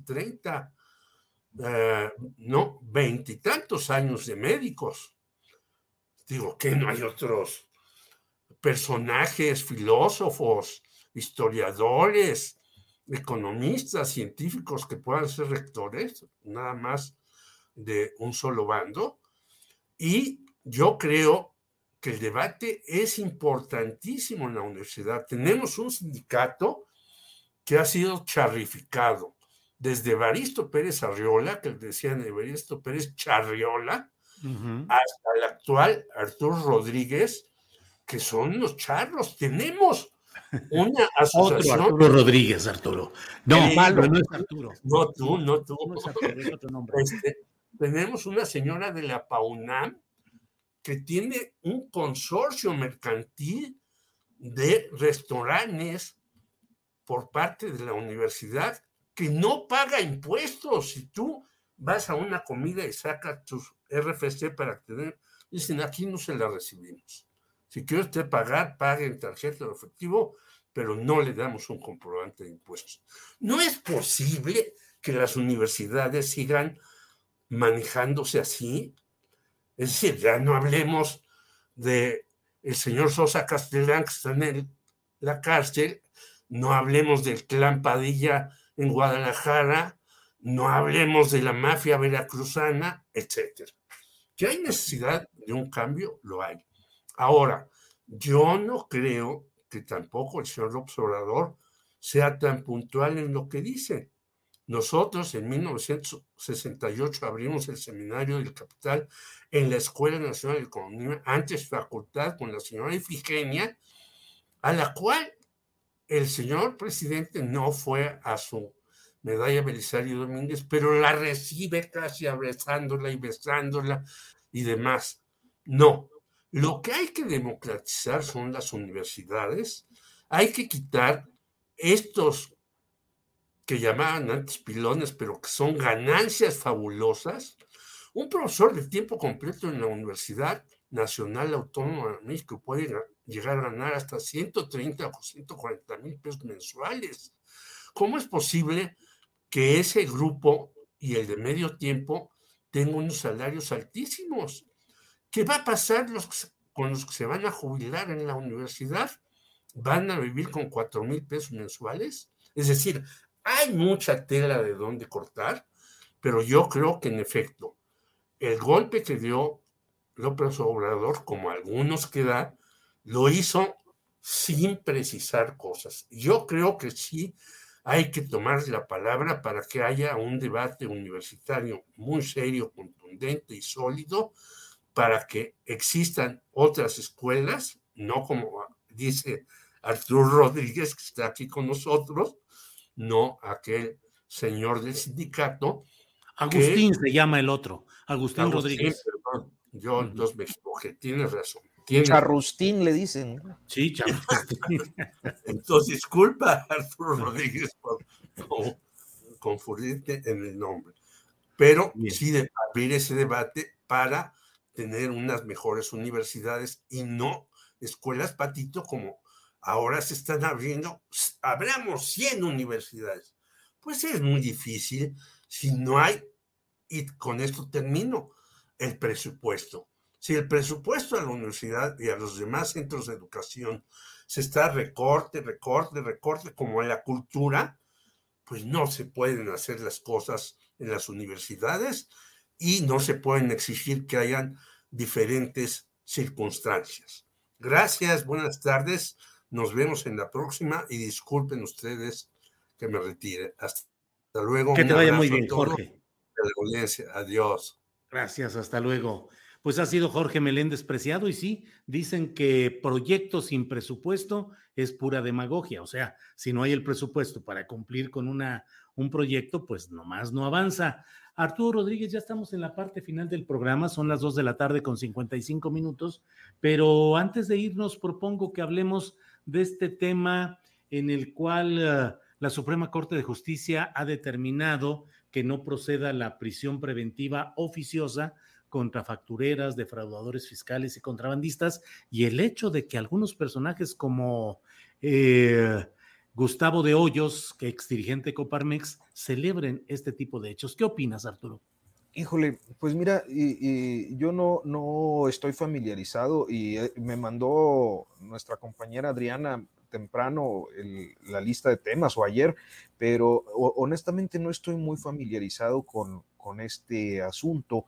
20 y tantos años de médicos. Digo, que no hay otros personajes, filósofos, historiadores, economistas, científicos que puedan ser rectores, nada más de un solo bando. Y yo creo que el debate es importantísimo en la universidad. Tenemos un sindicato que ha sido charrificado, desde Evaristo Pérez Arriola, que decían Evaristo Pérez Charriola, hasta el actual Arturo Rodríguez, que son los charros. Tenemos una asociación. Otro Arturo Rodríguez, Arturo. No, no es Arturo. No tú. No es Arturo, es otro nombre. Tenemos una señora de la PAUNAM que tiene un consorcio mercantil de restaurantes por parte de la universidad que no paga impuestos. Si tú vas a una comida y sacas tus RFC para tener, dicen, aquí no se la recibimos. Si quiere usted pagar, pague en tarjeta o efectivo, pero no le damos un comprobante de impuestos. No es posible que las universidades sigan manejándose así. Es decir, ya no hablemos de el señor Sosa Castellán, que está en la cárcel, no hablemos del clan Padilla en Guadalajara, no hablemos de la mafia veracruzana, etc. Que hay necesidad de un cambio, lo hay. Ahora, yo no creo que tampoco el señor López Obrador sea tan puntual en lo que dice. Nosotros en 1968 abrimos el Seminario del Capital en la Escuela Nacional de Economía, antes facultad, con la señora Ifigenia, a la cual el señor presidente no fue a su medalla Belisario Domínguez, pero la recibe casi abrazándola y besándola y demás. No, lo que hay que democratizar son las universidades, hay que quitar estos que llamaban antes pilones, pero que son ganancias fabulosas. Un profesor de tiempo completo en la Universidad Nacional Autónoma de México puede llegar a ganar hasta 130 o 140 mil pesos mensuales. ¿Cómo es posible que ese grupo y el de medio tiempo tengan unos salarios altísimos? ¿Qué va a pasar con los que se van a jubilar en la universidad? ¿Van a vivir con 4 mil pesos mensuales? Es decir, hay mucha tela de dónde cortar, pero yo creo que en efecto, el golpe que dio López Obrador, como algunos que da, lo hizo sin precisar cosas. Yo creo que sí hay que tomar la palabra para que haya un debate universitario muy serio, contundente y sólido, para que existan otras escuelas, no como dice Arturo Rodríguez, que está aquí con nosotros, no aquel señor del sindicato. Agustín se llama el otro, Agustín Rodríguez. Perdón, yo entonces me equivoqué, tienes razón. Charrustín le dicen. Sí, Charrustín. Entonces, disculpa Arturo Rodríguez por confundirte en el nombre. Pero sí de abrir ese debate para tener unas mejores universidades y no escuelas patito como ahora se están abriendo. Abramos 100 universidades. Pues es muy difícil si no hay, y con esto termino, el presupuesto. Si el presupuesto a la universidad y a los demás centros de educación se está recorte, como en la cultura, pues no se pueden hacer las cosas en las universidades y no se pueden exigir que hayan diferentes circunstancias. Gracias, buenas tardes, nos vemos en la próxima y disculpen ustedes que me retire. Hasta luego. Que te vaya muy bien, Jorge. De la audiencia. Adiós. Gracias, hasta luego. Pues ha sido Jorge Meléndez Preciado y sí, dicen que proyectos sin presupuesto es pura demagogia, o sea, si no hay el presupuesto para cumplir con un proyecto, pues nomás no avanza. Arturo Rodríguez, ya estamos en la parte final del programa, son las 2 de la tarde con 55 minutos, pero antes de irnos propongo que hablemos de este tema en el cual la Suprema Corte de Justicia ha determinado que no proceda la prisión preventiva oficiosa contra factureras, defraudadores fiscales y contrabandistas, y el hecho de que algunos personajes como Gustavo de Hoyos, que exdirigente de Coparmex, celebren este tipo de hechos. ¿Qué opinas, Arturo? Híjole, pues mira, yo no estoy familiarizado y me mandó nuestra compañera Adriana temprano la lista de temas o ayer, pero honestamente no estoy muy familiarizado con este asunto.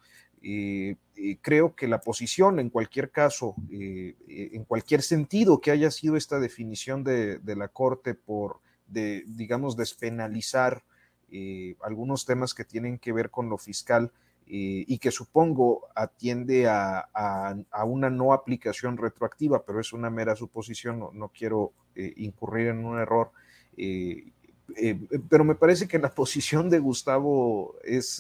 Creo que la posición en cualquier caso, en cualquier sentido que haya sido esta definición de la Corte digamos, despenalizar algunos temas que tienen que ver con lo fiscal y que supongo atiende a una no aplicación retroactiva, pero es una mera suposición, no quiero incurrir en un error. Pero me parece que la posición de Gustavo es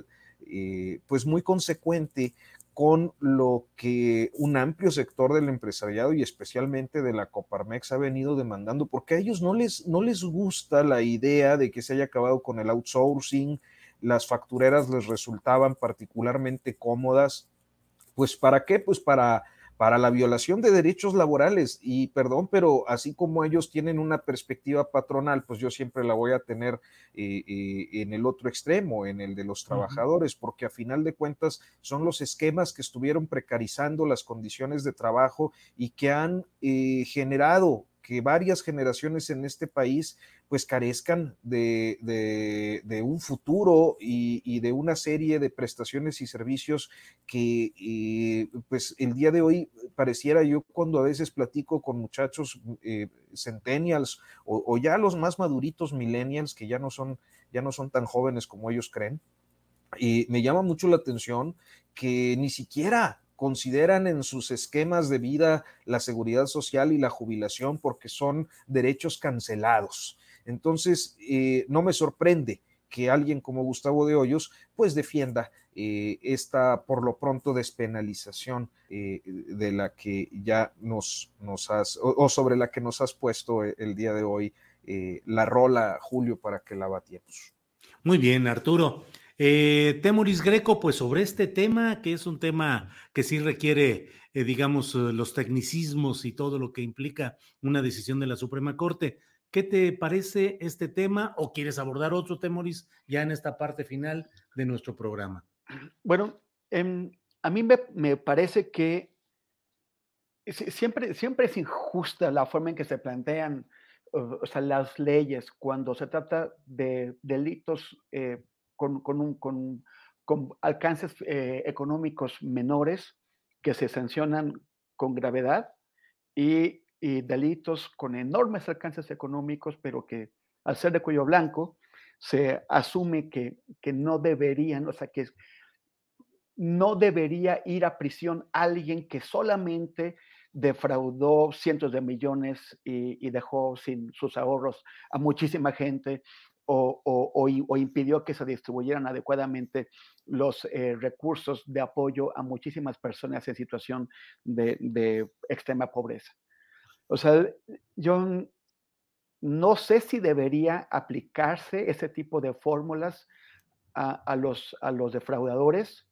pues muy consecuente con lo que un amplio sector del empresariado y especialmente de la Coparmex ha venido demandando, porque a ellos no les gusta la idea de que se haya acabado con el outsourcing. Las factureras les resultaban particularmente cómodas. Pues ¿para qué? Pues para la violación de derechos laborales. Y perdón, pero así como ellos tienen una perspectiva patronal, pues yo siempre la voy a tener en el otro extremo, en el de los trabajadores, porque a final de cuentas son los esquemas que estuvieron precarizando las condiciones de trabajo y que han generado que varias generaciones en este país pues carezcan de un futuro y de una serie de prestaciones y servicios que pues el día de hoy pareciera, yo cuando a veces platico con muchachos centennials o ya los más maduritos millennials que ya no son tan jóvenes como ellos creen, me llama mucho la atención que ni siquiera consideran en sus esquemas de vida la seguridad social y la jubilación porque son derechos cancelados. Entonces, no me sorprende que alguien como Gustavo de Hoyos pues defienda esta por lo pronto despenalización de la que ya nos has, o sobre la que nos has puesto el día de hoy la rola, Julio, para que la batiemos. Muy bien, Arturo. Temoris Greco, pues sobre este tema, que es un tema que sí requiere, digamos, los tecnicismos y todo lo que implica una decisión de la Suprema Corte. ¿Qué te parece este tema o quieres abordar otro, Temoris, ya en esta parte final de nuestro programa? Bueno, a mí me parece que siempre es injusta la forma en que se plantean las leyes cuando se trata de delitos con alcances económicos menores que se sancionan con gravedad y delitos con enormes alcances económicos, pero que al ser de cuello blanco se asume que no deberían, o sea, que no debería ir a prisión alguien que solamente defraudó cientos de millones y dejó sin sus ahorros a muchísima gente o impidió que se distribuyeran adecuadamente los recursos de apoyo a muchísimas personas en situación de extrema pobreza. O sea, yo no sé si debería aplicarse ese tipo de fórmulas a los defraudadores,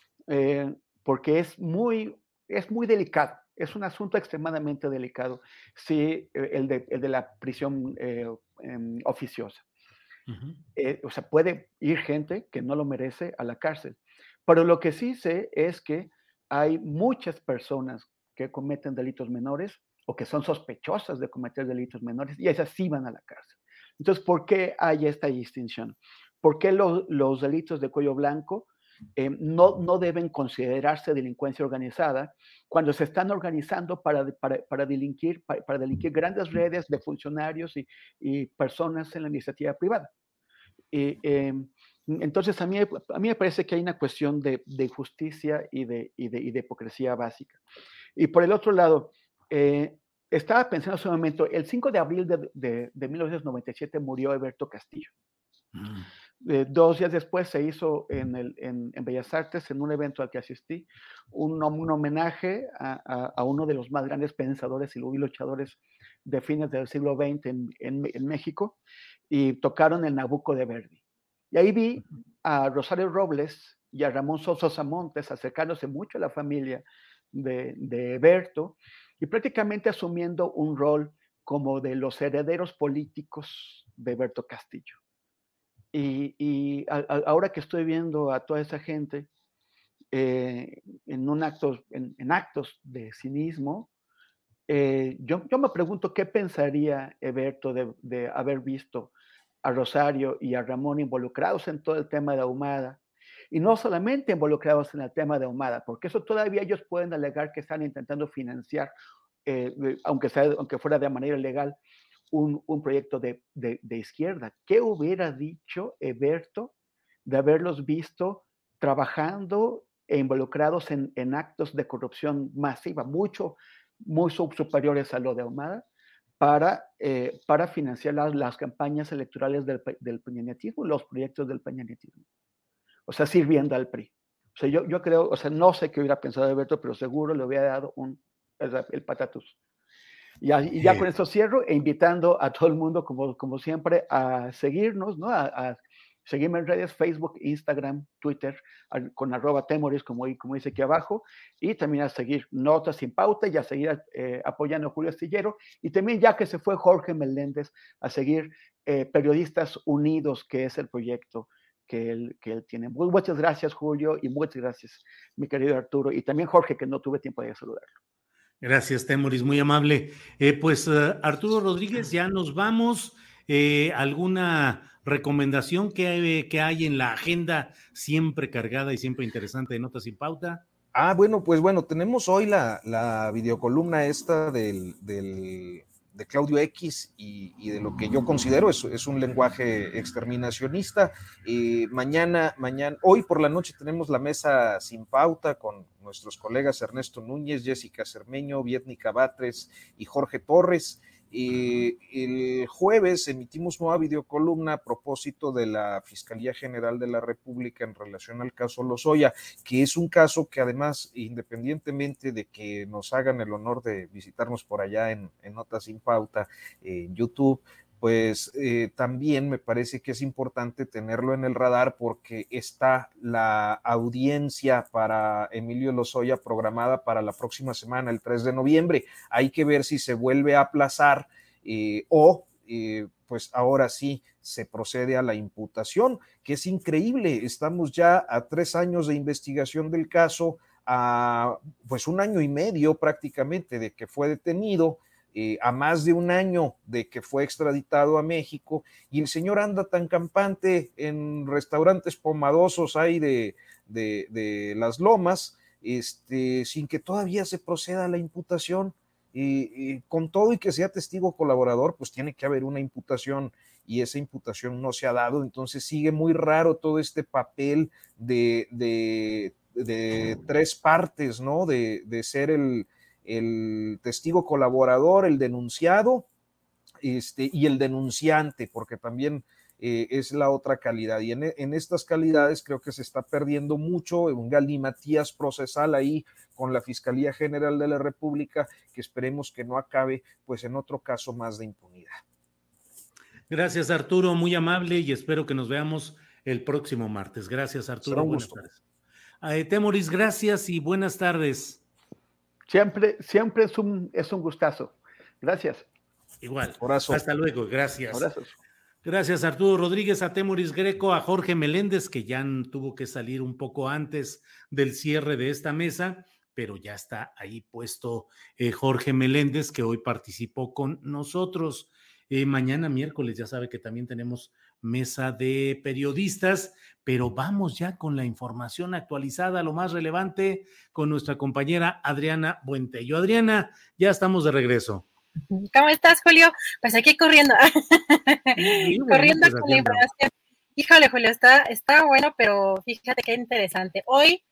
porque es muy delicado. Es un asunto extremadamente delicado, sí, el de la prisión oficiosa. O sea, puede ir gente que no lo merece a la cárcel. Pero lo que sí sé es que hay muchas personas que cometen delitos menores o que son sospechosas de cometer delitos menores y esas sí van a la cárcel. Entonces, ¿por qué hay esta distinción? ¿Por qué los delitos de cuello blanco no deben considerarse delincuencia organizada cuando se están organizando para delinquir grandes redes de funcionarios y personas en la iniciativa privada? Entonces, a mí me parece que hay una cuestión de justicia y de hipocresía básica. Y por el otro lado, estaba pensando hace un momento, el 5 de abril de 1997 murió Eberto Castillo. 2 días después se hizo en Bellas Artes, en un evento al que asistí, un homenaje a uno de los más grandes pensadores y luchadores de fines del siglo XX en México, y tocaron el Nabucco de Verdi. Y ahí vi a Rosario Robles y a Ramón Sosa Montes acercándose mucho a la familia de Eberto y prácticamente asumiendo un rol como de los herederos políticos de Eberto Castillo. Y ahora que estoy viendo a toda esa gente en actos de cinismo, yo me pregunto qué pensaría Eberto de haber visto a Rosario y a Ramón involucrados en todo el tema de Ahumada, y no solamente involucrados en el tema de Ahumada, porque eso todavía ellos pueden alegar que están intentando financiar, aunque fuera de manera ilegal, un proyecto de izquierda. ¿Qué hubiera dicho Eberto de haberlos visto trabajando e involucrados en actos de corrupción masiva, muy superiores a lo de Ahumada, para financiar las campañas electorales del peñanietismo, los proyectos del peñanietismo? O sea, sirviendo al PRI. O sea, yo creo, o sea, no sé qué hubiera pensado Alberto, pero seguro le hubiera dado el patatús. Y ya con esto cierro, e invitando a todo el mundo, como siempre, a seguirnos, ¿no? A seguirme en redes, Facebook, Instagram, Twitter, con @Temoris, como dice aquí abajo, y también a seguir Notas Sin Pauta y a seguir apoyando a Julio Astillero, y también, ya que se fue Jorge Meléndez, a seguir Periodistas Unidos, que es el proyecto que él tiene. Muchas gracias, Julio, y muchas gracias, mi querido Arturo, y también Jorge, que no tuve tiempo de saludarlo. Gracias, Temoris, muy amable. Arturo Rodríguez, ya nos vamos. ¿Alguna recomendación que hay en la agenda siempre cargada y siempre interesante de Notas Sin Pauta? Bueno, tenemos hoy la videocolumna esta de Claudio X y de lo que yo considero es un lenguaje exterminacionista. Hoy por la noche tenemos la mesa Sin Pauta con nuestros colegas Ernesto Núñez, Jessica Cermeño, Vietnica Batres y Jorge Torres. El jueves emitimos nueva videocolumna a propósito de la Fiscalía General de la República en relación al caso Lozoya, que es un caso que además, independientemente de que nos hagan el honor de visitarnos por allá en Notas Sin Pauta, en YouTube, pues también me parece que es importante tenerlo en el radar porque está la audiencia para Emilio Lozoya programada para la próxima semana, el 3 de noviembre. Hay que ver si se vuelve a aplazar pues ahora sí se procede a la imputación, que es increíble. Estamos ya a 3 años de investigación del caso, a pues 1 año y medio prácticamente de que fue detenido, a más de 1 año de que fue extraditado a México, y el señor anda tan campante en restaurantes pomadosos ahí de Las Lomas, sin que todavía se proceda a la imputación. Con todo y que sea testigo colaborador, pues tiene que haber una imputación, y esa imputación no se ha dado. Entonces sigue muy raro todo este papel de 3 partes, ¿no? De ser el testigo colaborador, el denunciado, y el denunciante, porque también es la otra calidad. Y en estas calidades creo que se está perdiendo mucho, un galimatías procesal ahí con la Fiscalía General de la República, que esperemos que no acabe pues en otro caso más de impunidad. Gracias, Arturo, muy amable, y espero que nos veamos el próximo martes. Gracias, Arturo. Buenas tardes. Temoris, gracias y buenas tardes. Siempre es un gustazo. Gracias. Igual. Abrazo. Hasta luego. Gracias. Abrazos. Gracias, Arturo Rodríguez, a Temoris Greco, a Jorge Meléndez, que ya tuvo que salir un poco antes del cierre de esta mesa, pero ya está ahí puesto Jorge Meléndez, que hoy participó con nosotros. Mañana miércoles ya sabe que también tenemos mesa de periodistas, pero vamos ya con la información actualizada, lo más relevante, con nuestra compañera Adriana Buentello. Adriana, ya estamos de regreso. ¿Cómo estás, Julio? Pues aquí corriendo. Corriendo pues con la información. Híjole, Julio, está bueno, pero fíjate qué interesante. Hoy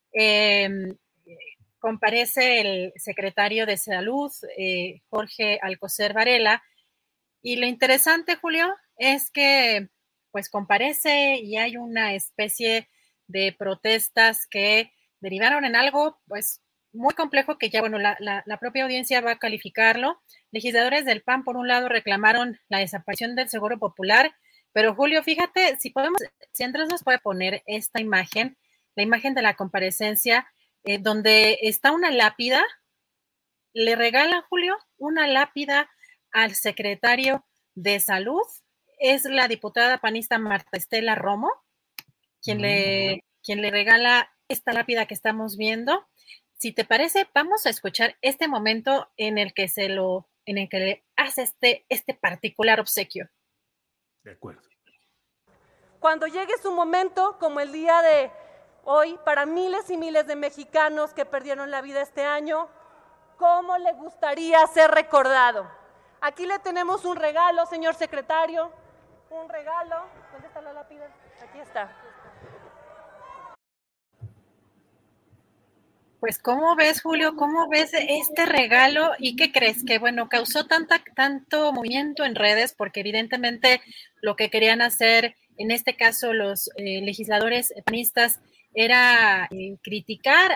comparece el secretario de Salud, Jorge Alcocer Varela, y lo interesante, Julio, es que pues comparece y hay una especie de protestas que derivaron en algo pues muy complejo, que ya, bueno, la propia audiencia va a calificarlo. Legisladores del PAN, por un lado, reclamaron la desaparición del Seguro Popular, pero Julio, fíjate, si Andrés nos puede poner esta imagen, la imagen de la comparecencia, donde está una lápida, le regala, Julio, una lápida al secretario de Salud, es la diputada panista Marta Estela Romo, quien le regala esta lápida que estamos viendo. Si te parece, vamos a escuchar este momento en el que le hace este particular obsequio. De acuerdo. Cuando llegue su momento, como el día de hoy, para miles y miles de mexicanos que perdieron la vida este año, ¿cómo le gustaría ser recordado? Aquí le tenemos un regalo, señor secretario. Un regalo. ¿Dónde está la lápida? Aquí está. Pues, ¿cómo ves, Julio? ¿Cómo ves este regalo? ¿Y qué crees? Que, bueno, causó tanto movimiento en redes porque evidentemente lo que querían hacer, en este caso los legisladores panistas, era criticar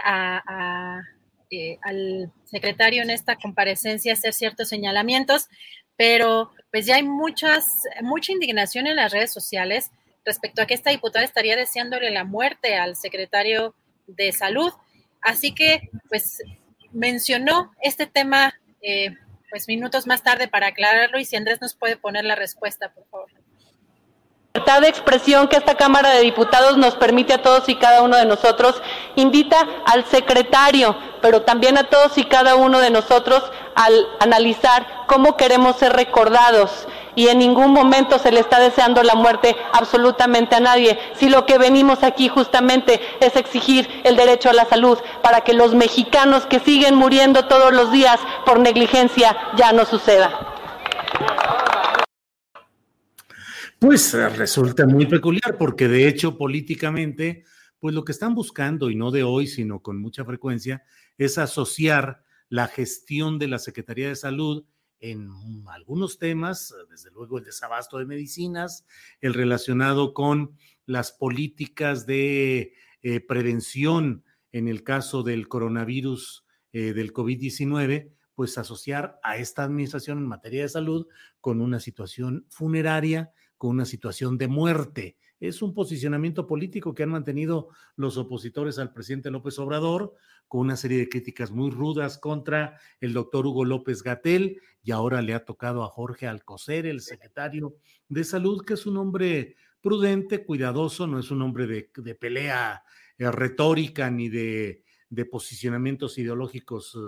al secretario en esta comparecencia, hacer ciertos señalamientos, pero pues ya hay mucha indignación en las redes sociales respecto a que esta diputada estaría deseándole la muerte al secretario de Salud. Así que, pues, mencionó este tema, pues, minutos más tarde para aclararlo, y si Andrés nos puede poner la respuesta, por favor. Libertad de expresión que esta Cámara de Diputados nos permite a todos y cada uno de nosotros, invita al secretario, pero también a todos y cada uno de nosotros al analizar cómo queremos ser recordados, y en ningún momento se le está deseando la muerte absolutamente a nadie. Si lo que venimos aquí justamente es exigir el derecho a la salud para que los mexicanos que siguen muriendo todos los días por negligencia ya no suceda. Pues resulta muy peculiar porque de hecho políticamente, pues lo que están buscando, y no de hoy, sino con mucha frecuencia, es asociar la gestión de la Secretaría de Salud en algunos temas, desde luego el desabasto de medicinas, el relacionado con las políticas de prevención en el caso del coronavirus, del COVID-19, pues asociar a esta administración en materia de salud con una situación funeraria, con una situación de muerte. Es un posicionamiento político que han mantenido los opositores al presidente López Obrador, con una serie de críticas muy rudas contra el doctor Hugo López-Gatell, y ahora le ha tocado a Jorge Alcocer, el secretario de Salud, que es un hombre prudente, cuidadoso, no es un hombre de pelea retórica ni de posicionamientos ideológicos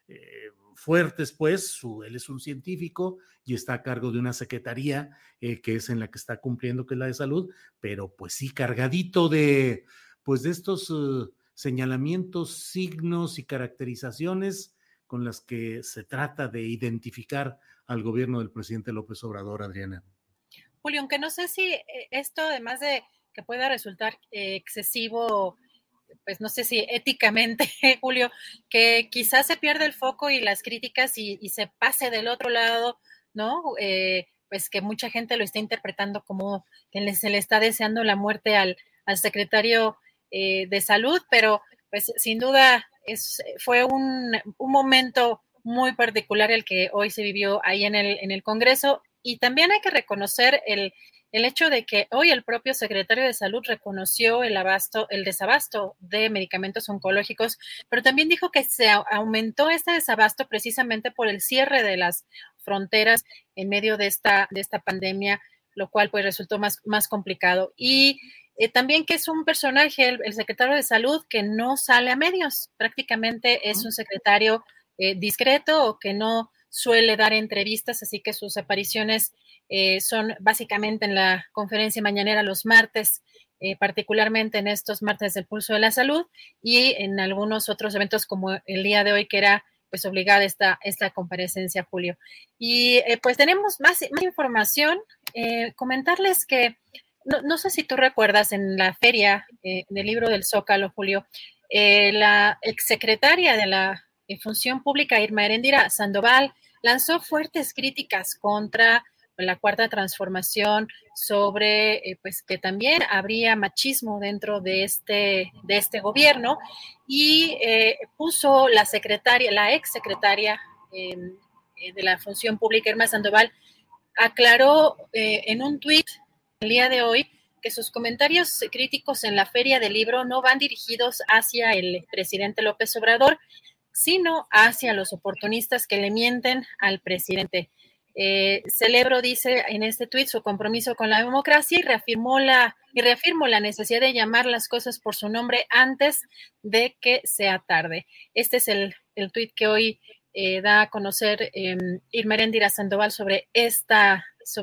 fuertes, pues. Él es un científico y está a cargo de una secretaría que es en la que está cumpliendo, que es la de salud, pero pues sí, cargadito de estos señalamientos, signos y caracterizaciones con las que se trata de identificar al gobierno del presidente López Obrador, Adriana. Julio, aunque no sé si esto, además de que pueda resultar excesivo, pues no sé si éticamente, Julio, que quizás se pierda el foco y las críticas y se pase del otro lado, ¿no? Pues que mucha gente lo está interpretando como que se le está deseando la muerte al secretario de Salud, pero pues sin duda fue un momento muy particular el que hoy se vivió ahí en el Congreso, y también hay que reconocer el hecho de que hoy el propio secretario de Salud reconoció el desabasto de medicamentos oncológicos, pero también dijo que se aumentó este desabasto precisamente por el cierre de las fronteras en medio de esta pandemia, lo cual pues resultó más complicado. Y también que es un personaje, el secretario de Salud, que no sale a medios, prácticamente es un secretario discreto o que no suele dar entrevistas, así que sus apariciones son básicamente en la conferencia mañanera los martes, particularmente en estos martes del Pulso de la Salud, y en algunos otros eventos como el día de hoy, que era pues obligada esta comparecencia, Julio. Y pues tenemos más información. Comentarles que no sé si tú recuerdas, en la feria del libro del Zócalo, Julio, la exsecretaria de la Función Pública, Irma Eréndira Sandoval, lanzó fuertes críticas contra la Cuarta Transformación, sobre pues que también habría machismo dentro de este gobierno, y puso la exsecretaria de la Función Pública, Irma Sandoval, aclaró en un tuit el día de hoy que sus comentarios críticos en la Feria del Libro no van dirigidos hacia el presidente López Obrador, sino hacia los oportunistas que le mienten al presidente. Celebro, dice en este tuit, su compromiso con la democracia y reafirmo la necesidad de llamar las cosas por su nombre antes de que sea tarde. Este es el tuit que hoy da a conocer Irma Eréndira Sandoval sobre esta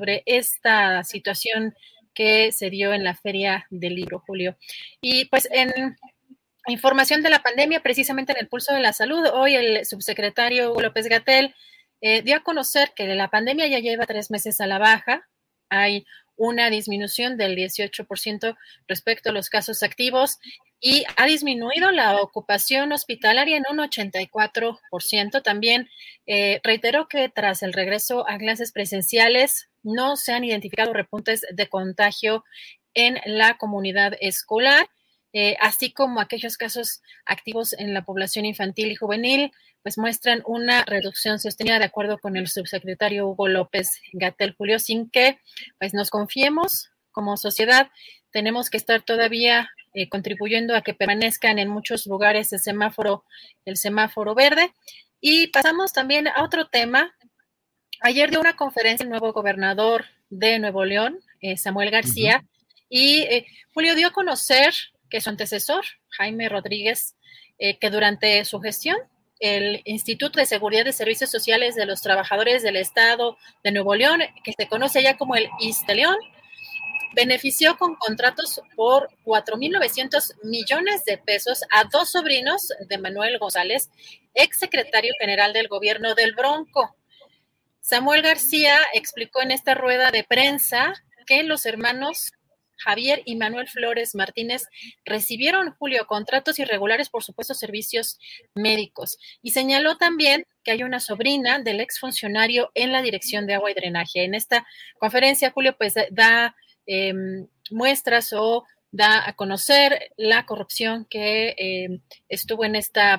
situación que se dio en la Feria del Libro, Julio. Y pues en información de la pandemia, precisamente en el Pulso de la Salud, hoy el subsecretario Hugo López-Gatell dio a conocer que la pandemia ya lleva 3 meses a la baja. Hay una disminución del 18% respecto a los casos activos y ha disminuido la ocupación hospitalaria en un 84%. También reiteró que tras el regreso a clases presenciales no se han identificado repuntes de contagio en la comunidad escolar, así como aquellos casos activos en la población infantil y juvenil, pues muestran una reducción sostenida de acuerdo con el subsecretario Hugo López-Gatell, Julio, sin que pues nos confiemos como sociedad. Tenemos que estar todavía contribuyendo a que permanezcan en muchos lugares el semáforo verde. Y pasamos también a otro tema. Ayer dio una conferencia el nuevo gobernador de Nuevo León, Samuel García, y Julio dio a conocer que su antecesor, Jaime Rodríguez, que durante su gestión, el Instituto de Seguridad de Servicios Sociales de los Trabajadores del Estado de Nuevo León, que se conoce ya como el ISSSTE-León, benefició con contratos por 4.900 millones de pesos a 2 sobrinos de Manuel González, exsecretario general del gobierno del Bronco. Samuel García explicó en esta rueda de prensa que los hermanos Javier y Manuel Flores Martínez recibieron, Julio, contratos irregulares por supuestos servicios médicos, y señaló también que hay una sobrina del exfuncionario en la Dirección de Agua y Drenaje. En esta conferencia, Julio, pues da muestras o da a conocer la corrupción que estuvo en esta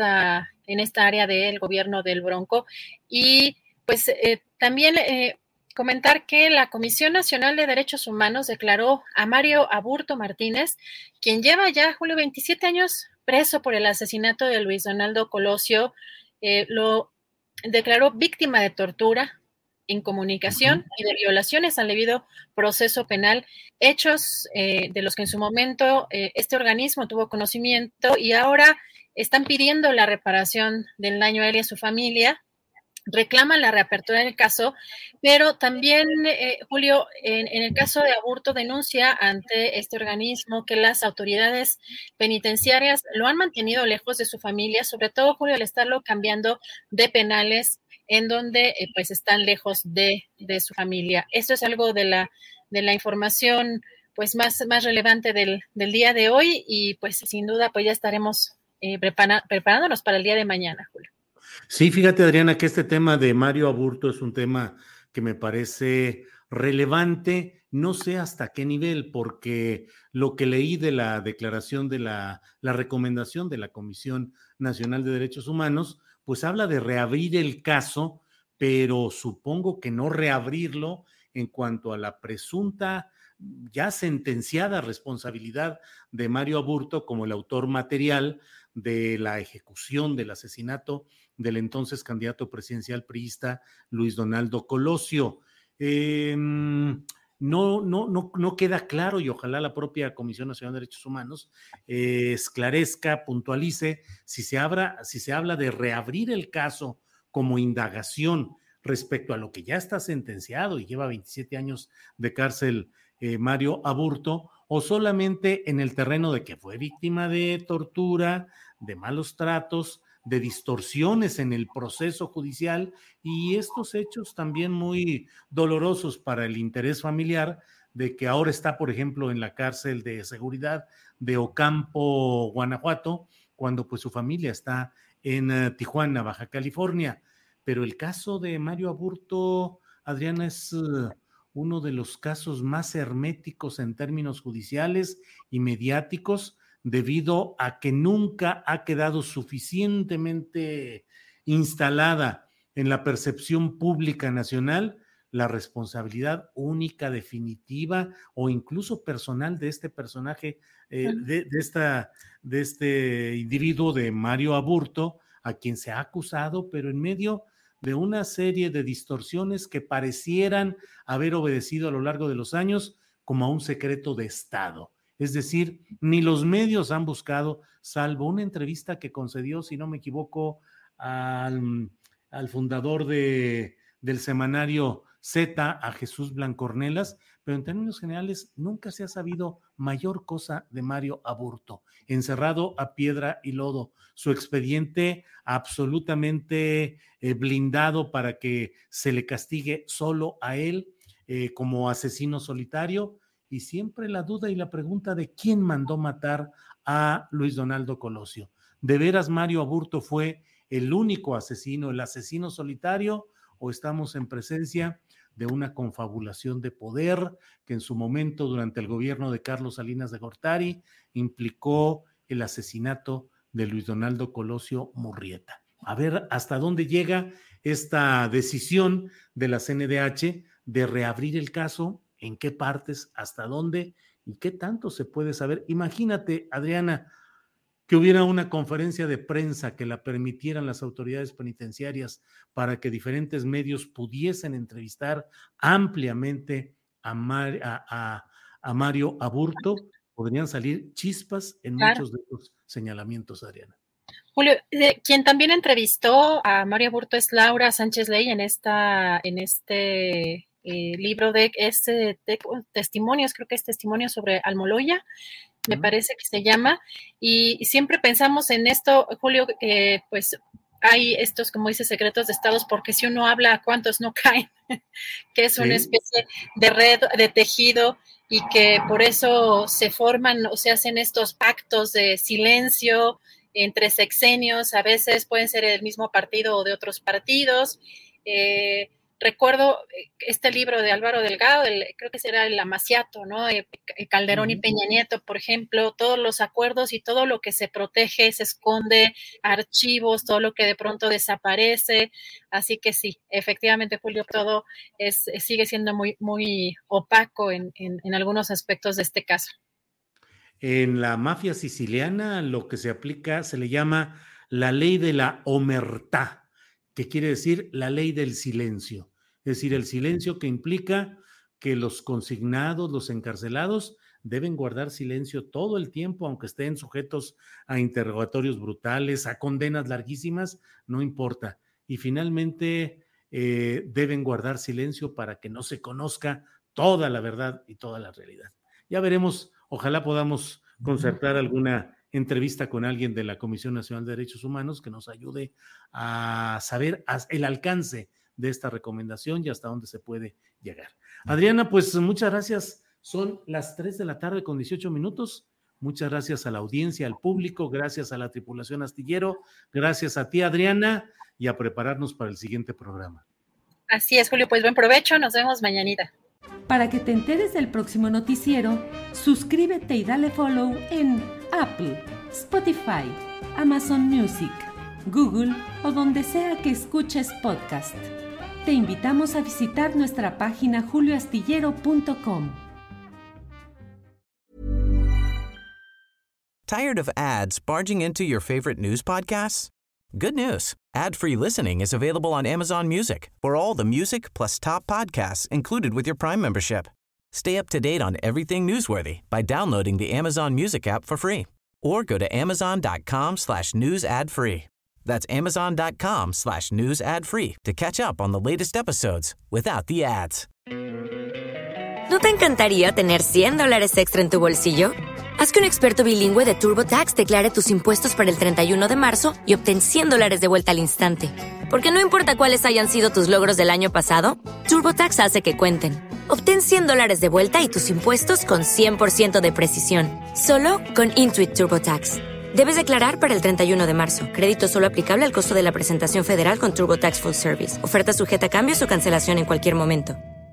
área del gobierno del Bronco, y pues también comentar que la Comisión Nacional de Derechos Humanos declaró a Mario Aburto Martínez, quien lleva ya, Julio, 27 años preso por el asesinato de Luis Donaldo Colosio, lo declaró víctima de tortura, incomunicación y de violaciones al debido proceso penal, hechos de los que en su momento este organismo tuvo conocimiento, y ahora están pidiendo la reparación del daño a él y a su familia. Reclaman la reapertura del caso, pero también, Julio, en el caso de Aburto, denuncia ante este organismo que las autoridades penitenciarias lo han mantenido lejos de su familia, sobre todo, Julio, al estarlo cambiando de penales en donde pues están lejos de su familia. Esto es algo de la información pues más relevante del día de hoy, y pues sin duda pues ya estaremos preparándonos para el día de mañana, Julio. Sí, fíjate, Adriana, que este tema de Mario Aburto es un tema que me parece relevante, no sé hasta qué nivel, porque lo que leí de la declaración de la recomendación de la Comisión Nacional de Derechos Humanos, pues habla de reabrir el caso, pero supongo que no reabrirlo en cuanto a la presunta ya sentenciada responsabilidad de Mario Aburto como el autor material de la ejecución del asesinato del entonces candidato presidencial priista Luis Donaldo Colosio. No queda claro, y ojalá la propia Comisión Nacional de Derechos Humanos esclarezca, puntualice si se habla de reabrir el caso como indagación respecto a lo que ya está sentenciado y lleva 27 años de cárcel Mario Aburto, o solamente en el terreno de que fue víctima de tortura, de malos tratos, de distorsiones en el proceso judicial, y estos hechos también muy dolorosos para el interés familiar de que ahora está, por ejemplo, en la cárcel de seguridad de Ocampo, Guanajuato, cuando pues su familia está en Tijuana, Baja California. Pero el caso de Mario Aburto, Adriana, es uno de los casos más herméticos en términos judiciales y mediáticos, debido a que nunca ha quedado suficientemente instalada en la percepción pública nacional la responsabilidad única, definitiva o incluso personal de este personaje, de este individuo de Mario Aburto, a quien se ha acusado, pero en medio de una serie de distorsiones que parecieran haber obedecido a lo largo de los años como a un secreto de Estado. Es decir, ni los medios han buscado, salvo una entrevista que concedió, si no me equivoco, al fundador del semanario Z a Jesús Blancornelas, pero en términos generales nunca se ha sabido mayor cosa de Mario Aburto, encerrado a piedra y lodo, su expediente absolutamente blindado para que se le castigue solo a él como asesino solitario, y siempre la duda y la pregunta de quién mandó matar a Luis Donaldo Colosio. ¿De veras Mario Aburto fue el único asesino, el asesino solitario, o estamos en presencia de una confabulación de poder que en su momento, durante el gobierno de Carlos Salinas de Gortari, implicó el asesinato de Luis Donaldo Colosio Murrieta? A ver hasta dónde llega esta decisión de la CNDH de reabrir el caso, en qué partes, hasta dónde y qué tanto se puede saber. Imagínate, Adriana, que hubiera una conferencia de prensa que la permitieran las autoridades penitenciarias para que diferentes medios pudiesen entrevistar ampliamente a Mario Aburto. Podrían salir chispas en muchos de los señalamientos, Adriana. Julio, quien también entrevistó a Mario Aburto es Laura Sánchez Ley en este libro de testimonios, creo que es Testimonios sobre Almoloya, me parece que se llama, y siempre pensamos en esto, Julio, pues hay estos, como dice, secretos de estados, porque si uno habla, ¿cuántos no caen? Que es una especie de red, de tejido, y que por eso se forman o se hacen estos pactos de silencio entre sexenios, a veces pueden ser del mismo partido o de otros partidos. Recuerdo este libro de Álvaro Delgado, creo que será el Amaciato, ¿no? Calderón y Peña Nieto, por ejemplo, todos los acuerdos y todo lo que se protege, se esconde, archivos, todo lo que de pronto desaparece. Así que sí, efectivamente, Julio, todo sigue siendo muy, muy opaco en algunos aspectos de este caso. En la mafia siciliana lo que se aplica se le llama la ley de la omertá, que quiere decir la ley del silencio. Es decir, el silencio que implica que los consignados, los encarcelados, deben guardar silencio todo el tiempo, aunque estén sujetos a interrogatorios brutales, a condenas larguísimas, no importa. Y finalmente deben guardar silencio para que no se conozca toda la verdad y toda la realidad. Ya veremos, ojalá podamos concertar alguna entrevista con alguien de la Comisión Nacional de Derechos Humanos que nos ayude a saber el alcance de esta recomendación y hasta dónde se puede llegar. Adriana, pues muchas gracias. Son las 3 de la tarde con 18 minutos. Muchas gracias a la audiencia, al público, gracias a la tripulación Astillero, gracias a ti, Adriana, y a prepararnos para el siguiente programa. Así es, Julio, pues buen provecho, nos vemos mañanita. Para que te enteres del próximo noticiero, suscríbete y dale follow en Apple, Spotify, Amazon Music, Google o donde sea que escuches podcast. Te invitamos a visitar nuestra página julioastillero.com. Tired of ads barging into your favorite news podcasts? Good news. Ad-free listening is available on Amazon Music for all the music plus top podcasts included with your Prime membership. Stay up to date on everything newsworthy by downloading the Amazon Music app for free or go to amazon.com/news ad free. That's amazon.com/news ad free to catch up on the latest episodes without the ads. ¿No te encantaría tener $100 extra en tu bolsillo? Haz que un experto bilingüe de TurboTax declare tus impuestos para el 31 de marzo y obtén $100 de vuelta al instante. Porque no importa cuáles hayan sido tus logros del año pasado, TurboTax hace que cuenten. Obtén $100 de vuelta y tus impuestos con 100% de precisión. Solo con Intuit TurboTax. Debes declarar para el 31 de marzo. Crédito solo aplicable al costo de la presentación federal con TurboTax Full Service. Oferta sujeta a cambios o cancelación en cualquier momento.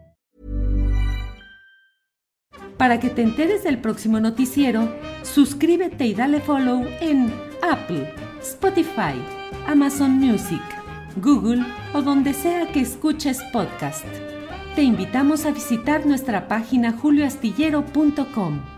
Para que te enteres del próximo noticiero, suscríbete y dale follow en Apple, Spotify, Amazon Music, Google o donde sea que escuches podcast. Te invitamos a visitar nuestra página julioastillero.com.